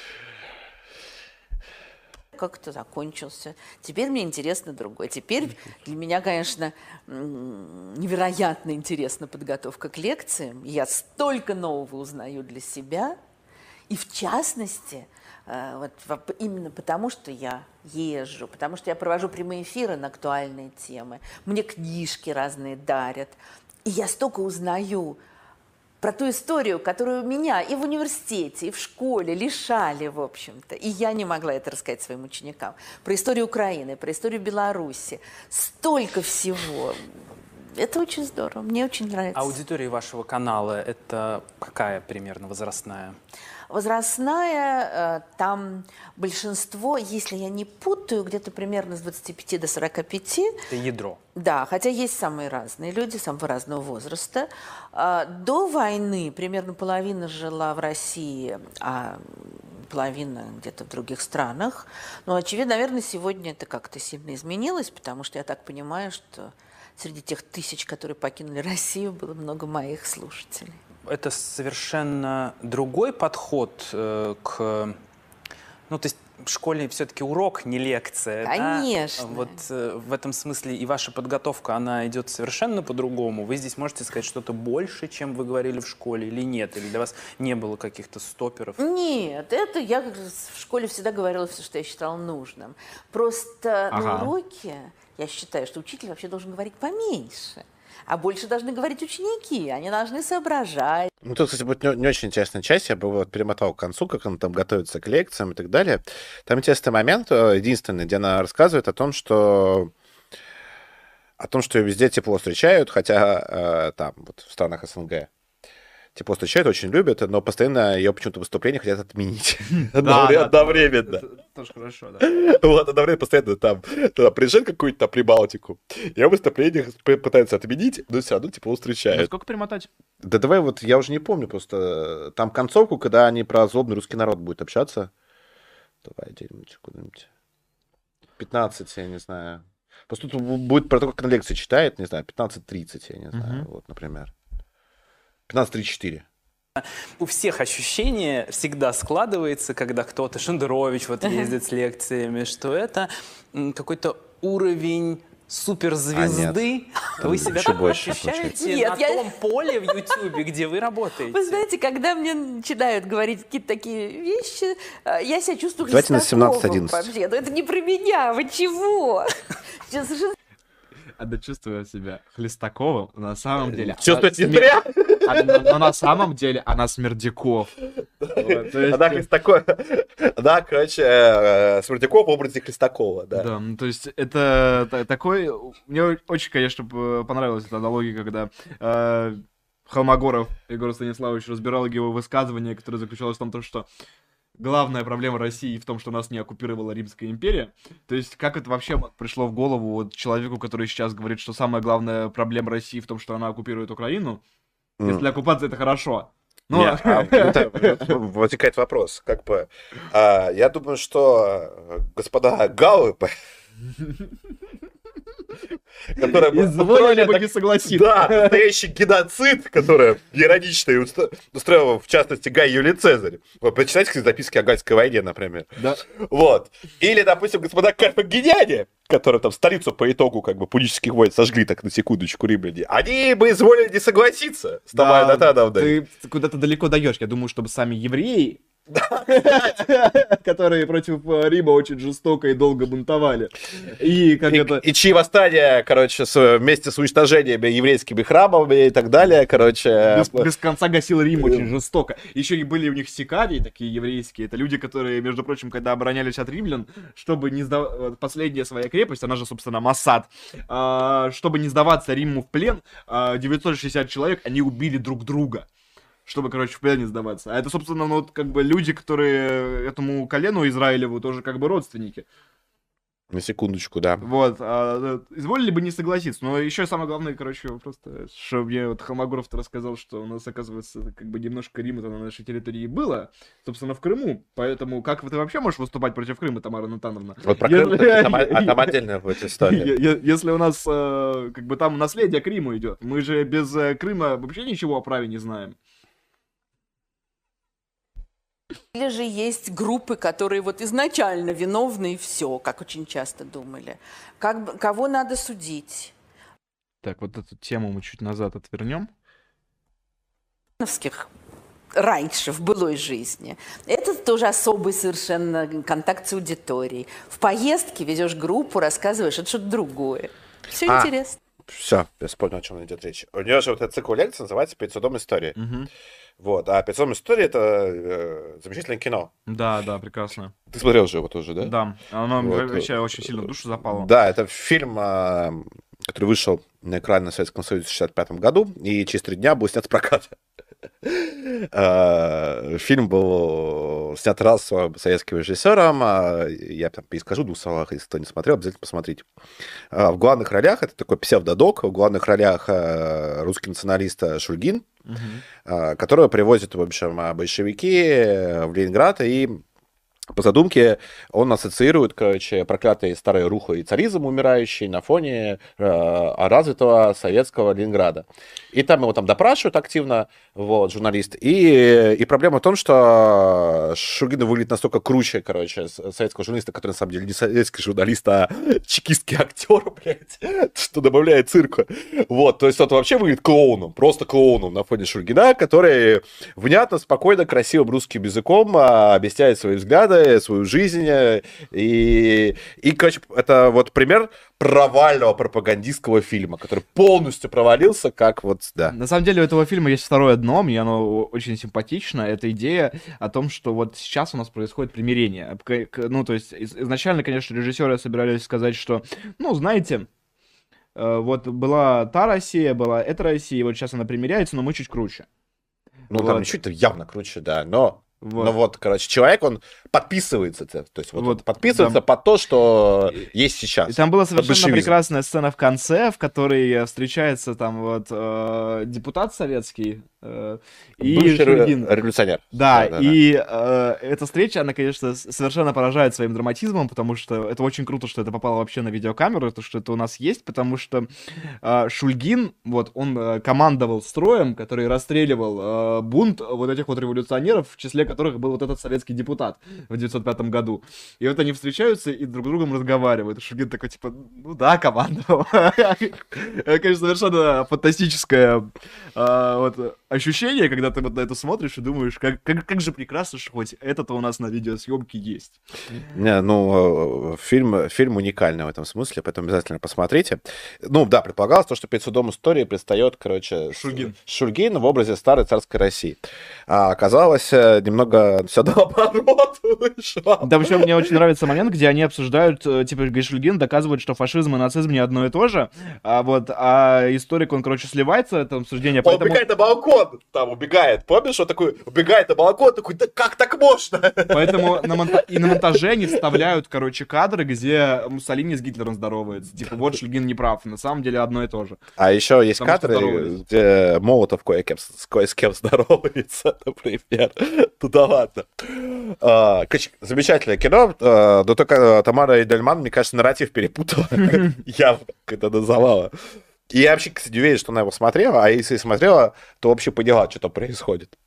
Как это закончился. Теперь мне интересно другое. Теперь для меня, конечно, м, невероятно интересна подготовка к лекциям. Я столько нового узнаю для себя. И в частности, э, вот во- именно потому, что я езжу, потому что я провожу прямые эфиры на актуальные темы, мне книжки разные дарят. И я столько узнаю про ту историю, которую меня и в университете, и в школе лишали, в общем-то. И я не могла это рассказать своим ученикам. Про историю Украины, про историю Беларуси. Столько всего. Это очень здорово. Мне очень нравится. Аудитория вашего канала – это какая примерно возрастная? Возрастная, э, там большинство, если я не путаю, где-то примерно с двадцати пяти до сорока пяти. Это ядро. Да, хотя есть самые разные люди, самого разного возраста. А, До войны примерно половина жила в России, а половина где-то в других странах. Но, очевидно, наверное, сегодня это как-то сильно изменилось, потому что я так понимаю, что среди тех тысяч, которые покинули Россию, было много моих слушателей. Это совершенно другой подход э, к... Ну, то есть в школе все-таки урок, не лекция. да? Конечно. Вот э, в этом смысле и ваша подготовка, она идет совершенно по-другому. Вы здесь можете сказать что-то больше, чем вы говорили в школе, или нет? Или для вас не было каких-то стоперов? Нет, это я как раз в школе всегда говорила все, что я считала нужным. Просто на Ага. уроке я считаю, что учитель вообще должен говорить поменьше. А больше должны говорить ученики, они должны соображать. Ну, тут, кстати, будет не, не очень интересная часть. Я бы вот перемотал к концу, как он там готовится к лекциям и так далее. Там интересный момент, э, единственный, где она рассказывает о том, что о том, что ее везде тепло встречают, хотя э, там, вот в странах СНГ тепло встречают, очень любят, но постоянно ее почему-то выступления хотят отменить. Одновре- Одновременно. Это тоже хорошо, да. Вот, одновременно постоянно там туда приезжает какую-то там Прибалтику, ее выступление пытаются отменить, но все равно тепло встречают. Сколько перемотать? Да давай вот, я уже не помню просто, там концовку, когда они про злобный русский народ будут общаться. Давай где-нибудь куда-нибудь. пятнадцать, я не знаю. Просто тут бу- будет про то, как на лекции читает, не знаю, пятнадцать тридцать, я не знаю, Мгм. вот, например. пятнадцать тридцать четыре. У всех ощущение всегда складывается, когда кто-то, Шендерович вот ездит с лекциями, что это м, какой-то уровень суперзвезды. Там Вы себя еще так больше ощущаете получается. Нет, на я- том поле в Ютьюбе, где вы работаете? Вы знаете, когда мне начинают говорить какие-то такие вещи, э, я себя чувствую Давайте на Хлестаковым семнадцать одиннадцать. вообще. Но это не про меня, вы чего? Сейчас совершенно Она чувствует себя Хлестаковым, но на самом деле... Чувствует она не зря. сме- а, Но но на самом деле она Смердяков. Вот, то есть, Она Хлестакова. Она, короче, э, Смердяков в образе Хлестакова, да. Да, ну то есть это та- такой... Мне очень, конечно, п- понравилась эта аналогия, когда э, Холмогоров Егор Станиславович разбирал его высказывание, которое заключалось в том, то, что главная проблема России в том, что нас не оккупировала Римская империя. То есть как это вообще пришло в голову вот человеку, который сейчас говорит, что самая главная проблема России в том, что она оккупирует Украину, М. если оккупация это хорошо. Но... Не, а это- возникает вопрос, как бы, а, я думаю, что э, господа галлы, которая Изволили бы не согласиться. Да, настоящий геноцид, который иронично устроил, в частности, Гай Юлий Цезарь. Вот, почитайте записки о Гальской войне, например. Да. Вот. Или, допустим, господа карфагеняне, которые там столицу по итогу как бы пунических войн сожгли, так на секундочку, римляне, они бы изволили не согласиться с Тамарой Натановной. Ты куда-то далеко даешь. Я думаю, чтобы сами евреи, которые против Рима очень жестоко и долго бунтовали. И как и, это... и чьи восстания, короче, с, вместе с уничтожениями еврейскими храмами и так далее, короче... Без, без конца гасил Рим очень жестоко. Еще и были у них сикарии такие еврейские. Это люди, которые, между прочим, когда оборонялись от римлян, чтобы не сдаваться... Последняя своя крепость, она же, собственно, Масад. А, чтобы не сдаваться Риму в плен, девятьсот шестьдесят человек, они убили друг друга. Чтобы, короче, в плен не сдаваться. А это, собственно, ну, вот, как бы люди, которые этому колену Израилеву тоже как бы родственники. На секундочку, да. Вот. А, изволили бы не согласиться. Но еще самое главное, короче, просто, что мне вот Холмогоров-то рассказал, что у нас, оказывается, как бы немножко Рима-то на нашей территории было, собственно, в Крыму. Поэтому как ты вообще можешь выступать против Крыма, Тамара Натановна? Вот про Крым, там, а там отдельная будет история. Если у нас, как бы, там наследие к Риму идет, мы же без Крыма вообще ничего о праве не знаем. Или же есть группы, которые вот изначально виновны и все, как очень часто думали. Как, кого надо судить? Так, вот эту тему мы чуть назад отвернем. Раньше, в былой жизни. Это тоже особый совершенно контакт с аудиторией. В поездке ведешь группу, рассказываешь, это что-то другое. Все а, интересно. Все, я понял, о чем идет речь. У нее же вот этот цикл лекций называется «Перед судом истории». Угу. Вот, а «Перед судом истории» — это э, замечательное кино. Да, да, прекрасно. Ты смотрел же его тоже, да? Да, оно вот. вообще очень сильно в душу запало. Да, это фильм, э, который вышел на экран на Советском Союзе в шестьдесят пятом году, и через три дня был снят с проката. Фильм был снят раз советским режиссером. Я там перескажу в двух словах, если кто не смотрел, обязательно посмотрите. В главных ролях, это такой псевдодок, в главных ролях русский националист Шульгин, угу. которого привозят, в общем, большевики в Ленинград, и по задумке он ассоциирует, короче, проклятый старый руху и царизм умирающий на фоне э, развитого советского Ленинграда. И там его там допрашивают активно, вот, журналист. И, и проблема в том, что Шульгин выглядит настолько круче, короче, советского журналиста, который на самом деле не советский журналист, а чекистский актер, блядь, что добавляет цирка. Вот, то есть он вообще выглядит клоуном, просто клоуном на фоне Шульгина, который внятно, спокойно, красивым русским языком объясняет свои взгляды, свою жизнь, и, и, короче, это вот пример провального пропагандистского фильма, который полностью провалился, как вот, да. На самом деле у этого фильма есть второе дно, мне оно очень симпатично, это идея о том, что вот сейчас у нас происходит примирение. Ну, то есть изначально, конечно, режиссеры собирались сказать, что, ну, знаете, вот была та Россия, была эта Россия, и вот сейчас она примиряется, но мы чуть круче. Ну, вот. Там чуть-то явно круче, да, но... Вот. Ну вот, короче, человек, он подписывается, то есть вот, вот он подписывается да. под то, что есть сейчас. И там была совершенно прекрасная сцена в конце, в которой встречается там вот э, депутат советский э, и бывший Шульгин. Революционер. Да, да, да и да. Э, эта встреча, она, конечно, совершенно поражает своим драматизмом, потому что это очень круто, что это попало вообще на видеокамеру, то, что это у нас есть, потому что э, Шульгин, вот, он э, командовал строем, который расстреливал э, бунт вот этих вот революционеров, в числе которых был вот этот советский депутат в девятьсот пятом году. И вот они встречаются и друг с другом разговаривают. И Шульгин такой, типа, ну да, командовал. Конечно, совершенно фантастическое вот ощущение, когда ты вот на это смотришь и думаешь, как, как, как же прекрасно, что хоть это-то у нас на видеосъемке есть. Не, ну, фильм, фильм уникальный в этом смысле, поэтому обязательно посмотрите. Ну, да, предполагалось то, что перед судом истории предстает, короче, Шульгин. Шульгин в образе старой царской России. А оказалось, немного все наоборот вышло. Да, причем мне очень нравится момент, где они обсуждают, типа, Шульгин доказывает, что фашизм и нацизм не одно и то же, а вот, а историк, он, короче, сливается, это обсуждение, поэтому... Он на балкон балкон там убегает. Помнишь, он такой убегает на балкон, такой, да как так можно? Поэтому на монта... и на монтаже они вставляют, короче, кадры, где Муссолини с Гитлером здоровается. Типа, вот Шульгин не прав. На самом деле одно и то же. А еще есть Потому что кадры, здоровается. где Молотов кое-кем, с кое с кем здоровается, например. Ну да ладно. А, короче, замечательное кино, а, но только Тамара Эйдельман, мне кажется, нарратив перепутала. Явно это называла. И я вообще, кстати, не уверен, что она его смотрела, а если смотрела, то вообще поняла, что там происходит.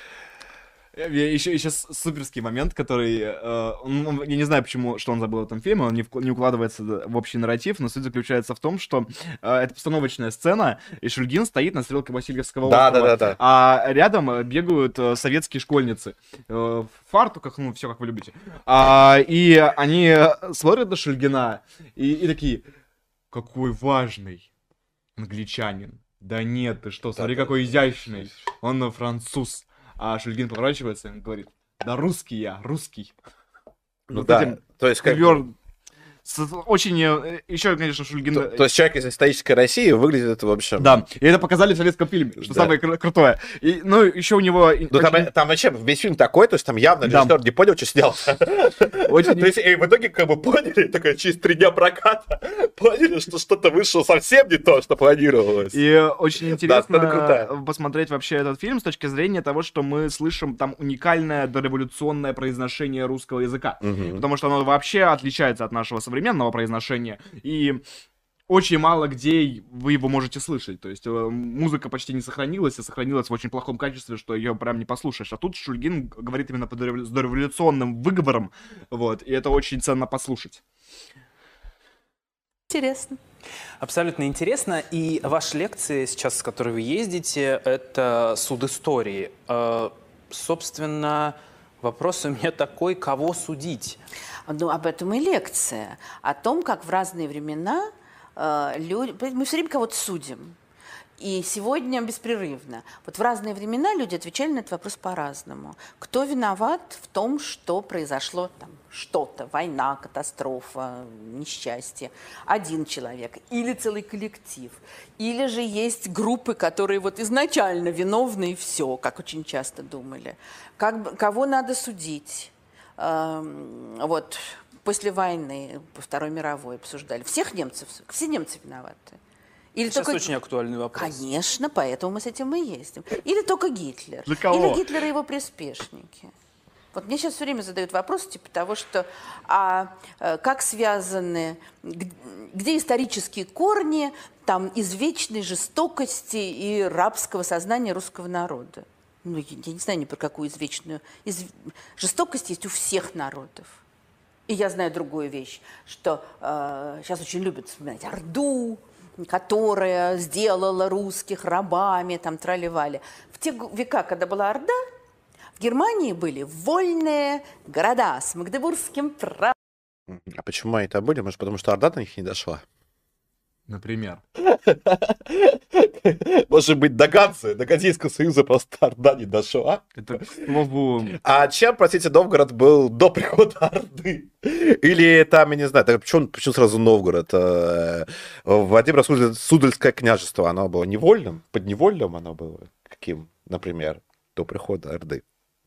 Еще, еще суперский момент, который... Э, он, я не знаю, почему, что он забыл в этом фильме, он не, в, не укладывается в общий нарратив, но суть заключается в том, что э, это постановочная сцена, и Шульгин стоит на стрелке Васильевского Да, острова, да, да, да. а рядом бегают э, советские школьницы э, в фартуках, ну, все как вы любите. А, и они смотрят на Шульгина и, и такие, какой важный англичанин. Да нет, ты что, смотри, Да, какой да. изящный, он француз. А Шульгин поворачивается и говорит, да русский я, русский. Ну Вот да, этим то есть как... твёр- с- Очень... э, Еще, конечно, Шульгин... То, то есть человек из исторической России выглядит, в общем... Да, и это показали в советском фильме, что Да. самое кру- крутое. И, ну, еще у него... и- Ну, там, очень- там вообще весь фильм такой, то есть там явно Да. режиссер не понял, что снял. очень- То есть и в итоге как бы поняли, только через три дня проката поняли, что что-то вышло совсем не то, что планировалось. И очень интересно сцена крутая. посмотреть вообще этот фильм с точки зрения того, что мы слышим там уникальное дореволюционное произношение русского языка. Мгм. Потому что оно вообще отличается от нашего современного произношения. И очень мало где вы его можете слышать. То есть э, музыка почти не сохранилась, и сохранилась в очень плохом качестве, что ее прям не послушаешь. А тут Шульгин говорит именно по дореволю- с дореволюционным выговором. Вот, и это очень ценно послушать. Интересно. Абсолютно интересно. И ваша лекция сейчас, с которой вы ездите, это суд истории. Э, Собственно, вопрос у меня такой, кого судить? Ну, об этом и лекция. О том, как в разные времена э, люди... Мы все время кого-то судим. И сегодня беспрерывно. Вот в разные времена люди отвечали на этот вопрос по-разному. Кто виноват в том, что произошло там что-то, война, катастрофа, несчастье? Один человек или целый коллектив. Или же есть группы, которые вот изначально виновны и все, как очень часто думали. Как, бы- кого надо судить? Эм, Вот после войны, по Второй мировой обсуждали. Всех немцев, все немцы виноваты. Или Сейчас только... очень актуальный вопрос. Конечно, поэтому мы с этим и ездим. Или только Гитлер. За кого? Или Гитлер и его приспешники. Вот мне сейчас все время задают вопрос типа того, что а э, как связаны, г- где исторические корни там извечной жестокости и рабского сознания русского народа. Ну, я, я не знаю ни про какую извечную. Из... Жестокость есть у всех народов. И я знаю другую вещь, что э, сейчас очень любят вспоминать Орду, которая сделала русских рабами, там трали-вали. В те г- века, когда была Орда, в Германии были вольные города с магдебургским правом. А почему они там были? Может, потому что Орда до них не дошла? Например. Может быть, до Ганзы, до Ганзейского союза просто Орда не дошла? Это, к слову, А чем, простите, Новгород был до прихода Орды? Или там, я не знаю, так почему, почему сразу Новгород? Э, Владимир Суздаль- Суздальское княжество, оно было невольным? Подневольным оно было? Каким, например, до прихода Орды?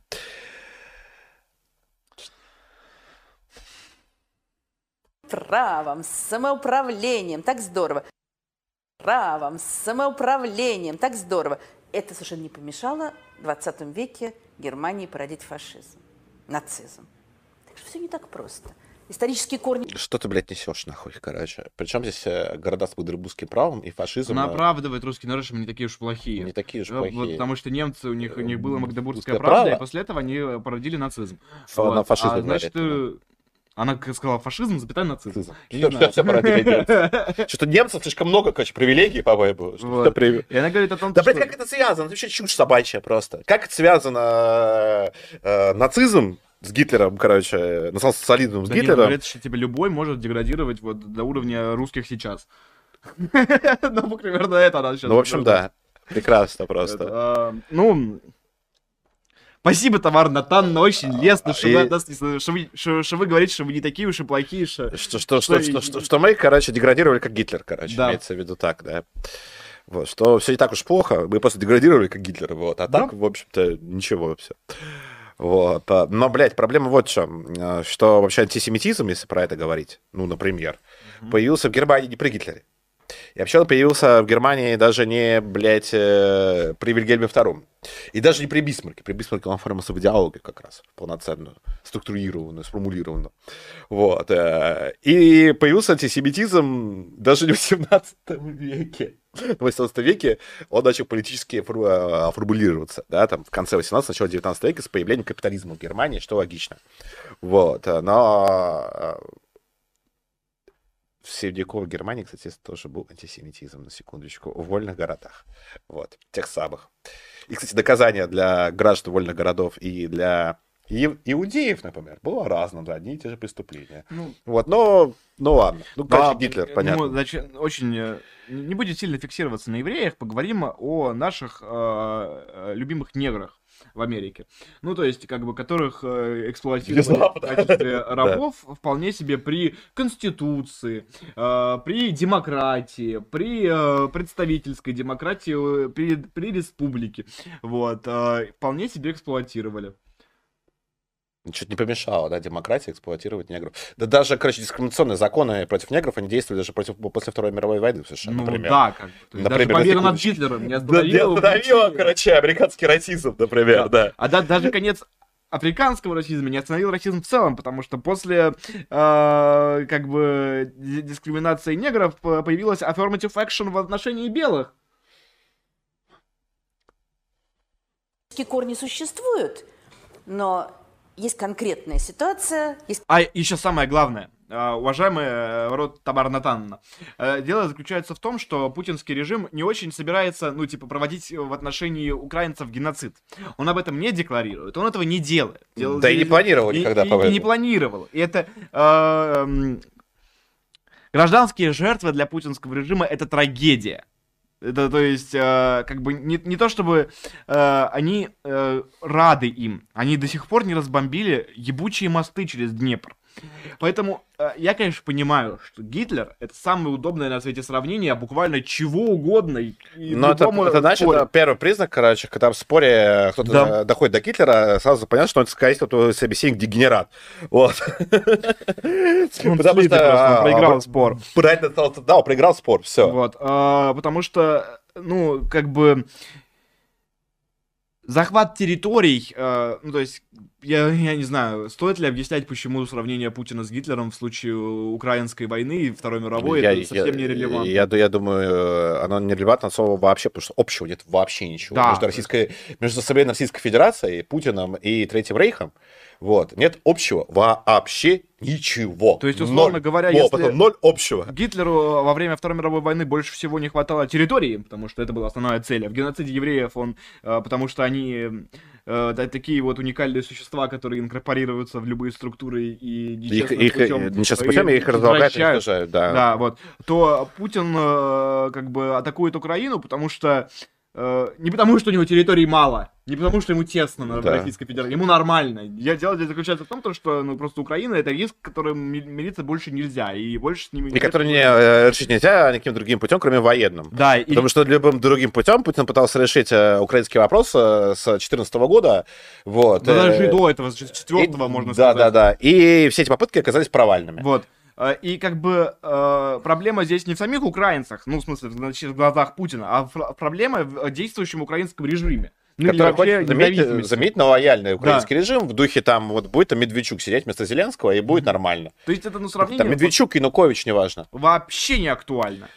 Правом, с самоуправлением, так здорово. Правом, с самоуправлением, так здорово. Это совершенно не помешало в двадцатом веке Германии породить фашизм, нацизм. Так что все не так просто. Исторические корни... Что ты, блядь, несешь нахуй, короче? Причем здесь э, города с магдебургским правом и фашизм она э, оправдывает русский народ, что мы не такие уж плохие. не такие уж Э, вот плохие. потому что немцы, у них, у них было магдебургское Магдебургское правда, право? и после этого они э, породили нацизм. Фа- на Вот. фашизме А, значит, говорят, э, она к- сказала фашизм, запятая нацизм. Фашизм. Не Всё, знаю. всё породили немцы. Что-то немцев слишком много, короче, привилегий, по-моему. что Вот. всё при- И она говорит о том, Да, что... блядь, как это связано? Это вообще чушь собачья просто. Как это связано э, э, нацизм с Гитлером, короче, национал-социализмом с Да не, Гитлером? говорит, что тебе любой может деградировать вот до уровня русских сейчас. Ну, примерно это она сейчас. Ну, в общем, да. Прекрасно просто. А, Ну, спасибо, Тамара Натановна, очень лестно, что И- вы, нас не- что вы- что- что вы говорите, что вы не такие уж и плохие, что... Что, что, Что что, и- что, что, что мы, короче, деградировали как Гитлер, короче, Да. имеется в виду так, да. Вот, что все не так уж плохо, мы просто деградировали как Гитлер, вот, а Да. так, в общем-то, ничего все. Вот. а, Но, блядь, проблема вот в чем, а, что вообще антисемитизм, если про это говорить, ну, например, Мгм. появился в Германии не при Гитлере. И вообще он появился в Германии даже не, блядь, э, при Вильгельме втором. И даже не при Бисмарке. При Бисмарке он оформился в идеологию как раз, полноценную, структурированную, сформулированную. Вот. э, И появился антисемитизм даже не в семнадцатом веке. В восемнадцатом веке он начал политически фор- э, формулироваться, да, там в конце восемнадцатого, начало девятнадцатого века с появлением капитализма в Германии, что логично. Вот. э, Но э, в средневековой Германии, кстати, тоже был антисемитизм, на секундочку, в вольных городах. Вот, тех самых. И, кстати, доказание для граждан вольных городов и для и- иудеев, например, было разным, да, одни и те же преступления. Ну, Вот, но, ну ладно. Ну, да, короче, Гитлер, э, понятно. Ну, значит, очень... э, Не будем сильно фиксироваться на евреях, поговорим о наших э, э, любимых неграх в Америке. Ну, то есть, как бы, которых э, эксплуатировали в Внезапно. качестве Да. рабов вполне себе при Конституции, э, при демократии, при э, представительской демократии, э, при, при республике. Вот, э, вполне себе эксплуатировали. Чуть не помешало, да, демократии эксплуатировать негров. Да даже, короче, дискриминационные законы против негров, они действовали даже против, после Второй мировой войны совершенно, Ну например. да, как бы. То есть Например, даже победа на над секундочку. Гитлером не Да, не остановила. остановило, Путина. короче, американский расизм, например, да. А да- даже конец африканского расизма не остановил расизм в целом, потому что после э, как бы ди- дискриминации негров э, появилась affirmative action в отношении белых. Такие корни существуют, но есть конкретная ситуация, есть А еще самое главное, э, уважаемый э, род Тамара Натановна, э, дело заключается в том, что путинский режим не очень собирается, ну, типа, проводить в отношении украинцев геноцид. Он об этом не декларирует, он этого не делает. Дело- Да и не планировал и- никогда, и- и по-моему. не планировал. И это... э, м, гражданские жертвы для путинского режима — это трагедия. Это, то есть, э, как бы, не, не то чтобы э, они э, рады им, они до сих пор не разбомбили ебучие мосты через Днепр. Поэтому э, я, конечно, понимаю, что Гитлер — это самое удобное на свете сравнение буквально чего угодно. И, и Но это, любому это значит, спорю. это первый признак, короче, когда в споре кто-то Да. э, доходит до Гитлера, сразу понятно, что он, скорее всего, твой собеседник дегенерат. Вот. Он Потому слитый просто, он а, проиграл а, спор. брать на стол- Да, он проиграл спор, все. Вот, а, потому что, ну, как бы захват территорий, э, ну, то есть, я, я не знаю, стоит ли объяснять, почему сравнение Путина с Гитлером в случае украинской войны и Второй мировой, Я, это совсем я- нерелевантно. я, я думаю, э, оно нерелевантно от слова вообще, потому что общего нет вообще ничего. Да. Между, Российской, между современной Российской Федерацией, Путиным и Третьим Рейхом, вот, нет общего вообще ничего. То есть, условно Ноль. говоря, О, если- потом ноль общего. Гитлеру во время Второй мировой войны больше всего не хватало территории, потому что это была основная цель. А в геноциде евреев он, э, потому что они э, да, такие вот уникальные существа, которые инкорпорируются в любые структуры и Их, нечестным их, путем, нечестным э, путем их разлагают и извращают. уничтожают, да. Да, вот. То Путин э, как бы атакует Украину, потому что э, не потому, что у него территорий мало, не потому, что ему тесно на Да. Российской Федерации, ему нормально. Я дело здесь заключается в том, то, что ну, просто Украина — это риск, которым ми- мириться больше нельзя, и больше с ним... И который не, э, решить нельзя никаким другим путем, кроме военным. Да, и... Потому что любым другим путем Путин пытался решить э, украинский вопрос э, с две тысячи четырнадцатого года. Вот, Да даже и э, до этого, с четвертого, и- можно да, сказать. Да, да, И все эти попытки оказались провальными. Вот. Э, И как бы э, проблема здесь не в самих украинцах, ну, в смысле, значит, в глазах Путина, а в- проблема в действующем украинском режиме. Ну, или Который вообще хочет заметить, независимости. заметить на лояльный украинский режим в духе там вот будет там Медведчук сидеть вместо Зеленского и будет нормально. То есть это, ну, Там сравнение Медведчук, Янукович, неважно. вообще не актуально.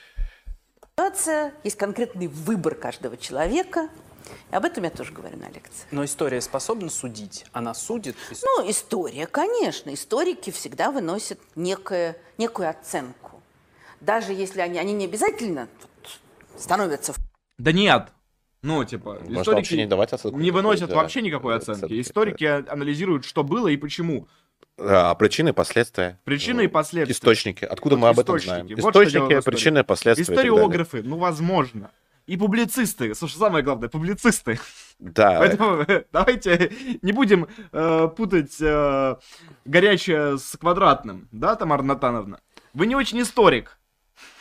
ситуация, есть конкретный выбор каждого человека. И об этом я тоже говорю на лекции. Но история способна судить? Она судит? Ну, история, конечно. Историки всегда выносят некое, некую оценку. Даже если они, они не обязательно вот становятся в Да нет. Ну, типа, Можно историки вообще не давать оценку. не выносят Да, вообще никакой оценки. оценки, Историки анализируют, что было и почему. А, причины, последствия. Причины и последствия. Источники. Откуда Вот мы об этом источники. знаем? Вот что дело в Источники, истории. причины, последствия. и так далее. Историографы, ну, возможно. И публицисты. Слушай, самое главное, публицисты. Да. Поэтому э, давайте не будем э, путать э, горячее с квадратным, да, Тамара Натановна? Вы не очень историк.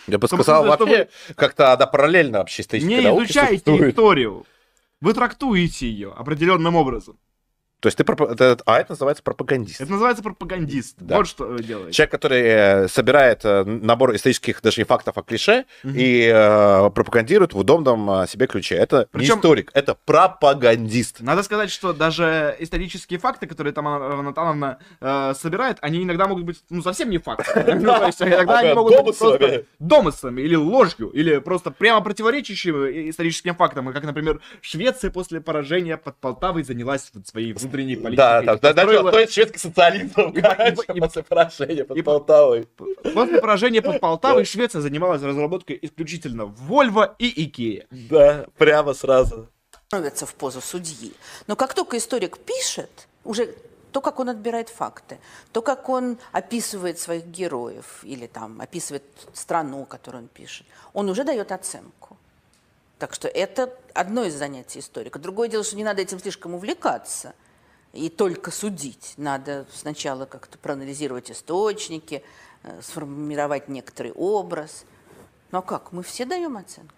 Я бы В том сказал, смысле, что вообще, как-то она параллельно вообще исторической Не науке изучаете существует. историю. Вы трактуете ее определенным образом. То есть ты... пропа- это- А это называется пропагандист. Это называется пропагандист. Да. Вот что вы делаете. Человек, который э, собирает э, набор исторических даже не фактов, а клише Мгм. и э, пропагандирует в удобном э, себе ключе. Это не Причем- историк, это пропагандист. Надо сказать, что даже исторические факты, которые Тамара Натановна э, собирает, они иногда могут быть, ну, совсем не факты. Ну, то есть иногда они Ага, могут быть домыслами. просто домыслами или ложью, или просто прямо противоречащими историческим фактам, как, например, Швеция после поражения под Полтавой занялась вот своей внутренней политикой. Да, там, да, Построила- да, то есть шведский социализм, И- короче, и- после поражения под и- Полтавой. После поражения под Полтавой Швеция занималась разработкой исключительно Volvo и Икея. Да, прямо сразу. становятся в позу судьи. Но как только историк пишет, уже то, как он отбирает факты, то, как он описывает своих героев или там описывает страну, которую он пишет, он уже дает оценку. Так что это одно из занятий историка. Другое дело, что не надо этим слишком увлекаться и только судить. Надо сначала как-то проанализировать источники, э, сформировать некоторый образ. Ну а как? Мы все даем оценки.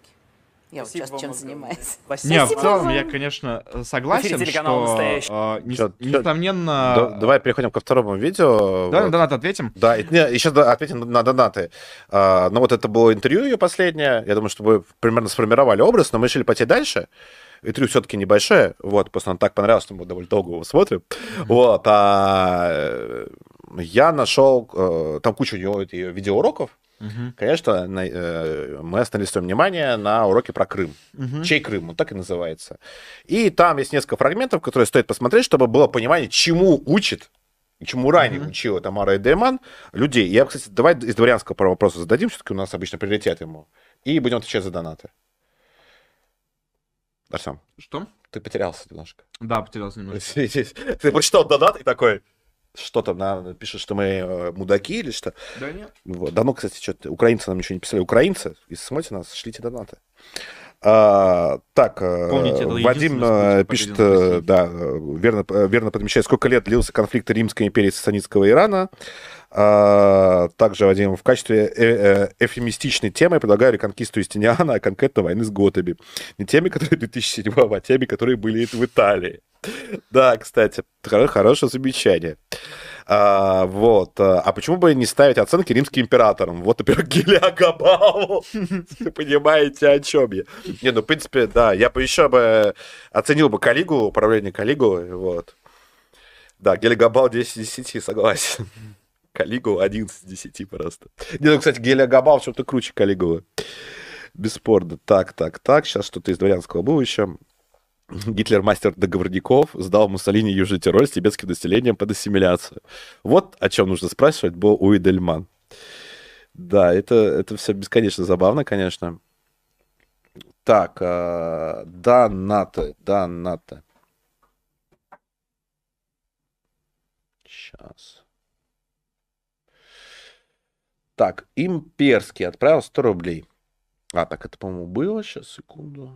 Я Спасибо вот сейчас вам чем огромное. занимаюсь. Спасибо. Не, в Спасибо целом вам. я, конечно, согласен, В эфире телеканала что, «Настоящий». э, не- Чё- чё- несомненно... Да- Давай переходим ко второму видео. Давай на Вот. донат ответим. Да, и, не, еще да, ответим на донаты. А, ну вот это было интервью ее последнее. Я думаю, что вы примерно сформировали образ, но мы решили пойти дальше. Интервью все-таки небольшое, вот, просто нам так понравилось, что мы довольно долго его смотрим. Вот, а э, я нашел, э, там куча у него ее видеоуроков. Мгм. Конечно, на- э, мы остановили свое внимание на уроке про Крым. Мгм. Чей Крым? Он так и называется. И там есть несколько фрагментов, которые стоит посмотреть, чтобы было понимание, чему учит, чему ранее Мгм. учила Тамара Эйдельман людей. Я, кстати, давай из дворянского вопроса зададим, все-таки у нас обычно приоритет ему. И будем отвечать за донаты. Артем, Что? ты потерялся немножко. Да, потерялся немножко. Ты прочитал донат и такой, что там, на- пишет, что мы э, мудаки или что? Да нет. Вот. Давно, кстати, что-то украинцы нам ничего не писали. Украинцы, если смотрите нас, шлите донаты. А, так, э, Помните, это Вадим единственный э, способ пишет, победы над э, Россией. да, э, верно, э, верно подмечает, сколько лет длился конфликт Римской империи и сасанидского Ирана. А, также, Вадим, в качестве э- э, эвфемистичной темы предлагаю реконкисту Юстиниана, а конкретно войны с готами. Не теми, которые две тысячи седьмого, а теми, которые были в Италии. Да, кстати, хоро- хорошее замечание. А, вот. а, А почему бы не ставить оценки римским императорам? Вот, например, Гелиогабалу. Вы понимаете, о чем я? Не, ну, в принципе, да, я бы еще бы оценил бы Калигулу, управление Калигулой, вот. Да, Гелиогабал десять из десяти, согласен. Калигула одиннадцать из десяти просто. Не, ну, кстати, Гелиогабал в чем-то круче Калигулы. Бесспорно. Так, так, так, сейчас что-то из дворянского было еще. Гитлер, мастер договорников, сдал Муссолини Южный Тироль с тибетским населением под ассимиляцию. Вот о чем нужно спрашивать было у Эйдельман. Да, это, это все бесконечно забавно, конечно. Так, а, донаты, донаты. Сейчас. Так, имперский отправил сто рублей. А, так это, по-моему, было. Сейчас, секунду.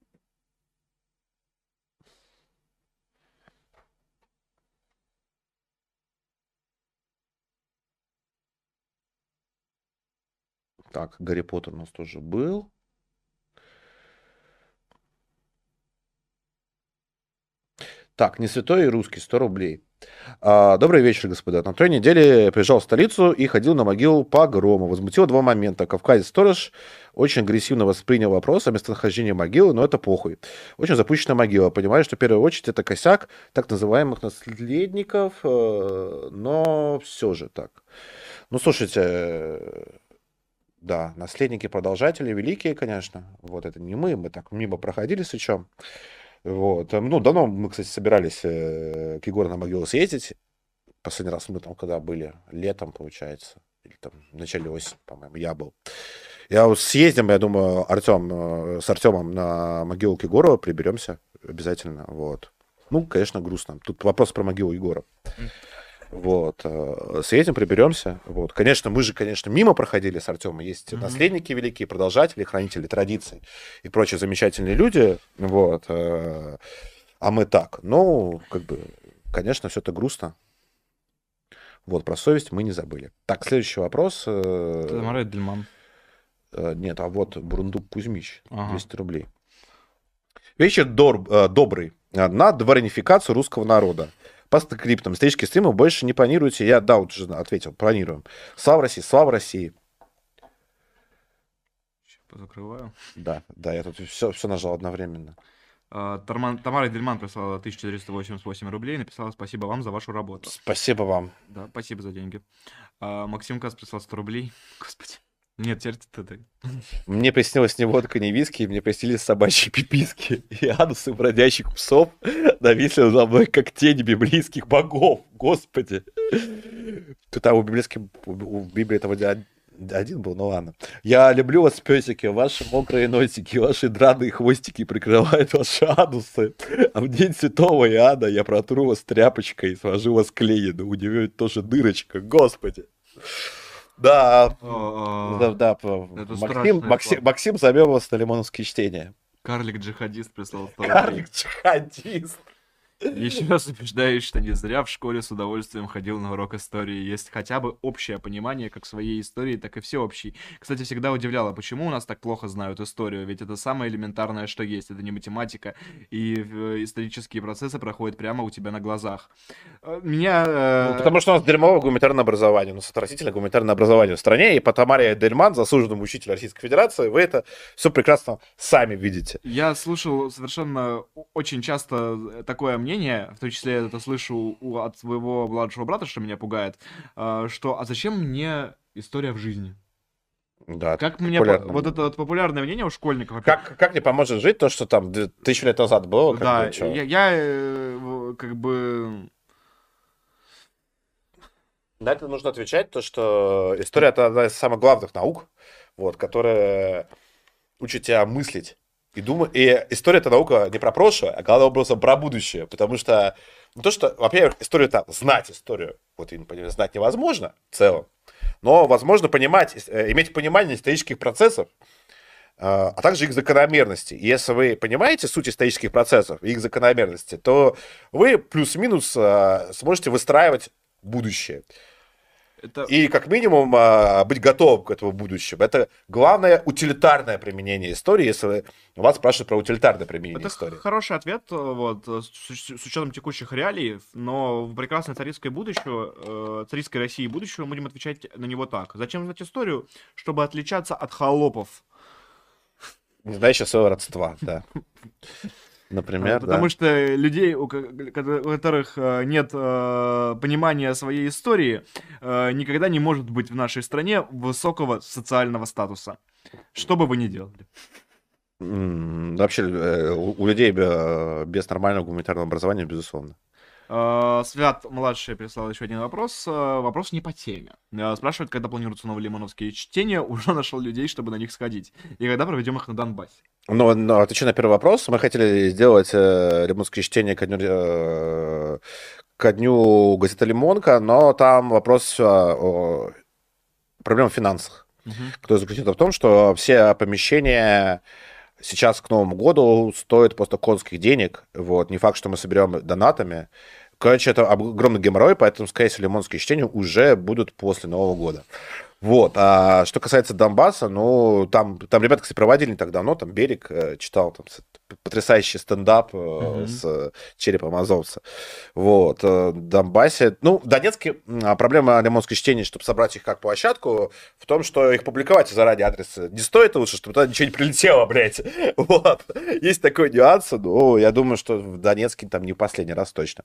Так, Гарри Поттер у нас тоже был. Так, не святой и русский, сто рублей. А, добрый вечер, господа. На той неделе приезжал в столицу и ходил на могилу погрома. Возмутило два момента. Кавказец-сторож очень агрессивно воспринял вопрос о местонахождении могилы, но это похуй. Очень запущенная могила. Понимаю, что в первую очередь это косяк так называемых наследников, э, но все же так. Ну, слушайте, э, да, наследники-продолжатели великие, конечно. Вот это не мы, мы так мимо проходили с чем. Вот. э, Ну, давно мы, кстати, собирались э, к Егору на могилу съездить. Последний раз мы там когда были? Летом, получается. Или там в начале осени, по-моему, я был. Я вот съездим, я думаю, Артем, э, с Артемом на могилу к Егору приберемся обязательно. Вот. Ну, конечно, грустно. Тут вопрос про могилу Егора. Вот. э, Съездим, приберемся. Вот. Конечно, мы же, конечно, мимо проходили с Артемом. Есть Мгм. наследники великие, продолжатели, хранители традиций и прочие замечательные люди. Вот. э, А мы так. Ну, как бы, конечно, все это грустно. Вот, про совесть мы не забыли. Так, следующий вопрос. э, Тамара Эйдельман. Э, Нет, а вот Бурундук Кузьмич, Ага. двести рублей. Вечер дор- э, добрый. Э, На дворянификацию русского народа. По скриптам. Исторические стримы больше не планируете? Я, да, вот уже ответил, планируем. Слава России, слава России. Закрываю. Да, да, я тут все, все нажал одновременно. А, Тарман- Тамара Дельман прислала тысяча четыреста восемьдесят восемь рублей и написала спасибо вам за вашу работу. Спасибо вам. Да, спасибо за деньги. А, Максим Кас прислал сто рублей. Господи. Нет, теперь ты, ты. Мне приснилось не водка, не виски, мне приснились собачьи пиписки и анусы бродящих псов нависли за мной, как тени библейских богов. Господи. Тут там у библейских, у Библии этого один один был, ну ладно. Я люблю вас, песики, ваши мокрые носики, ваши драные хвостики прикрывают ваши анусы. А в день святого Иоанна я протру вас тряпочкой и свожу вас к Ленину. У него тоже дырочка, господи. Да, А, да, да, это Максим, страшная Максим, фраза. Максим зовем вас на лимоновские чтения. Карлик-джихадист прислал сто рублей. Карлик-джихадист. Еще раз убеждаюсь, что не зря в школе с удовольствием ходил на урок истории. Есть хотя бы общее понимание как своей истории, так и всеобщей. Кстати, всегда удивляло, почему у нас так плохо знают историю, ведь это самое элементарное, что есть. Это не математика, и э, исторические процессы проходят прямо у тебя на глазах. Э, Меня... э, Ну, потому что у нас дерьмовое гуманитарное образование, у нас отвратительное гуманитарное образование в стране, и по Тамаре Дельман, заслуженному учителю Российской Федерации, вы это все прекрасно сами видите. Я слышал совершенно о- очень часто такое мнение, в том числе я это слышу у- от своего младшего брата, что меня пугает, э, что «а зачем мне история в жизни?» Да, Как мне... по- популярно. Вот это вот популярное мнение у школьников. опять- Как, как мне поможет жить то, что там две- тысячу лет назад было? Как Да, бы, чё? я, я, э, в- как бы... На это нужно отвечать, то, что история — это одна из самых главных наук, вот, которая учит тебя мыслить и думать. И история — это наука не про прошлое, а главным образом про будущее, потому что не то, что, во-первых, история — это знать историю, вот именно понимаете, знать невозможно в целом, но возможно понимать, э, иметь понимание исторических процессов, э, а также их закономерности. И если вы понимаете суть исторических процессов и их закономерности, то вы плюс-минус э, сможете выстраивать будущее. Это... И как минимум а, быть готовым к этому будущему. Это главное утилитарное применение истории, если вас спрашивают про утилитарное применение Это истории. хороший ответ, э, вот, э, с, с- с учетом текущих реалий, но в прекрасное царистское будущее, э, царистской России будущего, мы будем отвечать на него так. Зачем знать историю? Чтобы отличаться от холопов. Не знающие своего родства, да. Например, Э, Потому да. что людей, у ко- ко- у которых э, нет э, понимания своей истории, э, никогда не может быть в нашей стране высокого социального статуса. Что бы вы ни делали. М, Вообще, э, у у людей э, без нормального гуманитарного образования, безусловно. Э, Свят младший прислал еще один вопрос. Э, Вопрос не по теме. Э, Спрашивает, когда планируются новые лимоновские чтения. Уже нашел людей, чтобы на них сходить. И когда проведем их на Донбассе. Но, но отвечая на первый вопрос, мы хотели сделать э, ремонтские чтения ко дню, э, ко дню газеты «Лимонка», но там вопрос э, о проблема в финансах, Мгм. который заключается в том, что все помещения сейчас к Новому году стоят просто конских денег. Вот. Не факт, что мы соберем донатами. Короче, это огромный геморрой, поэтому, скорее всего, лимонские чтения уже будут после Нового года. Вот. А что касается Донбасса, ну, там, там ребята, кстати, проводили не так давно, там Берег э, читал там с- потрясающий стендап э, Мгм. с э, черепом азовца. Вот. э, В Донбассе, ну, в Донецке м, а проблема лимонских чтений, чтобы собрать их как площадку, в том, что их публиковать заранее адресы не стоит лучше, чтобы туда ничего не прилетело, блядь. Вот. Есть такой нюанс, но я думаю, что в Донецке там не в последний раз точно.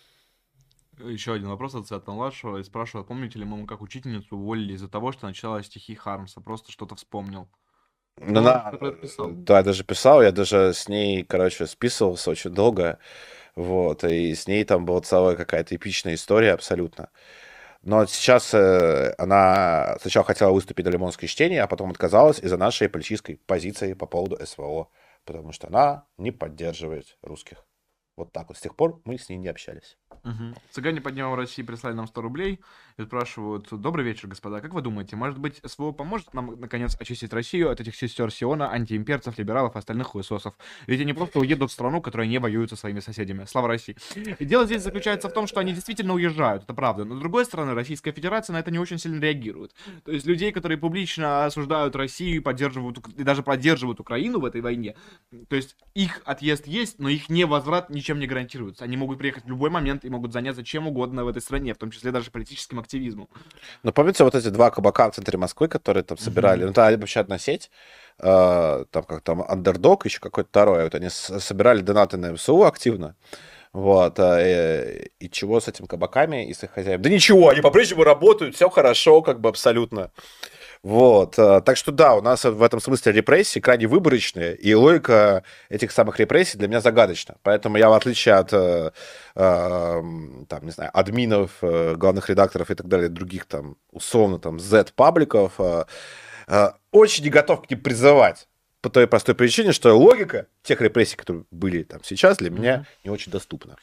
Еще один вопрос от Свята младшего. И спрашивает, помните ли мы, как учительницу уволили из-за того, что она читала стихи Хармса? Просто что-то вспомнил. Ну, Ну, на- ты про это писал. Да, я даже писал, я даже с ней, короче, списывался очень долго, вот, и с ней там была целая какая-то эпичная история абсолютно. Но сейчас э, она сначала хотела выступить на Лимонское чтение, а потом отказалась из-за нашей политической позиции по поводу СВО, потому что она не поддерживает русских. Вот так вот. С тех пор мы с ней не общались. Угу. Цыгане поднял России прислали нам сто рублей и спрашивают: добрый вечер, господа, как вы думаете, может быть, СВО поможет нам, наконец, очистить Россию от этих сестер Сиона, антиимперцев, либералов и остальных хуесосов? Ведь они просто уедут в страну, которая не воюет со своими соседями. Слава России. И дело здесь заключается в том, что они действительно уезжают, это правда. Но, с другой стороны, Российская Федерация на это не очень сильно реагирует. То есть людей, которые публично осуждают Россию, поддерживают и даже поддерживают Украину в этой войне, то есть их отъезд есть, но их невозврат ничем не гарантируется. Они могут приехать в любой момент и могут заняться чем угодно в этой стране, в том числе даже политическим активизмом. Ну, помните вот эти два кабака в центре Москвы, которые там собирали? Mm-hmm. Ну, это вообще одна сеть, э, там как там Underdog, еще какой-то второй. Вот они с- собирали донаты на МСУ активно. Вот. Э, и чего с этими кабаками и с их хозяевами? Да ничего, они по-прежнему работают, все хорошо, как бы абсолютно. Вот, так что да, у нас в этом смысле репрессии крайне выборочные, и логика этих самых репрессий для меня загадочна. Поэтому я, в отличие от, э, э, там, не знаю, админов, э, главных редакторов и так далее, других там, условно, там, Z-пабликов, э, э, очень не готов к ним призывать. По той простой причине, что логика тех репрессий, которые были там сейчас, для меня mm-hmm. не очень доступна.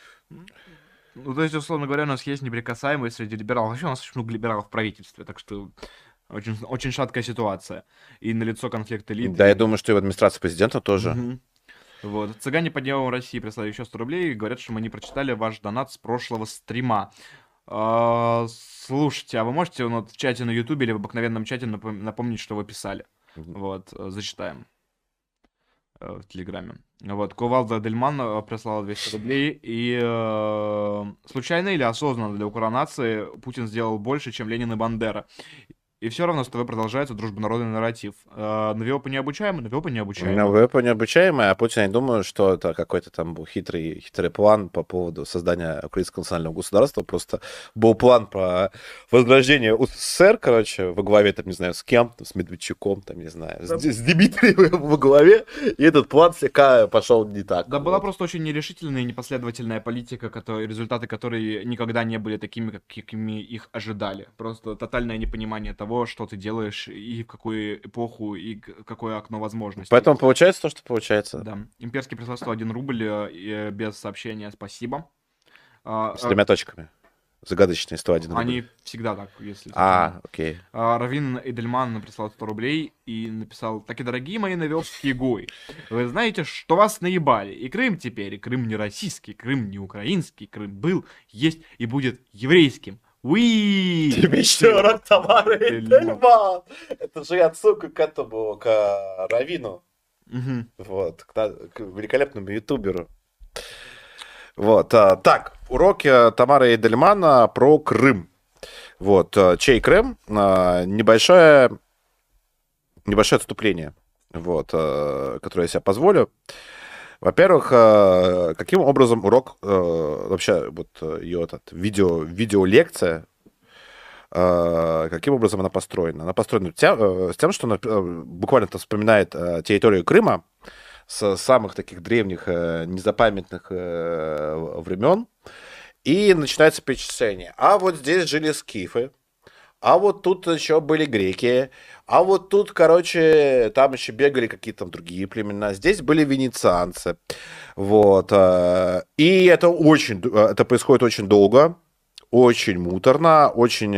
Ну, то есть, условно говоря, у нас есть неприкасаемые среди либералов. Вообще у нас очень много либералов в правительстве, так что... Очень, очень шаткая ситуация. И налицо конфликт элит. Да, я думаю, что и в администрации президента тоже. Угу. Вот. Цыгане по Дневам России прислали еще сто рублей и говорят, что мы не прочитали ваш донат с прошлого стрима. А, слушайте, а вы можете ну, в чате на Ютубе или в обыкновенном чате напом- напомнить, что вы писали? Угу. Вот, зачитаем. В Телеграме. Вот, Кувалда Дельман прислал двести рублей. И э, случайно или осознанно для укоронации Путин сделал больше, чем Ленин и Бандера. И все равно с тобой продолжается дружбонародный нарратив. Э, Навиопа необучаемый, Навиопа необучаемый. Навиопа необучаемый, а Путин, я думаю, что это какой-то там был хитрый, хитрый план по поводу создания Украинского национального государства. Просто был план по возрождению СССР, короче, во главе, там, не знаю, с кем, с Медведчуком, там, не знаю, да. с, с Дмитриевым во главе. И этот план слегка пошел не так. Да, вот. Была просто очень нерешительная и непоследовательная политика, который, результаты которой никогда не были такими, какими их ожидали. Просто тотальное непонимание того, что ты делаешь, и в какую эпоху, и какое окно возможностей. Поэтому получается то, что получается. Да. Имперский прислал сто один рубль и без сообщения «спасибо». С тремя точками. Загадочные сто один рубль. Они всегда так, если... А, окей. Равин Эдельман прислал сто рублей и написал: «Таки, дорогие мои навёлские гои, вы знаете, что вас наебали. И Крым теперь, и Крым не российский, Крым не украинский, Крым был, есть и будет еврейским. Уи! Тебе еще раз Тамара Эдельман. Это же отсылка к этому, к Равину. Угу. Вот, к, к великолепному ютуберу. Вот, а, так, уроки Тамары Эдельмана про Крым. Вот, чей Крым? А, небольшое, небольшое отступление, вот, а, которое я себе позволю. Во-первых, каким образом урок, вообще, вот ее этот, видео, видеолекция, каким образом она построена? Она построена тем, с тем, что она буквально вспоминает территорию Крыма с самых таких древних, незапамятных времен, и начинается перечисление. А вот здесь жили скифы, а вот тут еще были греки, а вот тут, короче, там еще бегали какие-то там другие племена. Здесь были венецианцы. Вот. И это очень, это происходит очень долго, очень муторно, очень...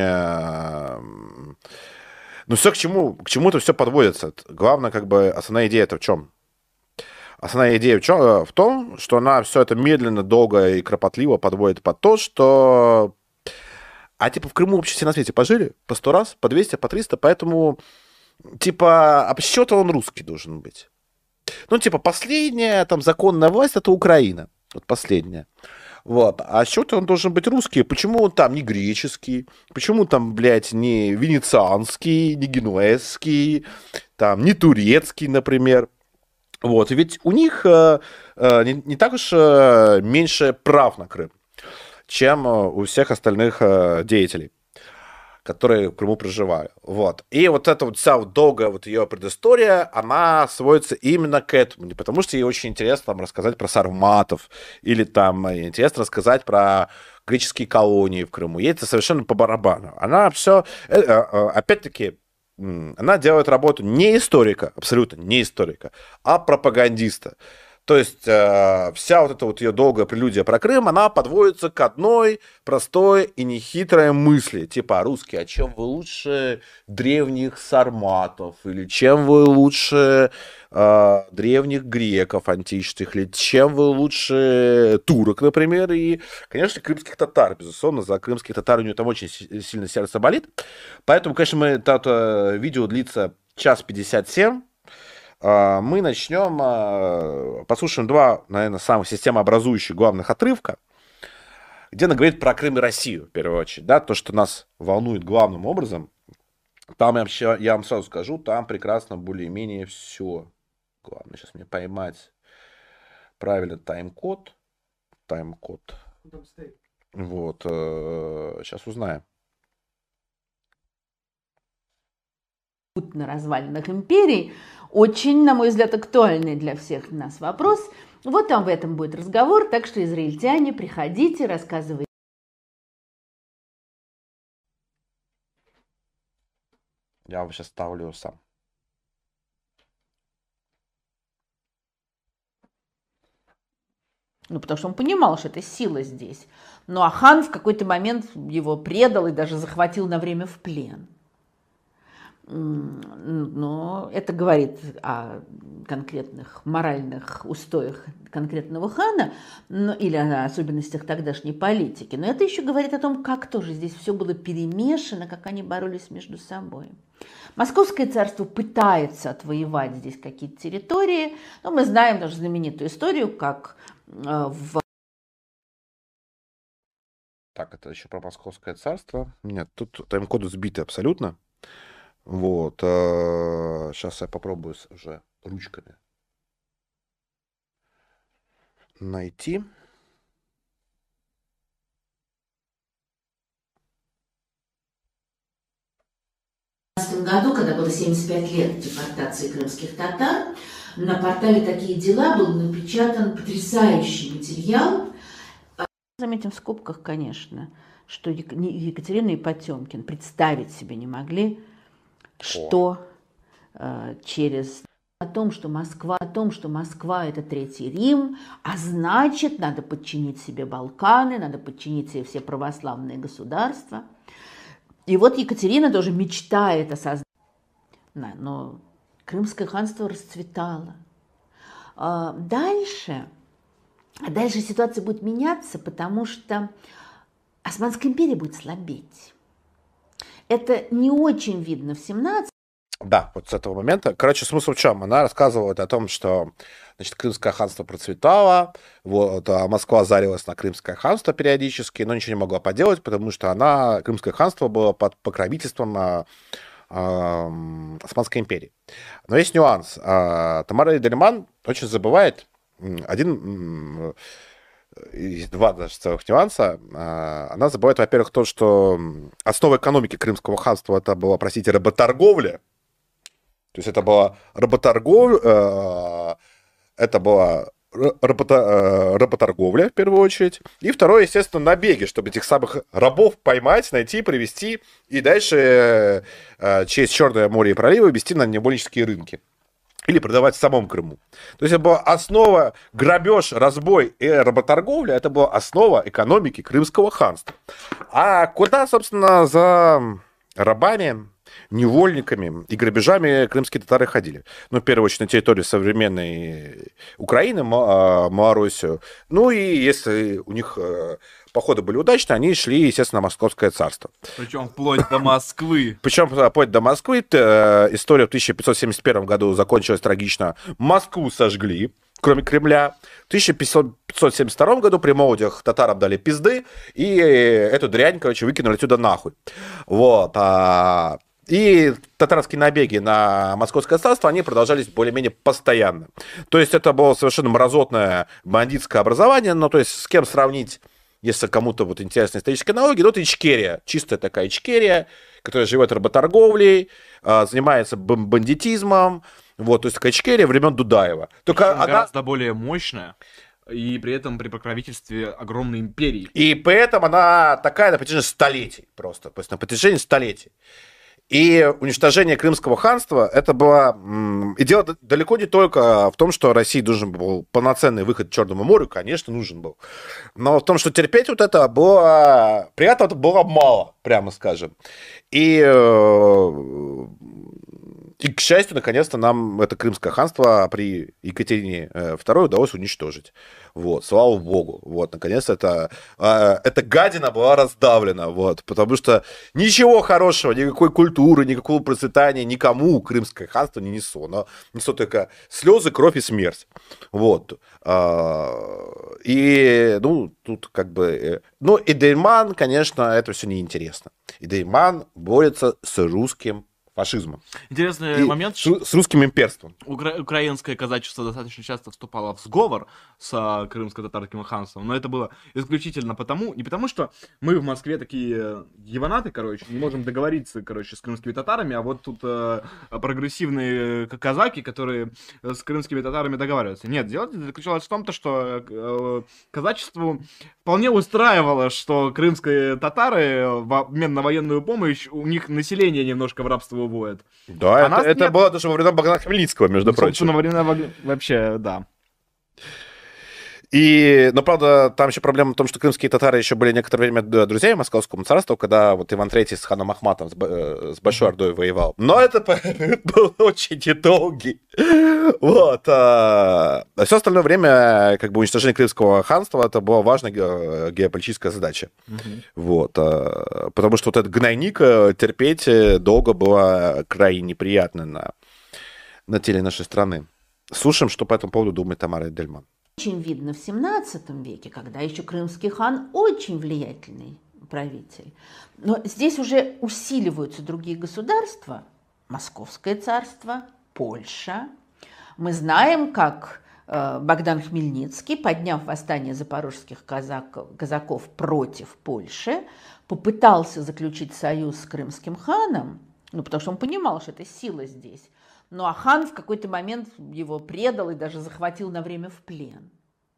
Ну, все к чему, к чему-то все подводится. Главное, как бы, основная идея-то в чем? Основная идея в, чем? В том, что она все это медленно, долго и кропотливо подводит под то, что... А типа в Крыму вообще все на свете пожили по сто раз, по двести, по триста, поэтому типа, а с чего-то он русский должен быть. Ну, типа, последняя там законная власть — это Украина. Вот последняя. Вот. А с чего-то он должен быть русский. Почему он там не греческий? Почему там, блядь, не венецианский, не генуэзский, там, не турецкий, например? Вот. Ведь у них э, э, не, не так уж э, меньше прав на Крым, чем у всех остальных э, деятелей, которые в Крыму проживали. Вот. И вот эта вот вся вот долгая вот ее предыстория, она сводится именно к этому. Не потому что ей очень интересно там рассказать про сарматов, или там интересно рассказать про греческие колонии в Крыму. Ей это совершенно по барабану. Она все, э, э, опять-таки, она делает работу не историка, абсолютно не историка, а пропагандиста. То есть э, вся вот эта вот ее долгая прелюдия про Крым, она подводится к одной простой и нехитрой мысли. Типа, русские, а чем вы лучше древних сарматов? Или чем вы лучше э, древних греков античных? Или чем вы лучше турок, например? И, конечно, крымских татар. Безусловно, за крымских татар у нее там очень сильно сердце болит. Поэтому, конечно, мы, это видео длится час пятьдесят семь. Мы начнем, послушаем два, наверное, самых системообразующих главных отрывка, где она говорит про Крым и Россию, в первую очередь, да, то, что нас волнует главным образом. Там, я, вообще, я вам сразу скажу, там прекрасно более-менее все. Главное сейчас мне поймать правильно тайм-код. Тайм-код. Вот, сейчас узнаем. На развалинах империи. Очень, на мой взгляд, актуальный для всех нас вопрос. Вот там в этом будет разговор, так что, израильтяне, приходите, рассказывайте. Я вам сейчас ставлю сам. Ну, потому что он понимал, что это сила здесь. Ну, а хан в какой-то момент его предал и даже захватил на время в плен. Но это говорит о конкретных моральных устоях конкретного хана, ну, или о особенностях тогдашней политики. Но это еще говорит о том, как тоже здесь все было перемешано, как они боролись между собой. Московское царство пытается отвоевать здесь какие-то территории. Но мы знаем даже знаменитую историю, как в... Так, это еще про Московское царство. Нет, тут тайм-коды сбиты абсолютно. Вот, сейчас я попробую уже ручками найти. В двадцатом году, когда было семьдесят пять лет депортации крымских татар, на портале «Такие дела» был напечатан потрясающий материал. Заметим в скобках, конечно, что Екатерина и Потемкин представить себе не могли, что э, через о том, что Москва, о том, что Москва это Третий Рим, а значит, надо подчинить себе Балканы, надо подчинить себе все православные государства. И вот Екатерина тоже мечтает о создании. Но Крымское ханство расцветало. А дальше, а дальше ситуация будет меняться, потому что Османская империя будет слабеть. Это не очень видно в семнадцатом. Да, вот с этого момента. Короче, смысл в чем? Она рассказывает о том, что, значит, Крымское ханство процветало, вот, а Москва зарилась на Крымское ханство периодически, но ничего не могла поделать, потому что она, Крымское ханство было под покровительством а, а, Османской империи. Но есть нюанс. А, Тамара Эйдельман очень забывает один... Два даже целых нюанса. Она забывает, во-первых, то, что основа экономики Крымского ханства это была, простите, работорговля. То есть это была работорговля, это была работорговля в первую очередь. И второе, естественно, набеги, чтобы этих самых рабов поймать, найти, привести и дальше через Черное море и проливы вести на невольнические рынки. Или продавать в самом Крыму. То есть это была основа, грабеж, разбой и работорговля, это была основа экономики Крымского ханства. А куда, собственно, за рабами, невольниками и грабежами крымские татары ходили? Ну, в первую очередь, на территорию современной Украины, Малоруссию. Ну, и если у них походы были удачные, они шли, естественно, на Московское царство. Причем вплоть до Москвы. Причем вплоть до Москвы. История в тысяча пятьсот семьдесят первом году закончилась трагично. Москву сожгли, кроме Кремля. В тысяча пятьсот семьдесят втором году при молодях татарам дали пизды, и эту дрянь, короче, выкинули отсюда нахуй. Вот. И татарские набеги на Московское царство, они продолжались более-менее постоянно. То есть это было совершенно мразотное бандитское образование, но то есть с кем сравнить, если кому-то вот интересны исторические налоги, ну это Ичкерия, чистая такая Ичкерия, которая живет работорговлей, занимается бандитизмом, вот, то есть такая Ичкерия времен Дудаева. Только она... гораздо более мощная. И при этом при покровительстве огромной империи. И поэтому она такая на протяжении столетий просто, то есть на протяжении столетий. И уничтожение Крымского ханства, это была... И дело далеко не только в том, что России нужен был полноценный выход к Черному морю, конечно, нужен был. Но в том, что терпеть вот это было... При этом это было мало, прямо скажем. И... И, к счастью, наконец-то нам это Крымское ханство при Екатерине второй удалось уничтожить. Вот, слава богу. Вот, наконец-то это, эта гадина была раздавлена. Вот, потому что ничего хорошего, никакой культуры, никакого процветания никому Крымское ханство не несло. Но несло только слезы, кровь и смерть. Вот. И, ну, тут как бы... Ну, Идельман, конечно, это все неинтересно. Идельман борется с русским фашизмом. Интересный и момент. С, с русским имперством. Укра- украинское казачество достаточно часто вступало в сговор с а, крымско-татарским ханством, но это было исключительно потому, не потому, что мы в Москве такие ебанаты, короче, не можем договориться, короче, с крымскими татарами, а вот тут а, прогрессивные казаки, которые с крымскими татарами договариваются. Нет, дело заключалось в том, то, что а, казачеству вполне устраивало, что крымские татары в обмен на военную помощь, у них население немножко в рабство уводит. Да, а это, это было даже во времена Богдана Хмельницкого, между прочим. Собственно, во времена вообще, да. И, но, правда, там еще проблема в том, что крымские татары еще были некоторое время друзьями Московскому царству, когда вот Иван третий с ханом Ахматом, с, с Большой Ордой воевал. Но это был очень недолгий. Вот. А все остальное время, как бы, уничтожение Крымского ханства, это была важная геополитическая задача. Вот. Потому что вот этот гнойник терпеть долго было крайне неприятно на, на теле нашей страны. Слушаем, что по этому поводу думает Тамара Идельман. Очень видно в семнадцатом веке, когда еще крымский хан очень влиятельный правитель. Но здесь уже усиливаются другие государства. Московское царство, Польша. Мы знаем, как э, Богдан Хмельницкий, подняв восстание запорожских казаков, казаков против Польши, попытался заключить союз с крымским ханом, ну, потому что он понимал, что это сила здесь. Ну, а хан в какой-то момент его предал и даже захватил на время в плен.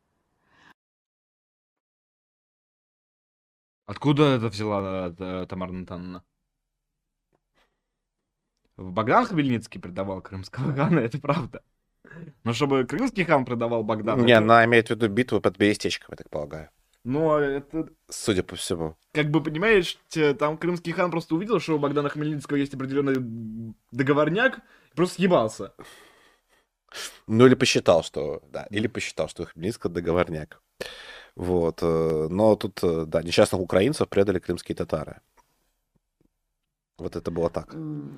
Откуда это взяла э, Тамара Натановна? Богдан Хмельницкий предавал крымского хана, это правда. Но чтобы крымский хан предавал Богдана... Не, это... она имеет в виду битву под Берестечком, я так полагаю. Но это... Судя по всему. Как бы, понимаешь, там крымский хан просто увидел, что у Богдана Хмельницкого есть определенный договорняк, и просто съебался. Ну, или посчитал, что... Да, или посчитал, что у Хмельницкого договорняк. Вот. Но тут, да, несчастных украинцев предали крымские татары. Вот это было так.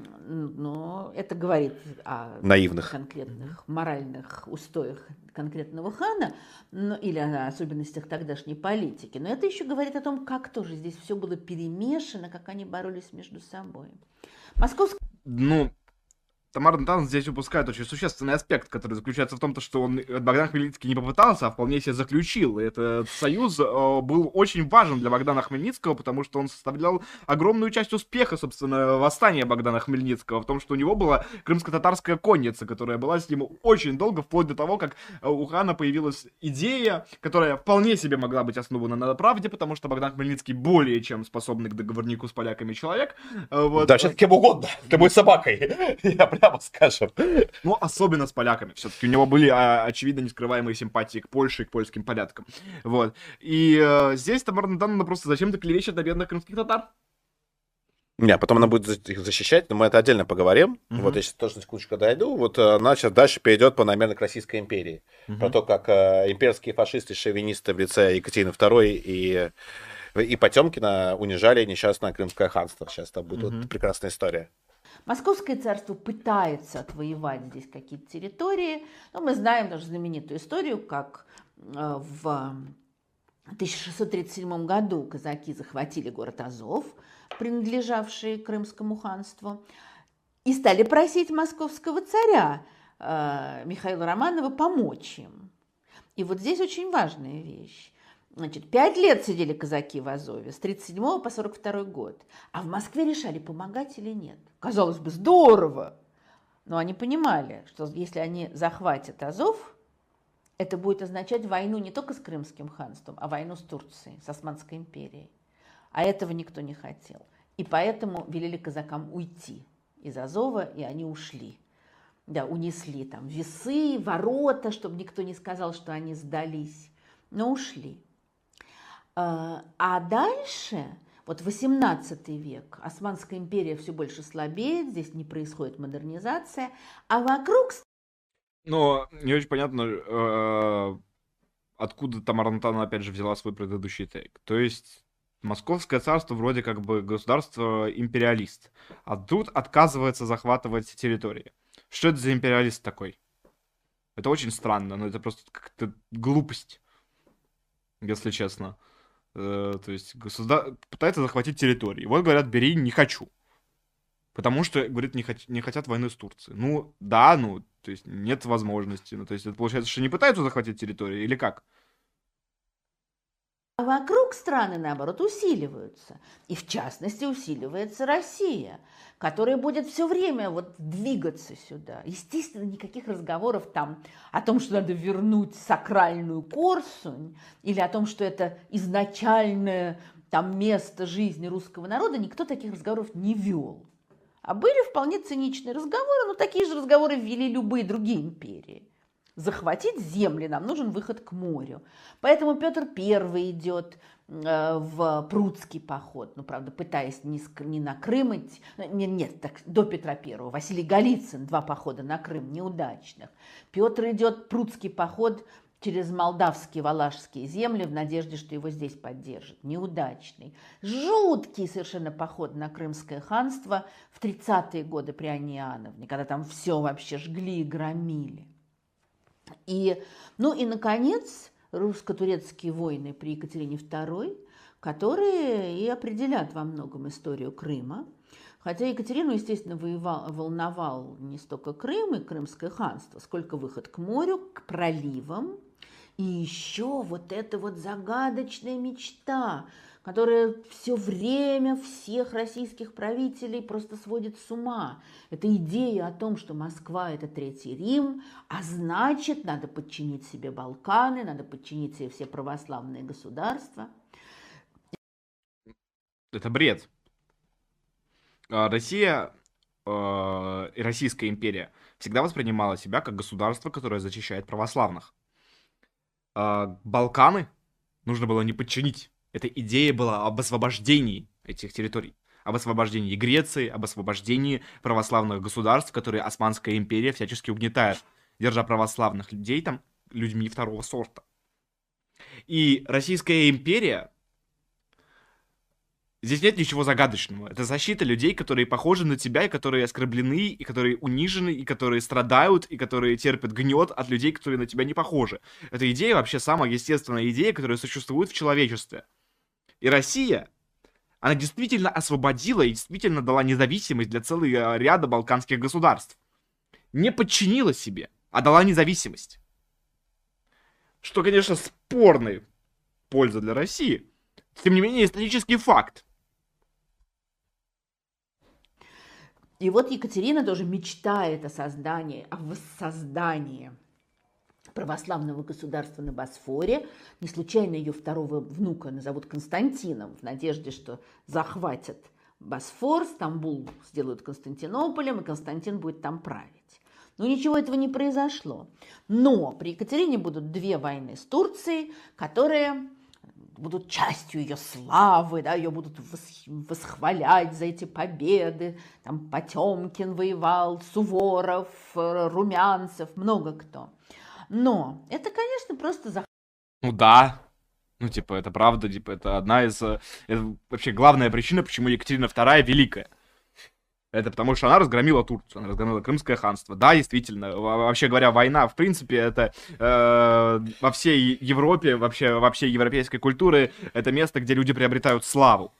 Но это говорит о наивных конкретных моральных устоях конкретного хана, ну, или о особенностях тогдашней политики. Но это еще говорит о том, как тоже здесь все было перемешано, как они боролись между собой. Московская... Ну, Тамара Натановна здесь упускает очень существенный аспект, который заключается в том, что он Богдан Хмельницкий не попытался, а вполне себе заключил. И этот союз э, был очень важен для Богдана Хмельницкого, потому что он составлял огромную часть успеха, собственно, восстания Богдана Хмельницкого, в том, что у него была крымско-татарская конница, которая была с ним очень долго, вплоть до того, как у хана появилась идея, которая вполне себе могла быть основана на правде, потому что Богдан Хмельницкий более чем способный к договорнику с поляками человек. Вот. Да, сейчас кем угодно, любой собакой. Я прямо скажем. Ну, особенно с поляками. Все-таки у него были, а, очевидно, нескрываемые симпатии к Польше и к польским порядкам. Вот. И э, здесь Тамара Натановна просто зачем-то клевещет на бедных крымских татар. Не, потом она будет их защищать, но мы это отдельно поговорим. Uh-huh. Вот я сейчас тоже на секундочку дойду. Вот она сейчас дальше перейдет планомерно к Российской империи. Uh-huh. Про то, как э, имперские фашисты, шовинисты в лице Екатерины второй и, и Потемкина унижали несчастное Крымское ханство. Сейчас это будет uh-huh. вот прекрасная история. Московское царство пытается отвоевать здесь какие-то территории. Но мы знаем даже знаменитую историю, как в тысяча шестьсот тридцать седьмом году казаки захватили город Азов, принадлежавший Крымскому ханству, и стали просить московского царя Михаила Романова помочь им. И вот здесь очень важная вещь. Значит, пять лет сидели казаки в Азове, с тридцать седьмого по сорок второй год. А в Москве решали, помогать или нет. Казалось бы, здорово. Но они понимали, что если они захватят Азов, это будет означать войну не только с Крымским ханством, а войну с Турцией, с Османской империей. А этого никто не хотел. И поэтому велели казакам уйти из Азова, и они ушли. Да, унесли там весы, ворота, чтобы никто не сказал, что они сдались, но ушли. А дальше, вот восемнадцатый век, Османская империя все больше слабеет, здесь не происходит модернизация, а вокруг... Но не очень понятно, откуда Тамара Натановна опять же взяла свой предыдущий тейк. То есть Московское царство вроде как бы государство империалист, а тут отказывается захватывать территории. Что это за империалист такой? Это очень странно, но это просто как-то глупость, если честно. Э, то есть государ... пытается захватить территории. Вот говорят, бери, не хочу. Потому что, говорит, не, хот... не хотят войны с Турцией. Ну, да, ну, то есть нет возможности. Ну, то есть это получается, что не пытаются захватить территорию или как? А вокруг страны, наоборот, усиливаются. И в частности усиливается Россия, которая будет все время вот двигаться сюда. Естественно, никаких разговоров там о том, что надо вернуть сакральную Корсунь, или о том, что это изначальное там место жизни русского народа, никто таких разговоров не вел. А были вполне циничные разговоры, но такие же разговоры ввели любые другие империи. Захватить земли, нам нужен выход к морю. Поэтому Петр Первый идет э, в Прудский поход, ну, правда, пытаясь не, не на Крым идти, нет, нет, так, до Петра Первого. Василий Голицын, два похода на Крым, неудачных. Петр идет в Прудский поход через молдавские, валашские земли в надежде, что его здесь поддержат. Неудачный. Жуткий совершенно поход на Крымское ханство в тридцатые годы при Анне Иоанновне, когда там все вообще жгли и громили. И, ну и, наконец, русско-турецкие войны при Екатерине Второй, которые и определят во многом историю Крыма. Хотя Екатерину, естественно, воевал, волновал не столько Крым и Крымское ханство, сколько выход к морю, к проливам. И еще вот эта вот загадочная мечта, которая все время всех российских правителей просто сводит с ума. Это идея о том, что Москва – это Третий Рим, а значит, надо подчинить себе Балканы, надо подчинить себе все православные государства. Это бред. Россия э, и Российская империя всегда воспринимала себя как государство, которое защищает православных. Э, Балканы нужно было не подчинить. Эта идея была об освобождении этих территорий. Об освобождении Греции, об освобождении православных государств, которые Османская империя всячески угнетает, держа православных людей там людьми второго сорта. И Российская империя... Здесь нет ничего загадочного. Это защита людей, которые похожи на тебя, и которые оскорблены, и которые унижены, и которые страдают, и которые терпят гнет от людей, которые на тебя не похожи. Эта идея вообще самая естественная идея, которая существует в человечестве. И Россия, она действительно освободила и действительно дала независимость для целого ряда балканских государств. Не подчинила себе, а дала независимость. Что, конечно, спорная польза для России. Тем не менее, исторический факт. И вот Екатерина тоже мечтает о создании, о воссоздании православного государства на Босфоре. Не случайно ее второго внука назовут Константином, в надежде, что захватят Босфор, Стамбул сделают Константинополем, и Константин будет там править. Но ничего этого не произошло. Но при Екатерине будут две войны с Турцией, которые... будут частью ее славы, да, ее будут восхвалять за эти победы. Там Потемкин воевал, Суворов, Румянцев, много кто. Но это, конечно, просто захват. Ну да, ну типа это правда, типа это одна из... Это вообще главная причина, почему Екатерина Вторая великая. Это потому что она разгромила Турцию, она разгромила Крымское ханство. Да, действительно, вообще говоря, война, в принципе, это э, во всей Европе, вообще во всей европейской культуре, это место, где люди приобретают славу.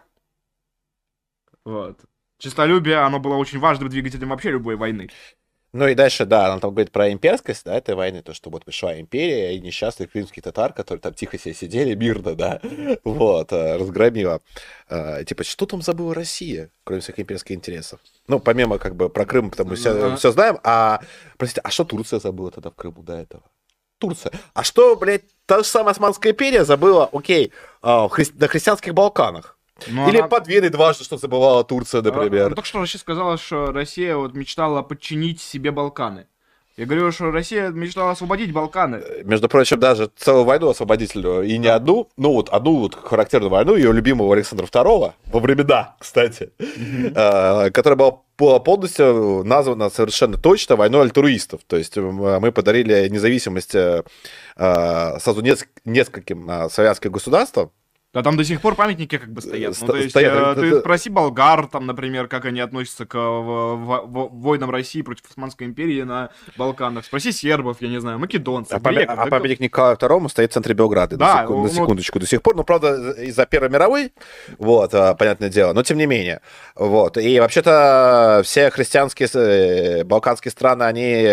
Вот. Честолюбие, оно было очень важным двигателем вообще любой войны. Ну и дальше, да, она там говорит про имперскость, да, этой войны, то, что вот пришла империя и несчастных крымских татар, которые там тихо себе сидели, мирно, да, вот, разгромила. А, типа, что там забыла Россия, кроме всех имперских интересов? Ну, помимо, как бы, про Крым, потому что все, все знаем, а, простите, а что Турция забыла тогда в Крыму до этого? Турция. А что, блядь, та же самая Османская империя забыла, окей, а, хри... на христианских Балканах? Но Или она- по две дважды, что забывала Турция, А, например. ну, только что Россия сказала, что Россия вот мечтала подчинить себе Балканы. Я говорю, что Россия мечтала освободить Балканы. Между прочим, даже целую войну освободительную, и не одну, ну вот одну вот характерную войну ее любимого Александра второго, во времена, кстати, э, которая была по- полностью названа совершенно точно войной альтруистов. То есть э, мы подарили независимость э, э, сразу неск- нескольким э, славянским государствам. Да там до сих пор памятники как бы стоят. Ст- Ну, то есть, стоят. э, Это- ты это- спроси болгар, там, например, как они относятся к э, в- в- в- войнам России против Османской империи на Балканах. Спроси сербов, я не знаю, македонцев, А, памя- греков. а Да памятник Николаю второму стоит в центре Белграда, Да, на, секу- ну, на ну, секундочку, до сих пор. Ну, правда, из-за Первой мировой, вот, а, понятное дело, но тем не менее. Вот. И вообще-то все христианские э, балканские страны, они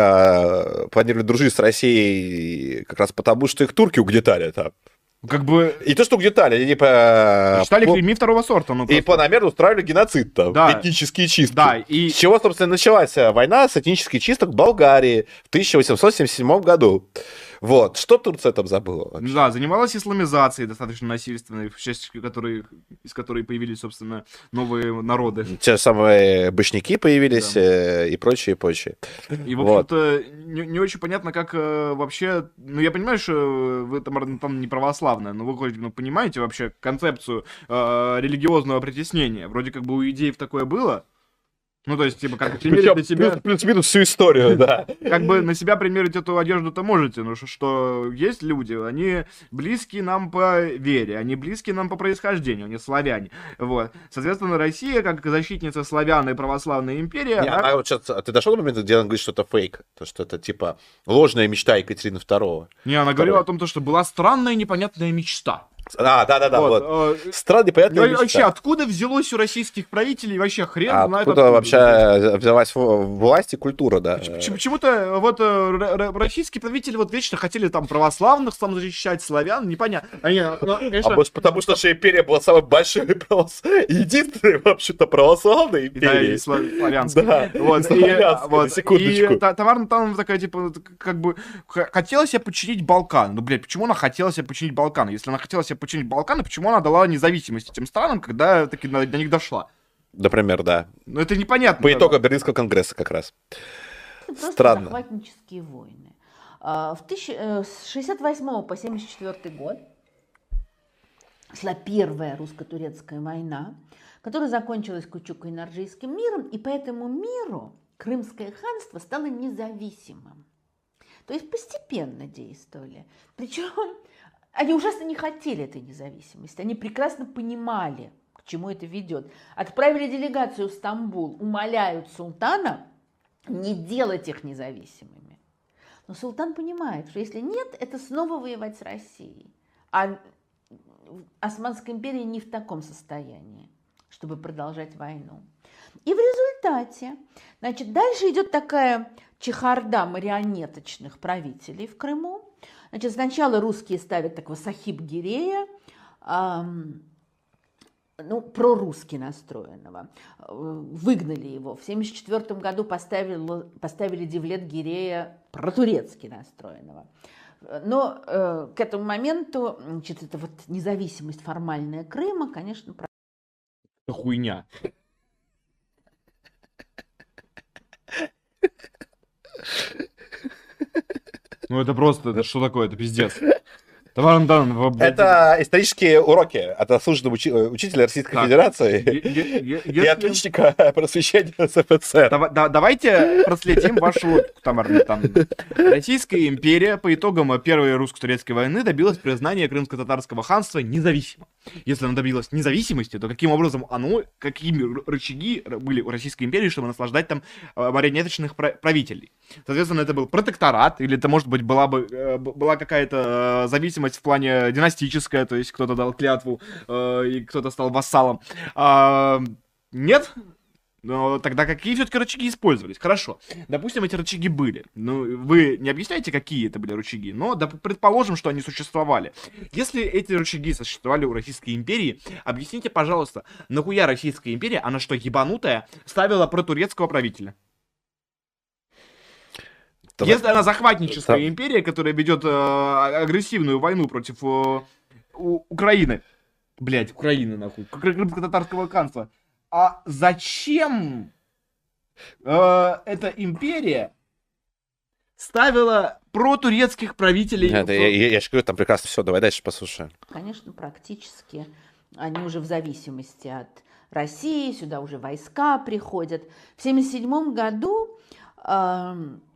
э, планировали дружить с Россией как раз потому, что их турки угнетали там. Как бы И то, что угнетали, они по... считали по- людьми второго сорта. Ну, и просто. планомерно устраивали геноцид там, Да. этнические чистки. Да, и С чего, собственно, началась э, война с этнических чисток в Болгарии в тысяча восемьсот семьдесят седьмом году. Вот. Что Турция там забыла вообще? да, занималась исламизацией достаточно насильственной, в части которой, из которой появились, собственно, новые народы. Те же самые башняки появились э, и прочее, и прочее. И, в Вот. общем-то, не, не очень понятно, как э, вообще... Ну, я понимаю, что вы там, там не православная, но вы хоть ну, понимаете вообще концепцию э, религиозного притеснения? Вроде как бы у идеев такое было. Ну, то есть, типа, как бы примерить на себя... плюс- плюс-минус всю историю, да. Как бы на себя примерить эту одежду-то можете, но что, что есть люди, они близкие нам по вере, они близкие нам по происхождению, они славяне. Вот. Соответственно, Россия, как защитница славян и православная империя... Не, она- а вот сейчас, а ты дошел до момента, где он говорит, что это фейк? То, что это, типа, ложная мечта Екатерины второго. Не, она говорила о том, то, что была странная непонятная мечта. А, да-да-да, вот. Вот, э, Странная, непонятная Ну, мечта. вообще, откуда взялось у российских правителей вообще хрен А знает откуда откуда. вообще взялась в- власть и культура, да? Поч- Почему-то вот э, р- р- российские правители вот вечно хотели там православных сам защищать, славян, непонятно. Они, ну, А конечно, может, потому что наша империя была самой большой, правос- единственной, в общем-то, православной да, и империей. сла- славянской. Да, Вот, и, славянской, вот, на секундочку. и та- товарно там такая, типа, как бы, х- хотела себе подчинить Балкан. Ну, блядь, почему она хотела себе подчинить Балканы? Если она хотела себе подчинить Балканы, почему она дала независимость этим странам, когда таки до, до них дошла? Например, да. Ну, это непонятно. По итогам Берлинского конгресса как раз. Это просто Странно. захватнические войны. А, В тысяча- э, с шестьдесят восьмого по семьдесят четвёртый год шла первая русско-турецкая война, которая закончилась Кучуко-Энерджийским миром, и по этому миру Крымское ханство стало независимым. То есть постепенно действовали. Причем они ужасно не хотели этой независимости, они прекрасно понимали, к чему это ведет. Отправили делегацию в Стамбул, умоляют султана не делать их независимыми. Но султан понимает, что если нет, это снова воевать с Россией. А Османская империя не в таком состоянии, чтобы продолжать войну. И в результате, значит, дальше идет такая чехарда марионеточных правителей в Крыму. Значит, сначала русские ставят такого Сахиб-Гирея, эм, ну, прорусски настроенного. Выгнали его. В семьдесят четвёртом году поставили, поставили Девлет-Гирея протурецки настроенного. Но э, к этому моменту, значит, это вот независимость формальная Крыма, конечно, Это хуйня. Ну это просто, это что такое, это пиздец. Товар Антон, вы, блядь, Это исторические уроки от заслуженного учи- учителя Российской Так. Федерации е- е- е- и если- отличника просвещения СФСР. Дава- да- Давайте проследим вашу логику, Тамара Антоновна. Российская империя по итогам Первой русско-турецкой войны добилась признания Крымско-татарского ханства независимым. Если она добилась независимости, то каким образом оно, какими р- рычаги были у Российской империи, чтобы наслаждать там э, марионеточных пра- правителей? Соответственно, это был протекторат, или это, может быть, была бы э, б- была какая-то э, зависимость в плане династическая, то есть кто-то дал клятву э, и кто-то стал вассалом. А, нет? Но тогда какие все-таки рычаги использовались? Хорошо. Допустим, эти рычаги были. Ну, вы не объясняете, какие это были рычаги, но доп- предположим, что они существовали. Если эти рычаги существовали у Российской империи, объясните, пожалуйста, нахуя Российская империя, она что, ебанутая, ставила протурецкого правителя? Давай. Если она захватническая Да. империя, которая ведет э, агрессивную войну против э, у- Украины, блядь, Украины, нахуй, крымско-татарского ханства. А зачем э, эта империя ставила протурецких правителей? Нет, я, я, я же говорю, там прекрасно все. Давай дальше послушаем. Конечно, практически они уже в зависимости от России, сюда уже войска приходят. В семьдесят седьмом году э,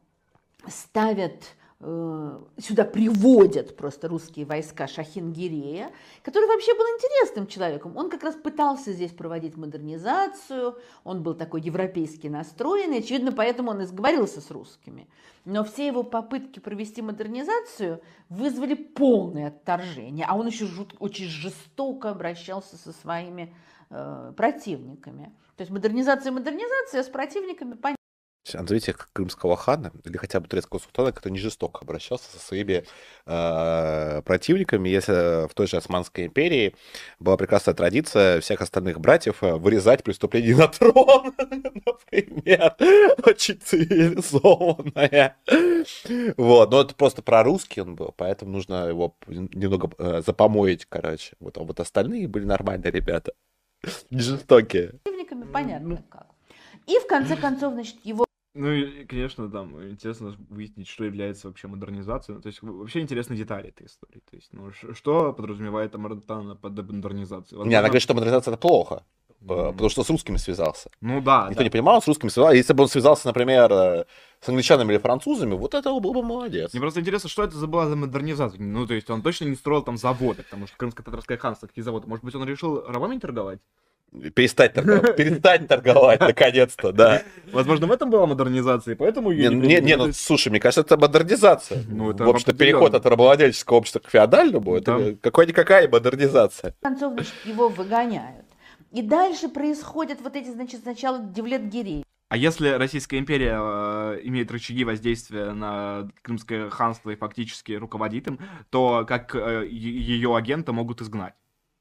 ставят, э, сюда приводят просто русские войска Шахин-Гирея, который вообще был интересным человеком. Он как раз пытался здесь проводить модернизацию, он был такой европейски настроенный, очевидно, поэтому он и сговорился с русскими. Но все его попытки провести модернизацию вызвали полное отторжение, а он еще жут, очень жестоко обращался со своими э, противниками. То есть модернизация модернизация, а с противниками понятно. Назовите крымского хана или хотя бы турецкого султана, который не жестоко обращался со своими э, противниками. Если в той же Османской империи была прекрасная традиция всех остальных братьев вырезать преступление на трон, например, очень цивилизованная. Вот, но это просто прорусский он был, поэтому нужно его немного э, запомоить, короче. Вот, а вот остальные были нормальные ребята, не жестокие. Противниками понятно как. И в конце концов, значит, его... Ну и, конечно, там интересно выяснить, что является вообще модернизацией. То есть вообще интересны детали этой истории. То есть, ну, что подразумевает Амартана под модернизацией? Возможно... Не, она говорит, что модернизация это плохо, Mm. потому что с русскими связался. Ну да. Никто да. не понимал, он с русскими связался. Если бы он связался, например, с англичанами или французами, вот это был бы молодец. Мне просто интересно, что это за была за модернизация. Ну, то есть он точно не строил там заводы, потому что крымско-татарское ханство, какие заводы. Может быть, он решил рабами торговать? Перестать торговать, перестать торговать, наконец-то, да. Возможно, в этом была модернизация, и поэтому ее Не, не не, приняли. не, ну, слушай, мне кажется, это модернизация. Ну, это в общем-то, определенно. переход от рабовладельческого общества к феодальному, это Да. какая-никакая модернизация. В конце концов, значит, его выгоняют. И дальше происходят вот эти, значит, сначала Девлет-Гирей. А если Российская империя э, имеет рычаги воздействия на Крымское ханство и фактически руководит им, то как э, ее агента могут изгнать?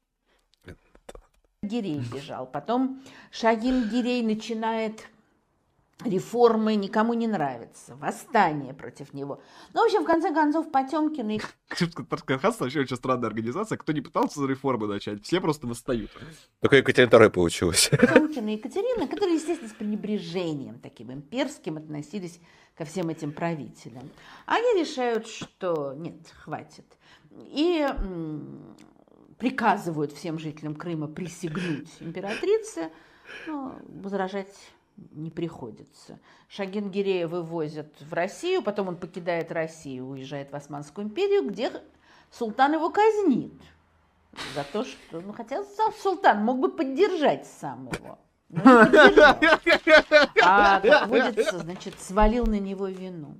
Гирей бежал. Потом Шагин Гирей начинает реформы, никому не нравится. Восстание против него. Ну, в общем, в конце концов, Потемкин и... Крымско-татарское ханство вообще очень странная организация. Кто не пытался реформы начать, все просто восстают. Только Екатерина вторая получилась. Потемкин и Екатерина, которые, естественно, с пренебрежением таким имперским относились ко всем этим правителям. Они решают, что нет, хватит. И м, приказывают всем жителям Крыма присягнуть императрице, но возражать не приходится. Шагин-Гирея вывозят в Россию, потом он покидает Россию, уезжает в Османскую империю, где султан его казнит за то, что... Ну, хотя сам султан мог бы поддержать сам его. Но не поддержал. А, как водится, значит, свалил на него вину.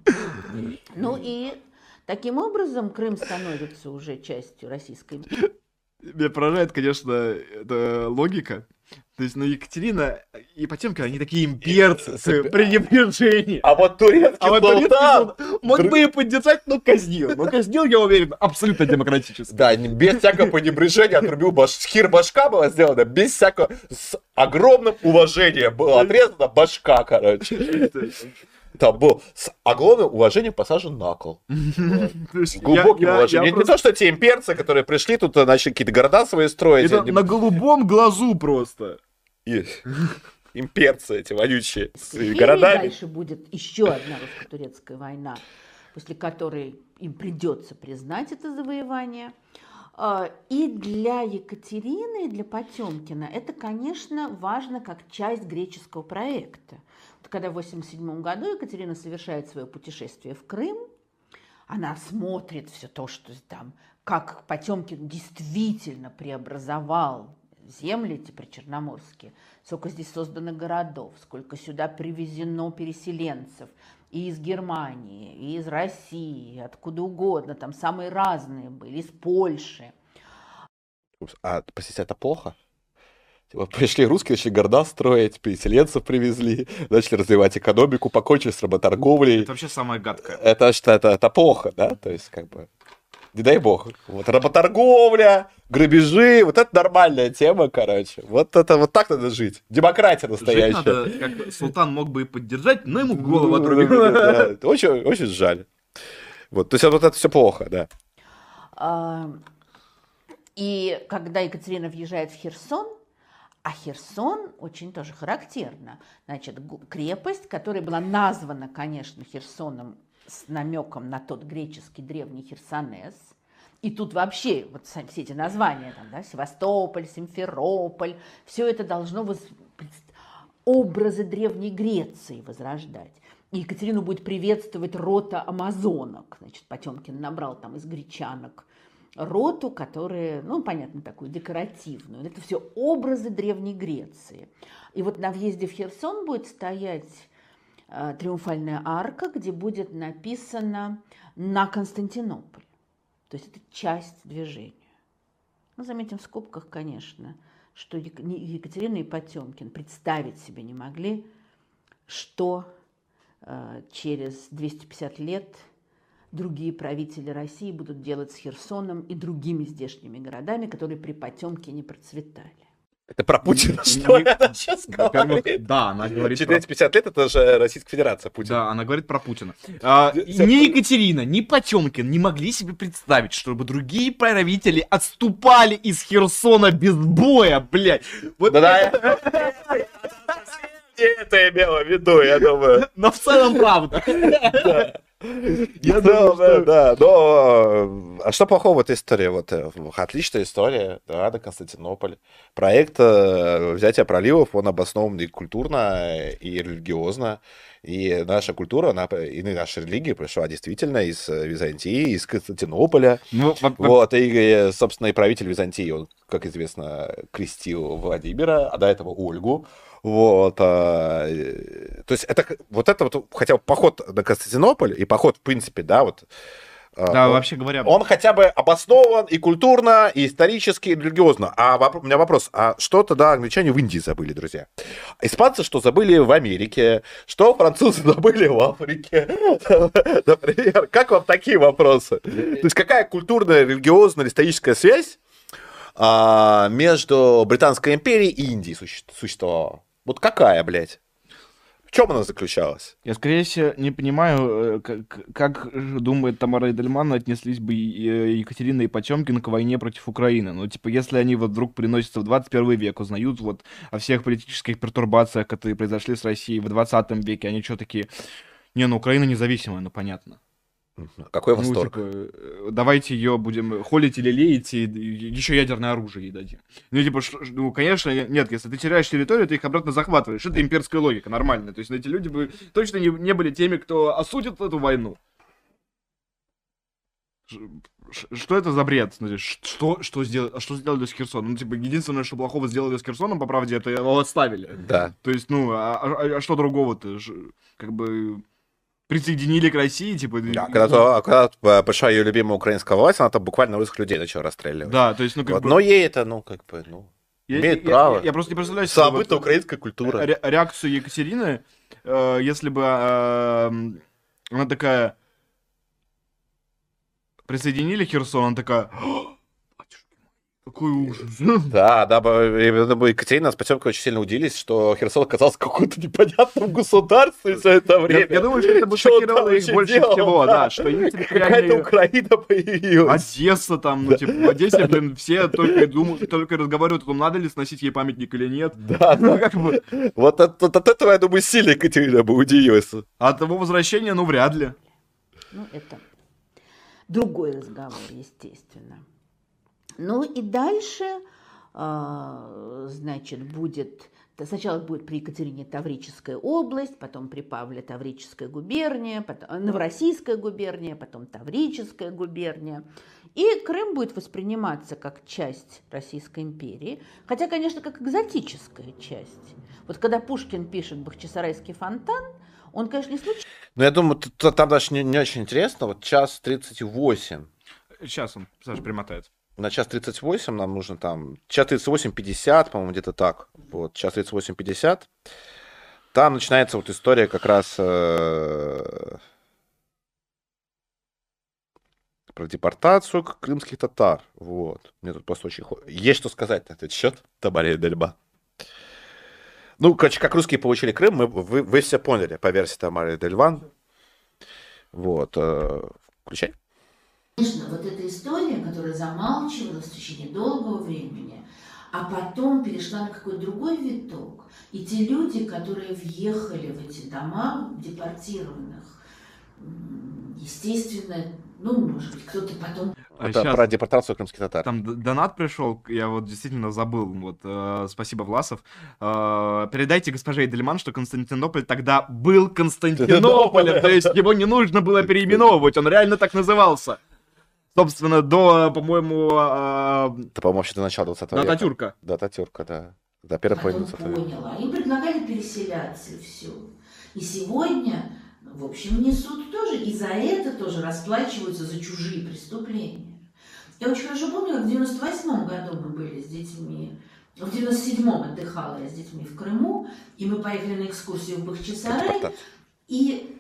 Ну и таким образом Крым становится уже частью Российской империи. Меня поражает, конечно, эта логика. То есть, ну, Екатерина и Потемкин, они такие имперцы с пренебрежением. А вот турецкий А вот турецкий султан... султан мог бы и поддержать, но казнил. Но казнил, я уверен, абсолютно демократически. Да, не- без всякого пренебрежения отрубил баш... хир башка была сделана, без всякого... С огромным уважением была отрезана башка, короче. Там был с огромным уважением посажен на кол. То есть С я- глубоким я- уважением. я Не просто- то, что те имперцы, которые пришли, тут начали какие-то города свои строить. Это они- на голубом глазу просто. И- Имперцы эти вонючие с И городами. дальше будет еще одна русско-турецкая война, после которой им придется признать это завоевание. А, И для Екатерины, и для Потемкина это, конечно, важно как часть греческого проекта. Вот когда в восемьдесят седьмом году Екатерина совершает свое путешествие в Крым, она смотрит все то, что там, как Потемкин действительно преобразовал земли эти причерноморские, сколько здесь создано городов, сколько сюда привезено переселенцев и из Германии, и из России, откуда угодно, там самые разные были, из Польши. Упс, А, простите, это плохо? Типа, пришли русские, начали города строить, переселенцев привезли, начали развивать экономику, покончили с работорговлей. Это вообще самое гадкое. Это что, это, это плохо, да? То есть, как бы, не дай бог. Вот работорговля, грабежи, вот это нормальная тема, короче. Вот это вот так надо жить. Демократия Жить настоящая. надо, как султан мог бы и поддержать, но ему голову Да, отрубили. это Очень, очень жаль. Вот, то есть вот это все плохо, да. А, И когда Екатерина въезжает в Херсон, а Херсон очень тоже характерно. Значит, крепость, которая была названа, конечно, Херсоном с намеком на тот греческий древний Херсонес. И тут вообще вот все эти названия, там, да, Севастополь, Симферополь, все это должно воз... образы Древней Греции возрождать. И Екатерину будет приветствовать рота амазонок. Значит, Потемкин набрал там из гречанок роту, которая, ну, понятно, такую декоративную. Это все образы Древней Греции. И вот на въезде в Херсон будет стоять э, триумфальная арка, где будет написано «На Константинополь». То есть это часть движения. Ну, заметим в скобках, конечно, что Екатерина и Потемкин представить себе не могли, что э, через двести пятьдесят лет другие правители России будут делать с Херсоном и другими здешними городами, которые при Потемкине процветали. Это про Путина, что Не- она сейчас Во-первых, говорит? да, она говорит про... четыреста пятьдесят лет это же Российская Федерация, Путин. Да, она говорит про Путина. А, и ни Екатерина, ни Потемкин не могли себе представить, чтобы другие правители отступали из Херсона без боя, блядь. Вот Да-да, это- я это имела в виду, я думаю. Но в целом правда. Я думаю, да, да, но а что плохого в этой истории? Вот э, отличная история, да, на Константинополе. Проект э, взятия проливов, он обоснован и культурно, и религиозно. И наша культура, она, и наша религия пришла действительно из э, Византии, из Константинополя. Ну, во- во- Вот, и, э, собственно, и правитель Византии, он, как известно, крестил Владимира, а до этого Ольгу. Вот, а, э, то есть это к- вот это вот хотя бы поход на Константинополь и поход, в принципе, да, вот. а, Да, он, вообще говоря, он хотя бы обоснован и культурно, и исторически, и религиозно. А воп- у меня вопрос, а что тогда англичане в Индии забыли, друзья? Испанцы что забыли в Америке? Что французы забыли в Африке? Например, как вам такие вопросы? То есть какая культурная, религиозная, историческая связь а, между Британской империей и Индией суще- существовала? Вот какая, блядь? В чем она заключалась? я, скорее всего, не понимаю, э, как, как же, думает Тамара Эдельман, отнеслись бы и, э, Екатерина и Потемкин к войне против Украины. Ну, типа, если они вот вдруг приносятся в двадцать первый век, узнают вот о всех политических пертурбациях, которые произошли с Россией в двадцатом веке, они что такие, не, ну, Украина независимая, ну, понятно. Какой Ну, восторг? типа, э, давайте ее будем холить или леять, и еще ядерное оружие ей дадим. Ну, типа, ш- ш- ну, конечно, нет, если ты теряешь территорию, ты их обратно захватываешь. Это имперская логика, нормально. То есть эти люди бы точно не, не были теми, кто осудит эту войну. Ш- ш- Что это за бред? Смотри, ш- Что, что, сделали, а что сделали с Херсоном? Ну, типа, единственное, что плохого сделали с Херсоном, по правде, это его отставили. Да. То есть, ну, а, а- а что другого-то? Ж- Как бы присоединили к России, типа... Да, ну, когда, то- когда пришла ее любимая украинская власть, она там буквально русских людей начала расстреливать. Да, то есть, ну, как Вот. бы... Но ей это, ну, как бы, ну, Я- имеет я- право. Я, я просто не представляю себе Самобытная вот, украинская культура. ре- реакцию Екатерины, э, если бы э, она такая... Присоединили Херсон, она такая... «О, батюшки мои, какой ужас. Да, да, бо- и, ну, Екатерина с Потемкиным очень сильно удивились, что Херсон оказался каким-то непонятным государством все это Я, время. я думаю, что это бы Что он шокировало там их вообще больше делал, всего, да. да, что их Какая-то территориальные... Украина появилась. Одесса там, ну, типа, в Одессе, блин, все только, и думают, только и разговаривают о том, надо ли сносить ей памятник или нет. Да, Ну, да. как бы, Вот от, от этого, я думаю, сильно Екатерина бы удивилась. а от того возвращения, ну, вряд ли. Ну, это другой разговор, естественно. Ну и дальше, а, значит, будет... Сначала будет при Екатерине Таврическая область, потом при Павле Таврическая губерния, потом Новороссийская губерния, потом Таврическая губерния. И Крым будет восприниматься как часть Российской империи, хотя, конечно, как экзотическая часть. Вот когда Пушкин пишет «Бахчисарайский фонтан», он, конечно, не случайно. Ну, я думаю, т- т- там даже не, не очень интересно. Вот час тридцать восемь. Сейчас он, Саша, примотает. На час тридцать восемь нам нужно там... Час тридцать восемь пятьдесят, по-моему, где-то так. Вот, час тридцать восемь пятьдесят. Там начинается вот история как раз э, про депортацию крымских татар. Вот. Мне тут просто очень... хо- Есть что сказать на этот счет, Тамара Эдельман. Ну, короче, как русские получили Крым, мы, вы, вы все поняли по версии Тамары Эдельман. Вот. э, Включай. Конечно, вот эта история, которая замалчивалась в течение долгого времени, а потом перешла на какой-то другой виток. И те люди, которые въехали в эти дома депортированных, естественно, ну, может быть, кто-то потом... А Это щас про депортацию крымских татар. Там д- донат пришел, я вот действительно забыл, вот, э, спасибо, Власов. Э, передайте госпоже Эдельман, что Константинополь тогда был Константинополем, то есть его не нужно было переименовывать, он реально так назывался. Собственно, до, по-моему, э, Это, по-моему, вообще до начала двадцатого до века. Ататюрка. До Ататюрка, да. До первой половины Потом двадцатого века. поняла. Им предлагали переселяться, и все. И сегодня, в общем, несут тоже, и за это тоже расплачиваются за чужие преступления. Я очень хорошо помню, как в девяносто восьмом году мы были с детьми, в девяносто седьмом отдыхала я с детьми в Крыму, и мы поехали на экскурсию в Бахчисарай, Депортация. и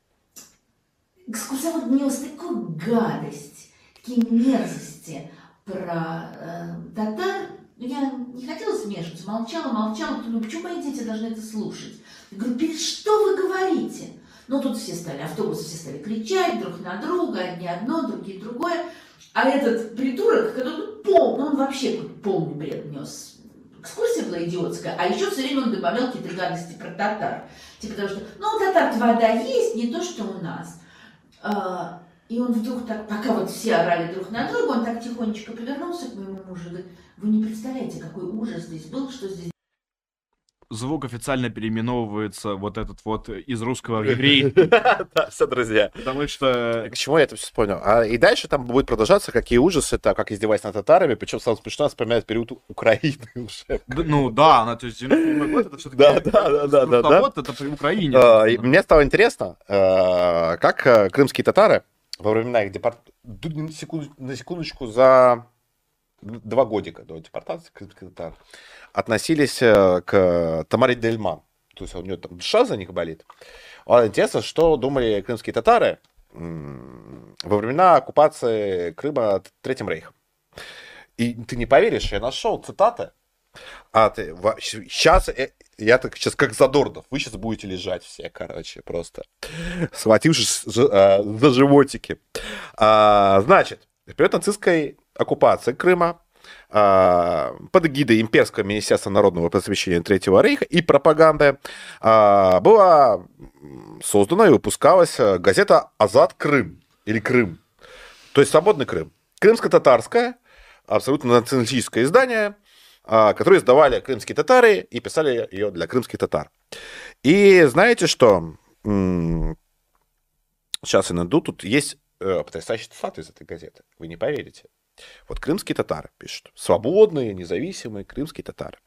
экскурсовод нес такую гадость, такие мерзости про э, татар. Я не хотела смешиваться, молчала, молчала, думаю, почему мои дети должны это слушать? Я говорю, «Перед что вы говорите?» Ну, тут все стали, автобусы все стали кричать друг на друга, одни одно, другие другое. А этот придурок, который пол, ну, он вообще полный бред нес. Экскурсия была идиотская, а еще все время он добавлял какие-то гадости про татар. Типа того, что, ну, у татар вода есть, не то, что у нас. А, и он вдруг так, пока вот все орали друг на друга, он так тихонечко повернулся к моему мужу и говорит, вы не представляете, какой ужас здесь был, что здесь... Звук официально переименовывается вот этот вот из русского в еврей, Да, все, друзья. потому что... К чему я это все вспомнил? А, и дальше там будет продолжаться, какие ужасы, так, как издеваясь над татарами, причем самое смешное, вспоминает период Украины уже. Да, ну да, она, то есть девяносто седьмой год, это все-таки... Да, да, да, да, да, да. Вот это при Украине. А, и мне стало интересно, а, как а, крымские татары во времена их депортации, на, секунд... на секундочку, за два годика до депортации крымских татар относились а, к Тамаре Дельман. То есть у нее там душа за них болит. А интересно, что думали крымские татары м, во времена оккупации Крыма Третьим Рейхом. И ты не поверишь, я нашел цитаты. А ты сейчас я так сейчас как Задорнов, вы сейчас будете лежать все, короче, просто схватившись за, за животики. А, значит, в период нацистской оккупации Крыма а, под эгидой Имперского министерства народного просвещения Третьего Рейха и пропаганды а, была создана и выпускалась газета «Азат Крым» или «Крым», то есть «Свободный Крым». Крымско-татарское, абсолютно националистическое издание, которые издавали крымские татары и писали ее для крымских татар. И знаете что? Сейчас я найду. Тут есть потрясающий цитаты из этой газеты. Вы не поверите. Вот крымские татары пишут. Свободные, независимые крымские татары.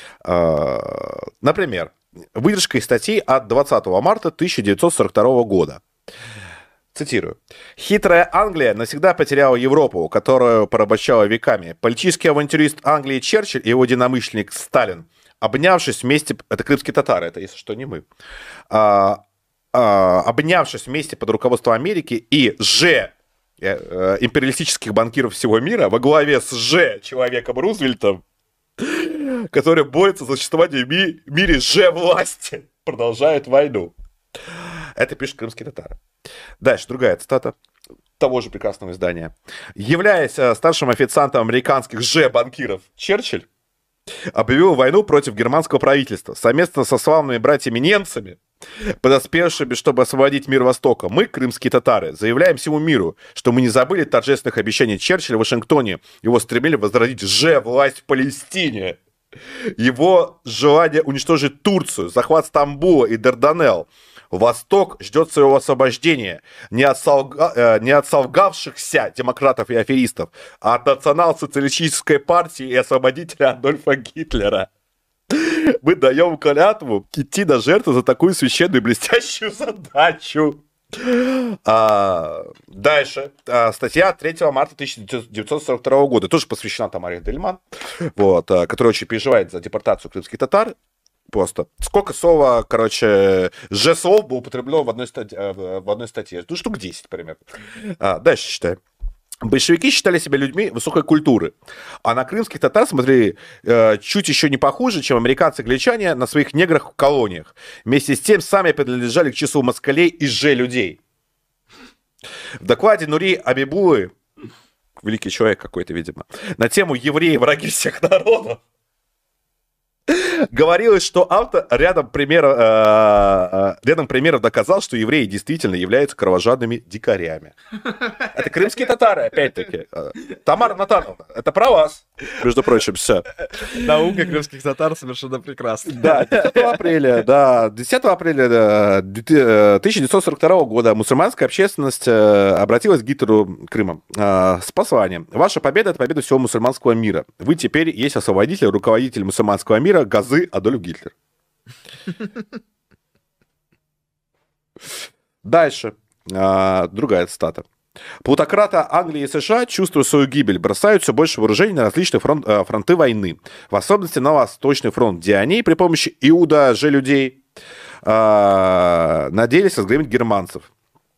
Например, выдержка из статьи от двадцатого марта тысяча девятьсот сорок второго года. Цитирую. «Хитрая Англия навсегда потеряла Европу, которую порабощала веками. Политический авантюрист Англии Черчилль и его единомышленник Сталин, обнявшись вместе... Это крымские татары, это, если что, не мы. А, а, обнявшись вместе под руководством Америки и Ж... Э, империалистических банкиров всего мира во главе с Ж. Человеком Рузвельтом, который борется за существование в ми- мире Ж-власти, продолжает войну». Это пишут крымские татары. Дальше, другая цитата того же прекрасного издания. «Являясь старшим официантом американских же-банкиров, Черчилль объявил войну против германского правительства совместно со славными братьями-немцами, подоспевшими, чтобы освободить мир Востока. Мы, крымские татары, заявляем всему миру, что мы не забыли торжественных обещаний Черчилля в Вашингтоне, его стремление возродить же-власть в Палестине, его желание уничтожить Турцию, захват Стамбула и Дарданелл. Восток ждет своего освобождения не от, солга... э, не от солгавшихся демократов и аферистов, а от национал-социалистической партии и освободителя Адольфа Гитлера. Мы даем клятву идти на жертву за такую священную и блестящую задачу». А, дальше. А, статья третьего марта тысяча девятьсот сорок второго года, тоже посвящена Тамаре Дельман, вот, а, которая очень переживает за депортацию крымских татар. Просто. Сколько слова, короче, же слов было употреблено в одной статье, в одной статье. Ну, штук десять, примерно. А, дальше читаем. Большевики считали себя людьми высокой культуры, а на крымских татар смотрели э, чуть еще не похуже, чем американцы-англичане на своих неграх в колониях. Вместе с тем сами принадлежали к числу москалей и же-людей. В докладе Нури Абибулы великий человек какой-то, видимо, на тему «Евреи, враги всех народов». Говорилось, что автор рядом примеров, э, рядом примеров доказал, что евреи действительно являются кровожадными дикарями. Это крымские татары, опять-таки. Тамара Натановна, это про вас, между прочим, все. Наука крымских татар совершенно прекрасна. Да, десятого апреля, да, десятого апреля да, тысяча девятьсот сорок второго года мусульманская общественность обратилась к Гитлеру Крыма с посланием. Ваша победа — это победа всего мусульманского мира. Вы теперь есть освободитель, руководитель мусульманского мира, Газы Адольф Гитлер. Дальше. А, другая цитата. Плутократы Англии и США, чувствуя свою гибель, бросают все больше вооружений на различные фронт, фронты войны. В особенности на Восточный фронт, где они при помощи Иуда же людей а, надеялись разгромить германцев.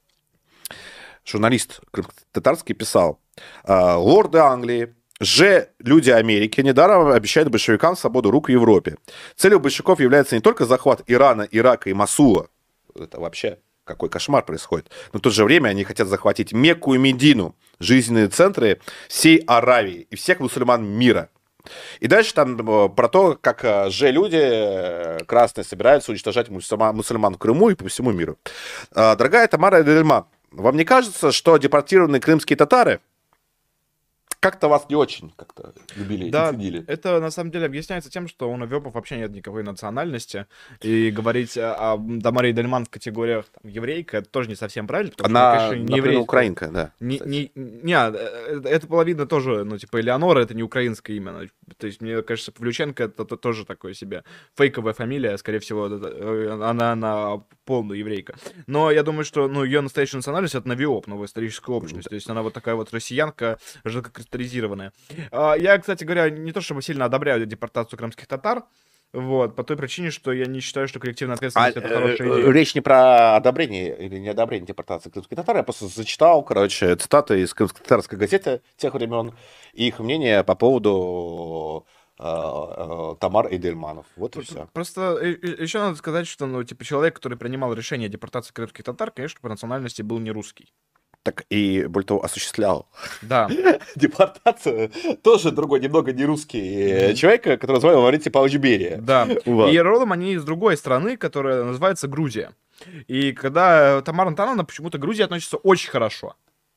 Журналист татарский писал: лорды Англии, же люди Америки недаром обещают большевикам свободу рук в Европе. Целью большевиков является не только захват Ирана, Ирака и Мосула. Это вообще какой кошмар происходит. Но в то же время они хотят захватить Мекку и Медину, жизненные центры всей Аравии и всех мусульман мира. И дальше там про то, как же люди красные собираются уничтожать мусульман, мусульман в Крыму и по всему миру. Дорогая Тамара Эдельман, вам не кажется, что депортированные крымские татары как-то вас не очень как-то любили да, и ценили? Это на самом деле объясняется тем, что у новёпов вообще нет никакой национальности. И говорить о Тамаре Эдельман в категориях там, еврейка, это тоже не совсем правильно. Она, что, конечно, не например, украинка, да. Не, не, не, это половина тоже, ну, типа, Элеонора, это не украинское имя. То есть, мне кажется, Павлюченко это, это тоже такое себе фейковая фамилия, скорее всего, это, она, она полная еврейка. Но я думаю, что, ну, ее настоящая национальность — это навиоп, новая историческая общность. То есть, она вот такая вот россиянка, жидкокристаллизированная. Я, кстати говоря, не то чтобы сильно одобряю депортацию крымских татар, вот, по той причине, что я не считаю, что коллективная ответственность — а, это хорошая идея. Речь не про одобрение или неодобрение депортации крымских татар, я просто зачитал, короче, цитаты из крымско-татарской газеты тех времен и их мнение по поводу э, э, Тамар Эдельманов. Вот и все. Просто еще надо сказать, что, ну, типа, человек, который принимал решение о депортации крымских татар, конечно, по национальности был не русский. Так и, более того, осуществлял. Да. Депортацию тоже другой, немного не русский mm-hmm. человек, который звали Лаврентий Павлович Берия. Да. Вот. И родом они из другой страны, которая называется Грузия. И когда Тамара Натановна, почему-то Грузия относится очень хорошо.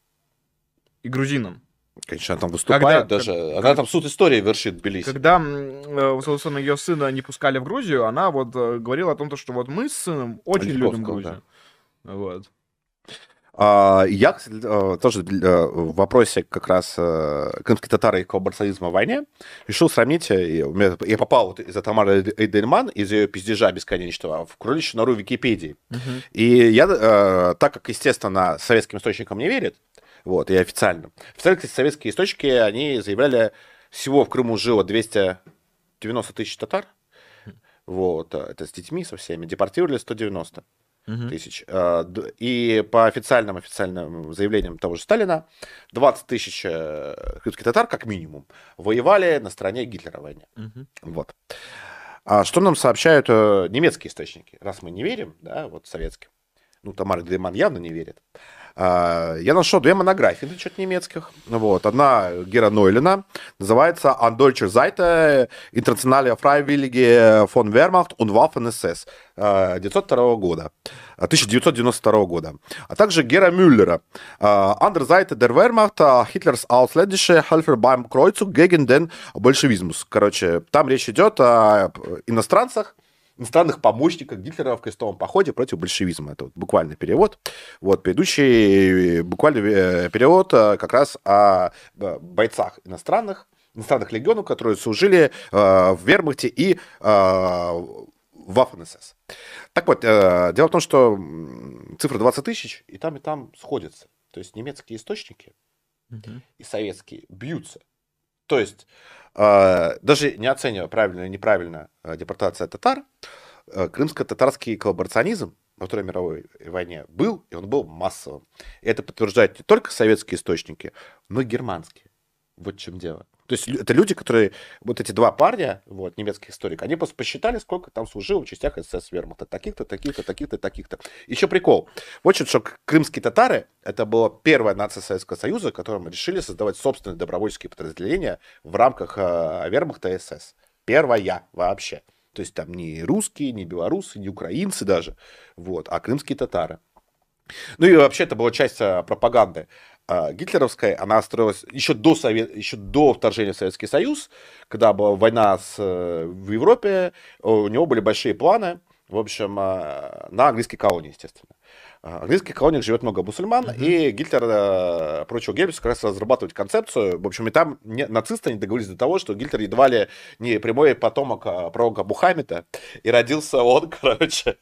И грузинам. Конечно, она там выступает когда, даже. Как, она там суд истории вершит в Тбилиси. Когда, собственно, ее сына не пускали в Грузию, она вот говорила о том, что вот мы с сыном очень любим Грузию. Да. Вот. Я, кстати, тоже в вопросе как раз крымские татары и коллаборационизма в войне решил сравнить, я попал вот из-за Тамары Эдельман, из ее пиздежа бесконечного, в кроличью нору Википедии. Uh-huh. И я, так как, естественно, советским источникам не верят, вот, и официально, официально, кстати, советские источники, они заявляли, всего в Крыму жило двести девяносто тысяч татар, вот, это с детьми, со всеми, депортировали сто девяносто. Uh-huh. тысяч. И по официальным, официальным заявлениям того же Сталина, двадцать тысяч крымских татар, как минимум, воевали на стороне Гитлера в войне. Uh-huh. Вот. А что нам сообщают немецкие источники? Раз мы не верим, да, вот советским, ну, Тамара Эдельман явно не верит. Я нашел две монографии, значит, немецких. Вот. Одна Гера Нойлена, называется «An deutscher Seite Internationale Freiwillige von Wehrmacht und Waffen-эс эс» девятьсот второго года, тысяча девятьсот девяносто второго года. А также Гера Мюллера «An der Seite der Wehrmacht Hitlers ausländische Helfer beim Kreuzzug gegen den Bolschewismus». Короче, там речь идет о иностранцах, иностранных помощниках Гитлера в крестовом походе против большевизма. Это вот буквальный перевод. Вот, предыдущий буквальный перевод как раз о бойцах иностранных, иностранных легионов, которые служили в вермахте и в Waffen-эс эс. Так вот, дело в том, что цифра двадцать тысяч и там, и там сходятся. То есть немецкие источники mm-hmm. и советские бьются. То есть, э, даже не оценивая правильно или неправильно э, депортация татар, э, крымско-татарский коллаборационизм во Второй мировой войне был, и он был массовым. И это подтверждают не только советские источники, но и германские. Вот в чем дело. То есть лю- это люди, которые, вот эти два парня, вот, немецких историков, они просто посчитали, сколько там служило в частях СС вермахта. Таких-то, таких-то, таких-то, таких-то. Еще прикол. Вот что, что крымские татары, это была первая нация Советского Союза, которым решили создавать собственные добровольческие подразделения в рамках э, вермахта и СС. Первая вообще. То есть там не русские, не белорусы, не украинцы даже, вот, а крымские татары. Ну и вообще это была часть а, пропаганды а, гитлеровской. Она строилась еще до, Совет... еще до вторжения в Советский Союз, когда была война с... в Европе. У него были большие планы, в общем, а, на английские колонии, естественно. В английских колониях живет много мусульман, uh-huh. и Гитлер а, поручил Геббельсу как раз разрабатывать концепцию. В общем, и там не... нацисты не договорились до того, что Гитлер едва ли не прямой потомок а, пророка Мухаммеда, и родился он, короче...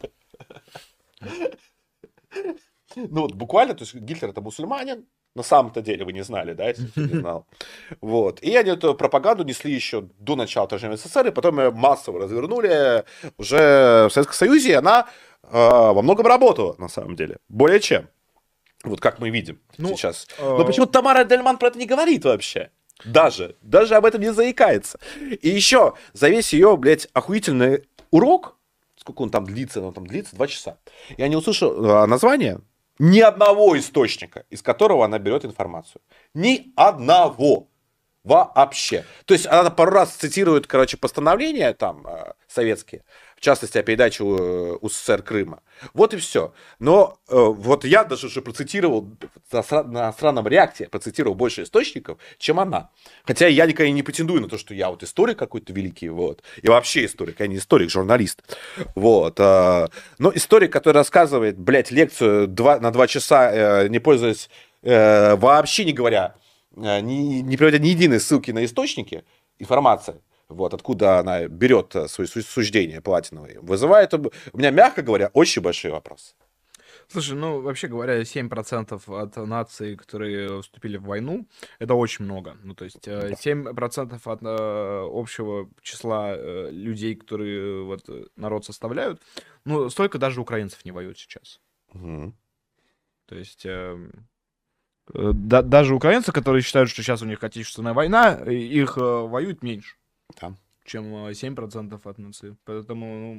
Ну вот буквально, то есть Гитлер это мусульманин, на самом-то деле вы не знали, да, если кто не знал. Вот. И они эту пропаганду несли еще до начала вторжения в СССР, и потом ее массово развернули уже в Советском Союзе, и она э, во многом работала, на самом деле, более чем. Вот как мы видим ну, сейчас. Э... Но почему Тамара Эдельман про это не говорит вообще? Даже, даже об этом не заикается. И еще за весь ее, блядь, охуительный урок, сколько он там длится, он там длится два часа, я не услышал э, название ни одного источника, из которого она берет информацию. Ни одного. Вообще. То есть она пару раз цитирует, короче, постановления там э, советские, в частности, о передаче э, УССР Крыма. Вот и все. Но э, вот я даже уже процитировал на, сра- на странном реакте, процитировал больше источников, чем она. Хотя я никогда не претендую на то, что я вот историк какой-то великий, вот. И вообще историк, я не историк, журналист. Вот. Э, но историк, который рассказывает, блядь, лекцию два, на два часа, э, не пользуясь, э, вообще не говоря, Не, не приводя ни единой ссылки на источники информации, вот, откуда она берет свои суждения платиновые, вызывает у меня, мягко говоря, очень большие вопросы. Слушай, ну, вообще говоря, семь процентов от наций, которые вступили в войну, это очень много. Ну, то есть семь процентов от э, общего числа э, людей, которые вот, народ составляют, ну, столько даже украинцев не воюют сейчас. Угу. То есть... Э, Да, даже украинцы, которые считают, что сейчас у них отечественная война, их э, воюют меньше, да. чем семь процентов от нации. Поэтому, ну,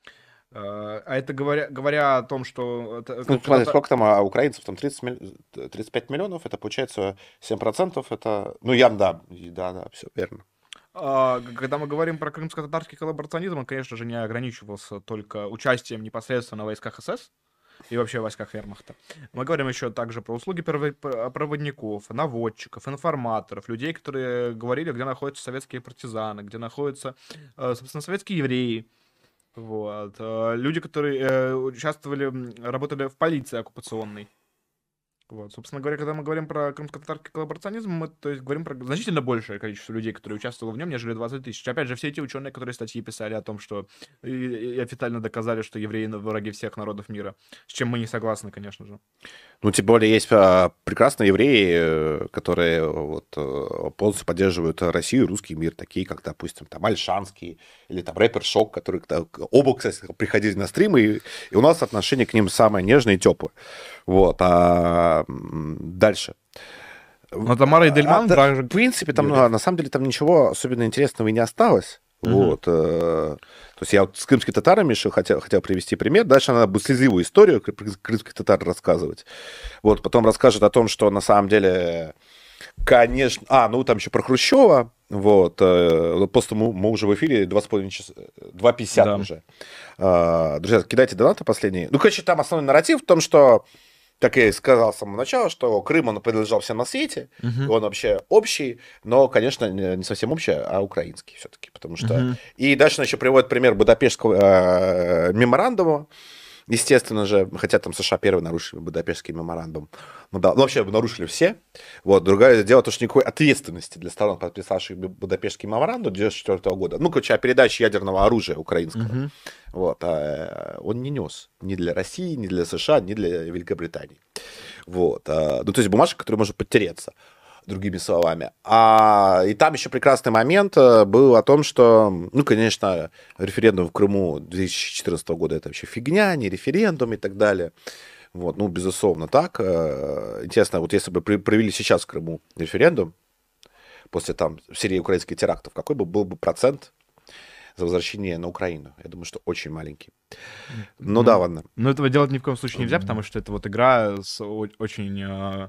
э, а это говоря, говоря о том, что... Это, ну, смотри, сколько там, а украинцев? Там тридцать, тридцать пять миллионов, это получается семь процентов, это... Ну, я, да, да, да, все верно. А, когда мы говорим про крымско-татарский коллаборационизм, он, конечно же, не ограничивался только участием непосредственно в войсках СС, и вообще в войсках вермахта. Мы говорим еще также про услуги проводников, наводчиков, информаторов, людей, которые говорили, где находятся советские партизаны, где находятся, собственно, советские евреи. Вот. Люди, которые участвовали, работали в полиции оккупационной. Вот. Собственно говоря, когда мы говорим про крымско-татарский коллаборационизм, мы, то есть, говорим про значительно большее количество людей, которые участвовали в нем, нежели двадцать тысяч. Опять же, все эти ученые, которые статьи писали о том, что и, и официально доказали, что евреи враги всех народов мира, с чем мы не согласны, конечно же. Ну, тем более, есть а, прекрасные евреи, которые вот, полностью поддерживают Россию, русский мир, такие как, допустим, там Альшанский или там рэпер Шок, которые оба, кстати, приходили на стримы, и, и у нас отношение к ним самое нежное и теплое. Вот, а дальше. Но Тамара Эдельман... А, также... В принципе, там, ну, на самом деле, там ничего особенно интересного и не осталось. Uh-huh. Вот. То есть я вот с крымскими татарами еще хотел, хотел привести пример. Дальше она будет слезливую историю крымских татар рассказывать. Вот. Потом расскажет о том, что на самом деле, конечно... А, ну там еще про Хрущева. Вот. Просто мы, мы уже в эфире два с половиной часа, два пятьдесят да. уже. Друзья, кидайте донаты последние. Ну, короче, там основной нарратив в том, что, как я и сказал с самого начала, что Крым, он принадлежал всем на свете, uh-huh. он вообще общий, но, конечно, не совсем общий, а украинский все-таки, потому что... Uh-huh. И дальше он еще приводит пример Будапештского э, меморандума, естественно же, хотя там США первые нарушили Будапештский меморандум, ну да, ну, вообще нарушили все. Вот, другое дело, то, что никакой ответственности для сторон, подписавших Будапештский меморандум девяносто четвёртого года, ну, короче, о передаче ядерного оружия украинского, uh-huh. вот, а, он не нес ни для России, ни для США, ни для Великобритании. Вот, а, ну, то есть бумажка, которая может подтереться, другими словами. А, и там еще прекрасный момент был о том, что, ну, конечно, референдум в Крыму две тысячи четырнадцатого года это вообще фигня, не референдум и так далее. Вот, ну, безусловно, так. Интересно, вот если бы провели сейчас в Крыму референдум после там серии украинских терактов, какой бы был бы процент за возвращение на Украину? Я думаю, что очень маленький. Ну, ну да, ладно. Но этого делать ни в коем случае нельзя, потому что это вот игра с очень... Э...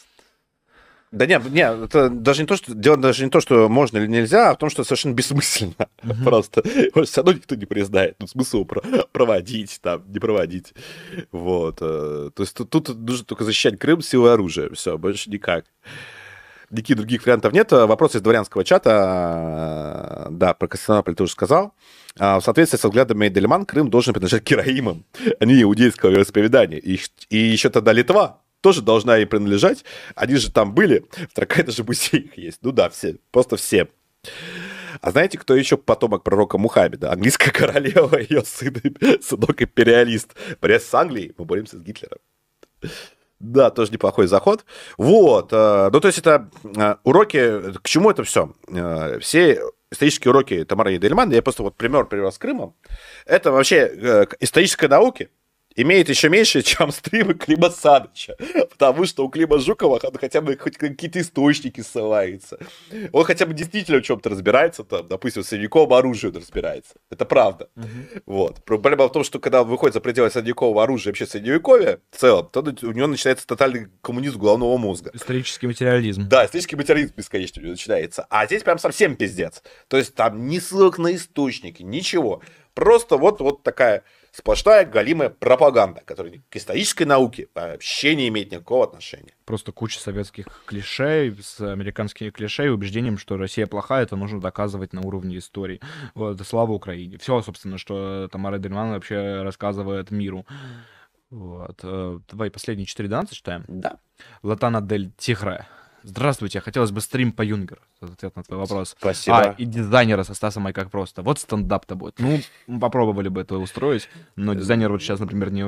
Да нет, нет, это даже не то, что дело даже не то, что можно или нельзя, а в том, что совершенно бессмысленно. Mm-hmm. Просто все равно никто не признает. Ну, смысл проводить, там, не проводить. Вот. То есть тут, тут нужно только защищать Крым силой оружия. Все, больше никак. Никаких других вариантов нет. Вопрос из дворянского чата. Да, про Константинополь ты уже сказал. В соответствии со взглядами Эдельман, Крым должен принадлежать кераимам, а не иудейского вероисповедания. И, и еще тогда Литва тоже должна ей принадлежать. Они же там были. В Тракае даже музей их есть. Ну да, все. Просто все. А знаете, кто еще потомок пророка Мухаммеда? Английская королева, ее сын, сынок империалист. Борясь с Англией, мы боремся с Гитлером. Да, тоже неплохой заход. Вот. Ну, то есть это уроки... К чему это все? Все исторические уроки Тамары Эдельман, я просто вот пример привел с Крымом, это вообще исторической науки имеет еще меньше, чем стримы Клима Саныча. Потому что у Клима Жукова он хотя бы хоть какие-то источники ссылается. Он хотя бы действительно в чем-то разбирается, там, допустим, в средневековом оружии он разбирается. Это правда. Uh-huh. Вот. Проблема в том, что когда он выходит за пределы средневекового оружия, вообще средневековья в целом, то у него начинается тотальный коммунизм головного мозга. Исторический материализм. Да, исторический материализм бесконечно у него начинается. А здесь прям совсем пиздец. То есть там ни ссылок на источники, ничего. Просто вот, вот такая... сплошная галимая пропаганда, которая к исторической науке вообще не имеет никакого отношения. Просто куча советских клише, с американскими клише и убеждением, что Россия плохая, это нужно доказывать на уровне истории. Вот, слава Украине. Все, собственно, что Тамара Эдельман вообще рассказывает миру. Вот. Давай последние четыре доната читаем. Да. Латана дель Тигре. Здравствуйте, хотелось бы стрим по Юнгеру. Ответ на твой вопрос. Спасибо. А, и дизайнера со Стасом Ай как просто. Вот стендап-то будет. Ну, попробовали бы это устроить, но дизайнер вот сейчас, например, не,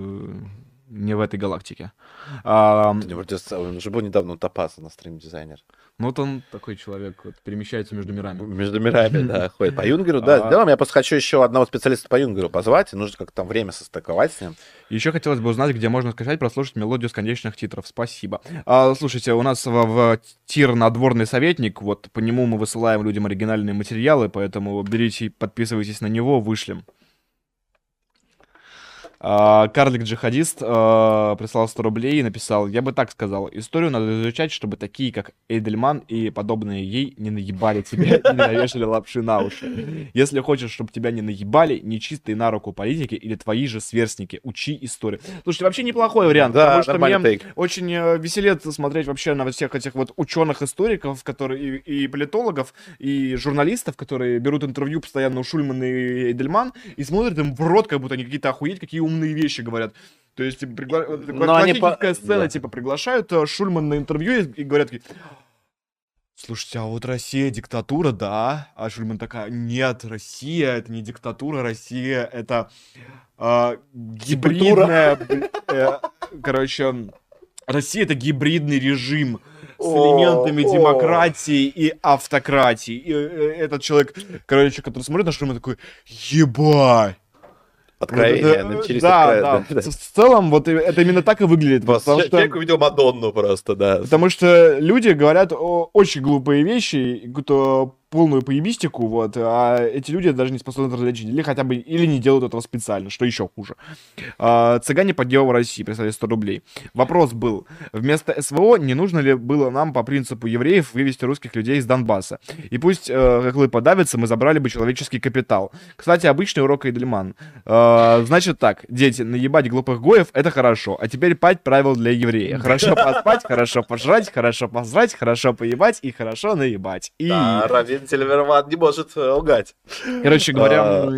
не в этой галактике. А, он же был недавно у Топаза на стрим-дизайнер. Ну, вот он такой человек, вот, перемещается между мирами. Между мирами, да, ходит по Юнгеру. Да, сделаем. Я просто хочу еще одного специалиста по Юнгеру позвать, и нужно как-то там время состыковать с ним. Еще хотелось бы узнать, где можно скачать, прослушать мелодию с конечных титров. Спасибо. А, слушайте, у нас в, в тир «Надворный советник», вот по нему мы высылаем людям оригинальные материалы, поэтому берите, подписывайтесь на него, вышлем. Uh, Карлик-джихадист uh, прислал сто рублей и написал: я бы так сказал, историю надо изучать, чтобы такие, как Эдельман и подобные ей, не наебали тебя и не навешали лапши на уши. Если хочешь, чтобы тебя не наебали, нечистые на руку политики или твои же сверстники, учи историю. Слушайте, вообще неплохой вариант, да, потому что мне тейк. очень веселит смотреть вообще на всех этих вот ученых-историков, которые и, и политологов, и журналистов, которые берут интервью постоянно у Шульмана и Эдельман и смотрят им в рот, как будто они какие-то охуеть, какие умные вещи говорят. То есть пригла... классическая по... сцена, да. Типа приглашают Шульман на интервью и, и говорят такие: слушайте, а вот Россия диктатура, да? А Шульман такая: нет, Россия это не диктатура, Россия это э, гибридная, э, короче, Россия это гибридный режим с элементами о, демократии о. и автократии. И э, этот человек, короче, который смотрит на Шульмана, такой: ебать! Откровение, вот это, через да, откровение. Да, да. В целом, вот это именно так и выглядит. Потому что... Человек увидел Мадонну просто, да. Потому что люди говорят о, очень глупые вещи, какую-то полную поебистику, вот, а эти люди даже не способны различить, или хотя бы, или не делают этого специально, что еще хуже. А, цыгане по делу России прислали сто рублей. Вопрос был: вместо СВО не нужно ли было нам по принципу евреев вывести русских людей из Донбасса? И пусть э, хохлы подавятся, мы забрали бы человеческий капитал. Кстати, обычный урок Эдельман. Э, значит так, дети, наебать глупых гоев — это хорошо, а теперь пять правил для еврея. Хорошо поспать, хорошо пожрать, хорошо позрать, хорошо поебать и хорошо наебать. И... Тельверман не может лгать. Короче говоря, а,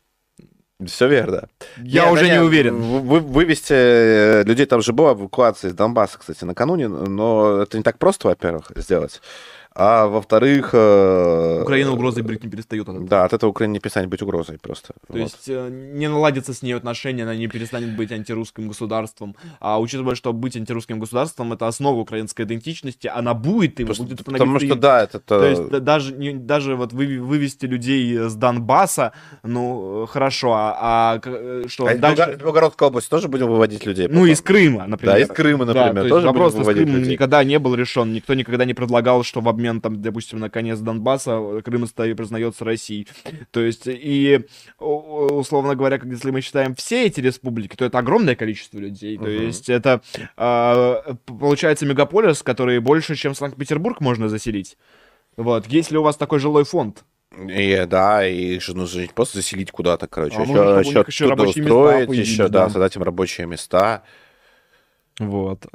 все верно. Я не, уже не, не уверен. Вы, вывести людей, там же была эвакуация из Донбасса, кстати, накануне, но это не так просто, во-первых, сделать. А во-вторых... Украина угрозой быть не перестает. От да, от этого Украина не перестанет быть угрозой просто. То вот. есть не наладится с ней отношения, она не перестанет быть антирусским государством. А учитывая, что быть антирусским государством — это основа украинской идентичности, она будет и просто, будет потому что, да, это... То есть даже, не, даже вот вы, вывести людей с Донбасса, ну, хорошо, а, а что... А дальше... из Белгородской области тоже будем выводить людей? Ну, из Крыма, например. Да, из Крыма, например, да, то тоже вопрос будем с Крымом людей. никогда не был решен, никто никогда не предлагал, что в обмен обмен, там, допустим, на конец Донбасса, Крым ста- признается Россией. То есть, и, у- условно говоря, как если мы считаем все эти республики, то это огромное количество людей. То Мгм. есть, это, а, п- получается, мегаполис, который больше, чем Санкт-Петербург можно заселить. Вот, есть ли у вас такой жилой фонд? И да, и их же нужно не просто заселить куда-то, короче, А еще, нужно, чтобы у еще них еще оттуда рабочие места устроить, появились, еще, да, да. создать им рабочие места. Вот.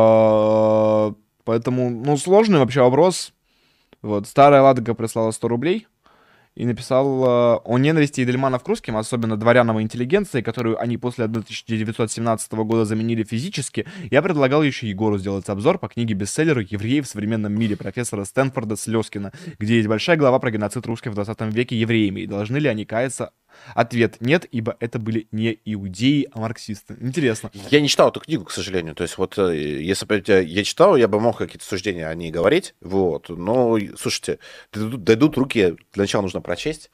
а, Поэтому, ну, сложный вообще вопрос. Вот. Старая Ладога прислала сто рублей и написала о ненависти Эдельмана к русским, особенно дворянам и интеллигенции, которую они после тысяча девятьсот семнадцатого года заменили физически. Я предлагал еще Егору сделать обзор по книге-бестселлеру «Евреи в современном мире» профессора Стэнфорда Слезкина, где есть большая глава про геноцид русских в двадцатом веке евреями, и должны ли они каяться. Ответ — нет, ибо это были не иудеи, а марксисты. Интересно. Я не читал эту книгу, к сожалению. То есть вот э, если бы я я читал, я бы мог какие-то суждения о ней говорить. Вот. Но, и, слушайте, дойдут, дойдут руки, для начала нужно прочесть,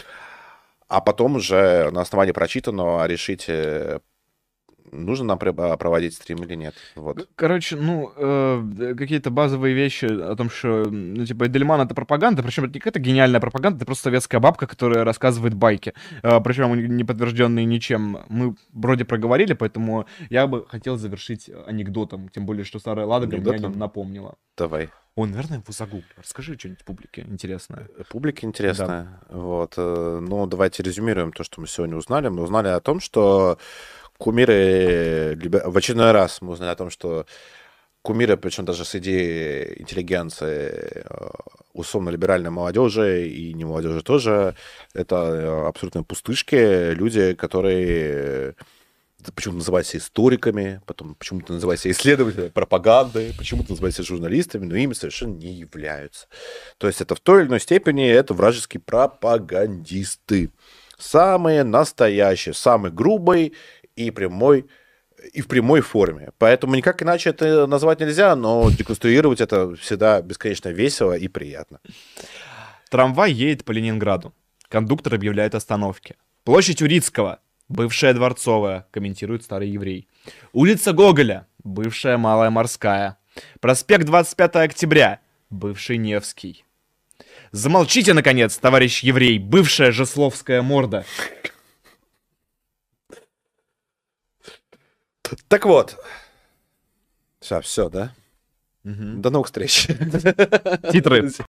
а потом уже на основании прочитанного решить, э, нужно нам пре- а, проводить стрим или нет. Вот. Короче, ну, э, какие-то базовые вещи о том, что, ну, типа, Эдельман — это пропаганда, причем это не какая-то гениальная пропаганда, это просто советская бабка, которая рассказывает байки, э, причем не подтвержденные ничем. Мы вроде проговорили, поэтому я бы хотел завершить анекдотом, тем более, что старая Ладога мне о Анекдотом? нем напомнила. Давай. О, наверное, его загуглю. Расскажи что-нибудь публике интересное. Публике интересно. Вот. э, Ну, давайте резюмируем то, что мы сегодня узнали. Мы узнали о том, что кумиры... либе- В очередной раз мы узнали о том, что кумиры, причем даже среди интеллигенции, э, условно-либеральной молодежи и не молодежи тоже, это э, абсолютно пустышки, люди, которые э, почему-то называют себя историками, потом почему-то называют себя исследователями пропаганды, почему-то называют себя журналистами, но ими совершенно не являются. То есть это в той или иной степени это вражеские пропагандисты. Самые настоящие, самый грубый и прямой, и в прямой форме. Поэтому никак иначе это назвать нельзя, но деконструировать это всегда бесконечно весело и приятно. Трамвай едет по Ленинграду. Кондуктор объявляет остановки. Площадь Урицкого, бывшая Дворцовая, комментирует старый еврей. Улица Гоголя, бывшая Малая Морская. Проспект двадцать пятого октября, бывший Невский. Замолчите, наконец, товарищ еврей, бывшая Жесловская морда. Так вот. Все, все, да? Мгм. До новых встреч. Титры.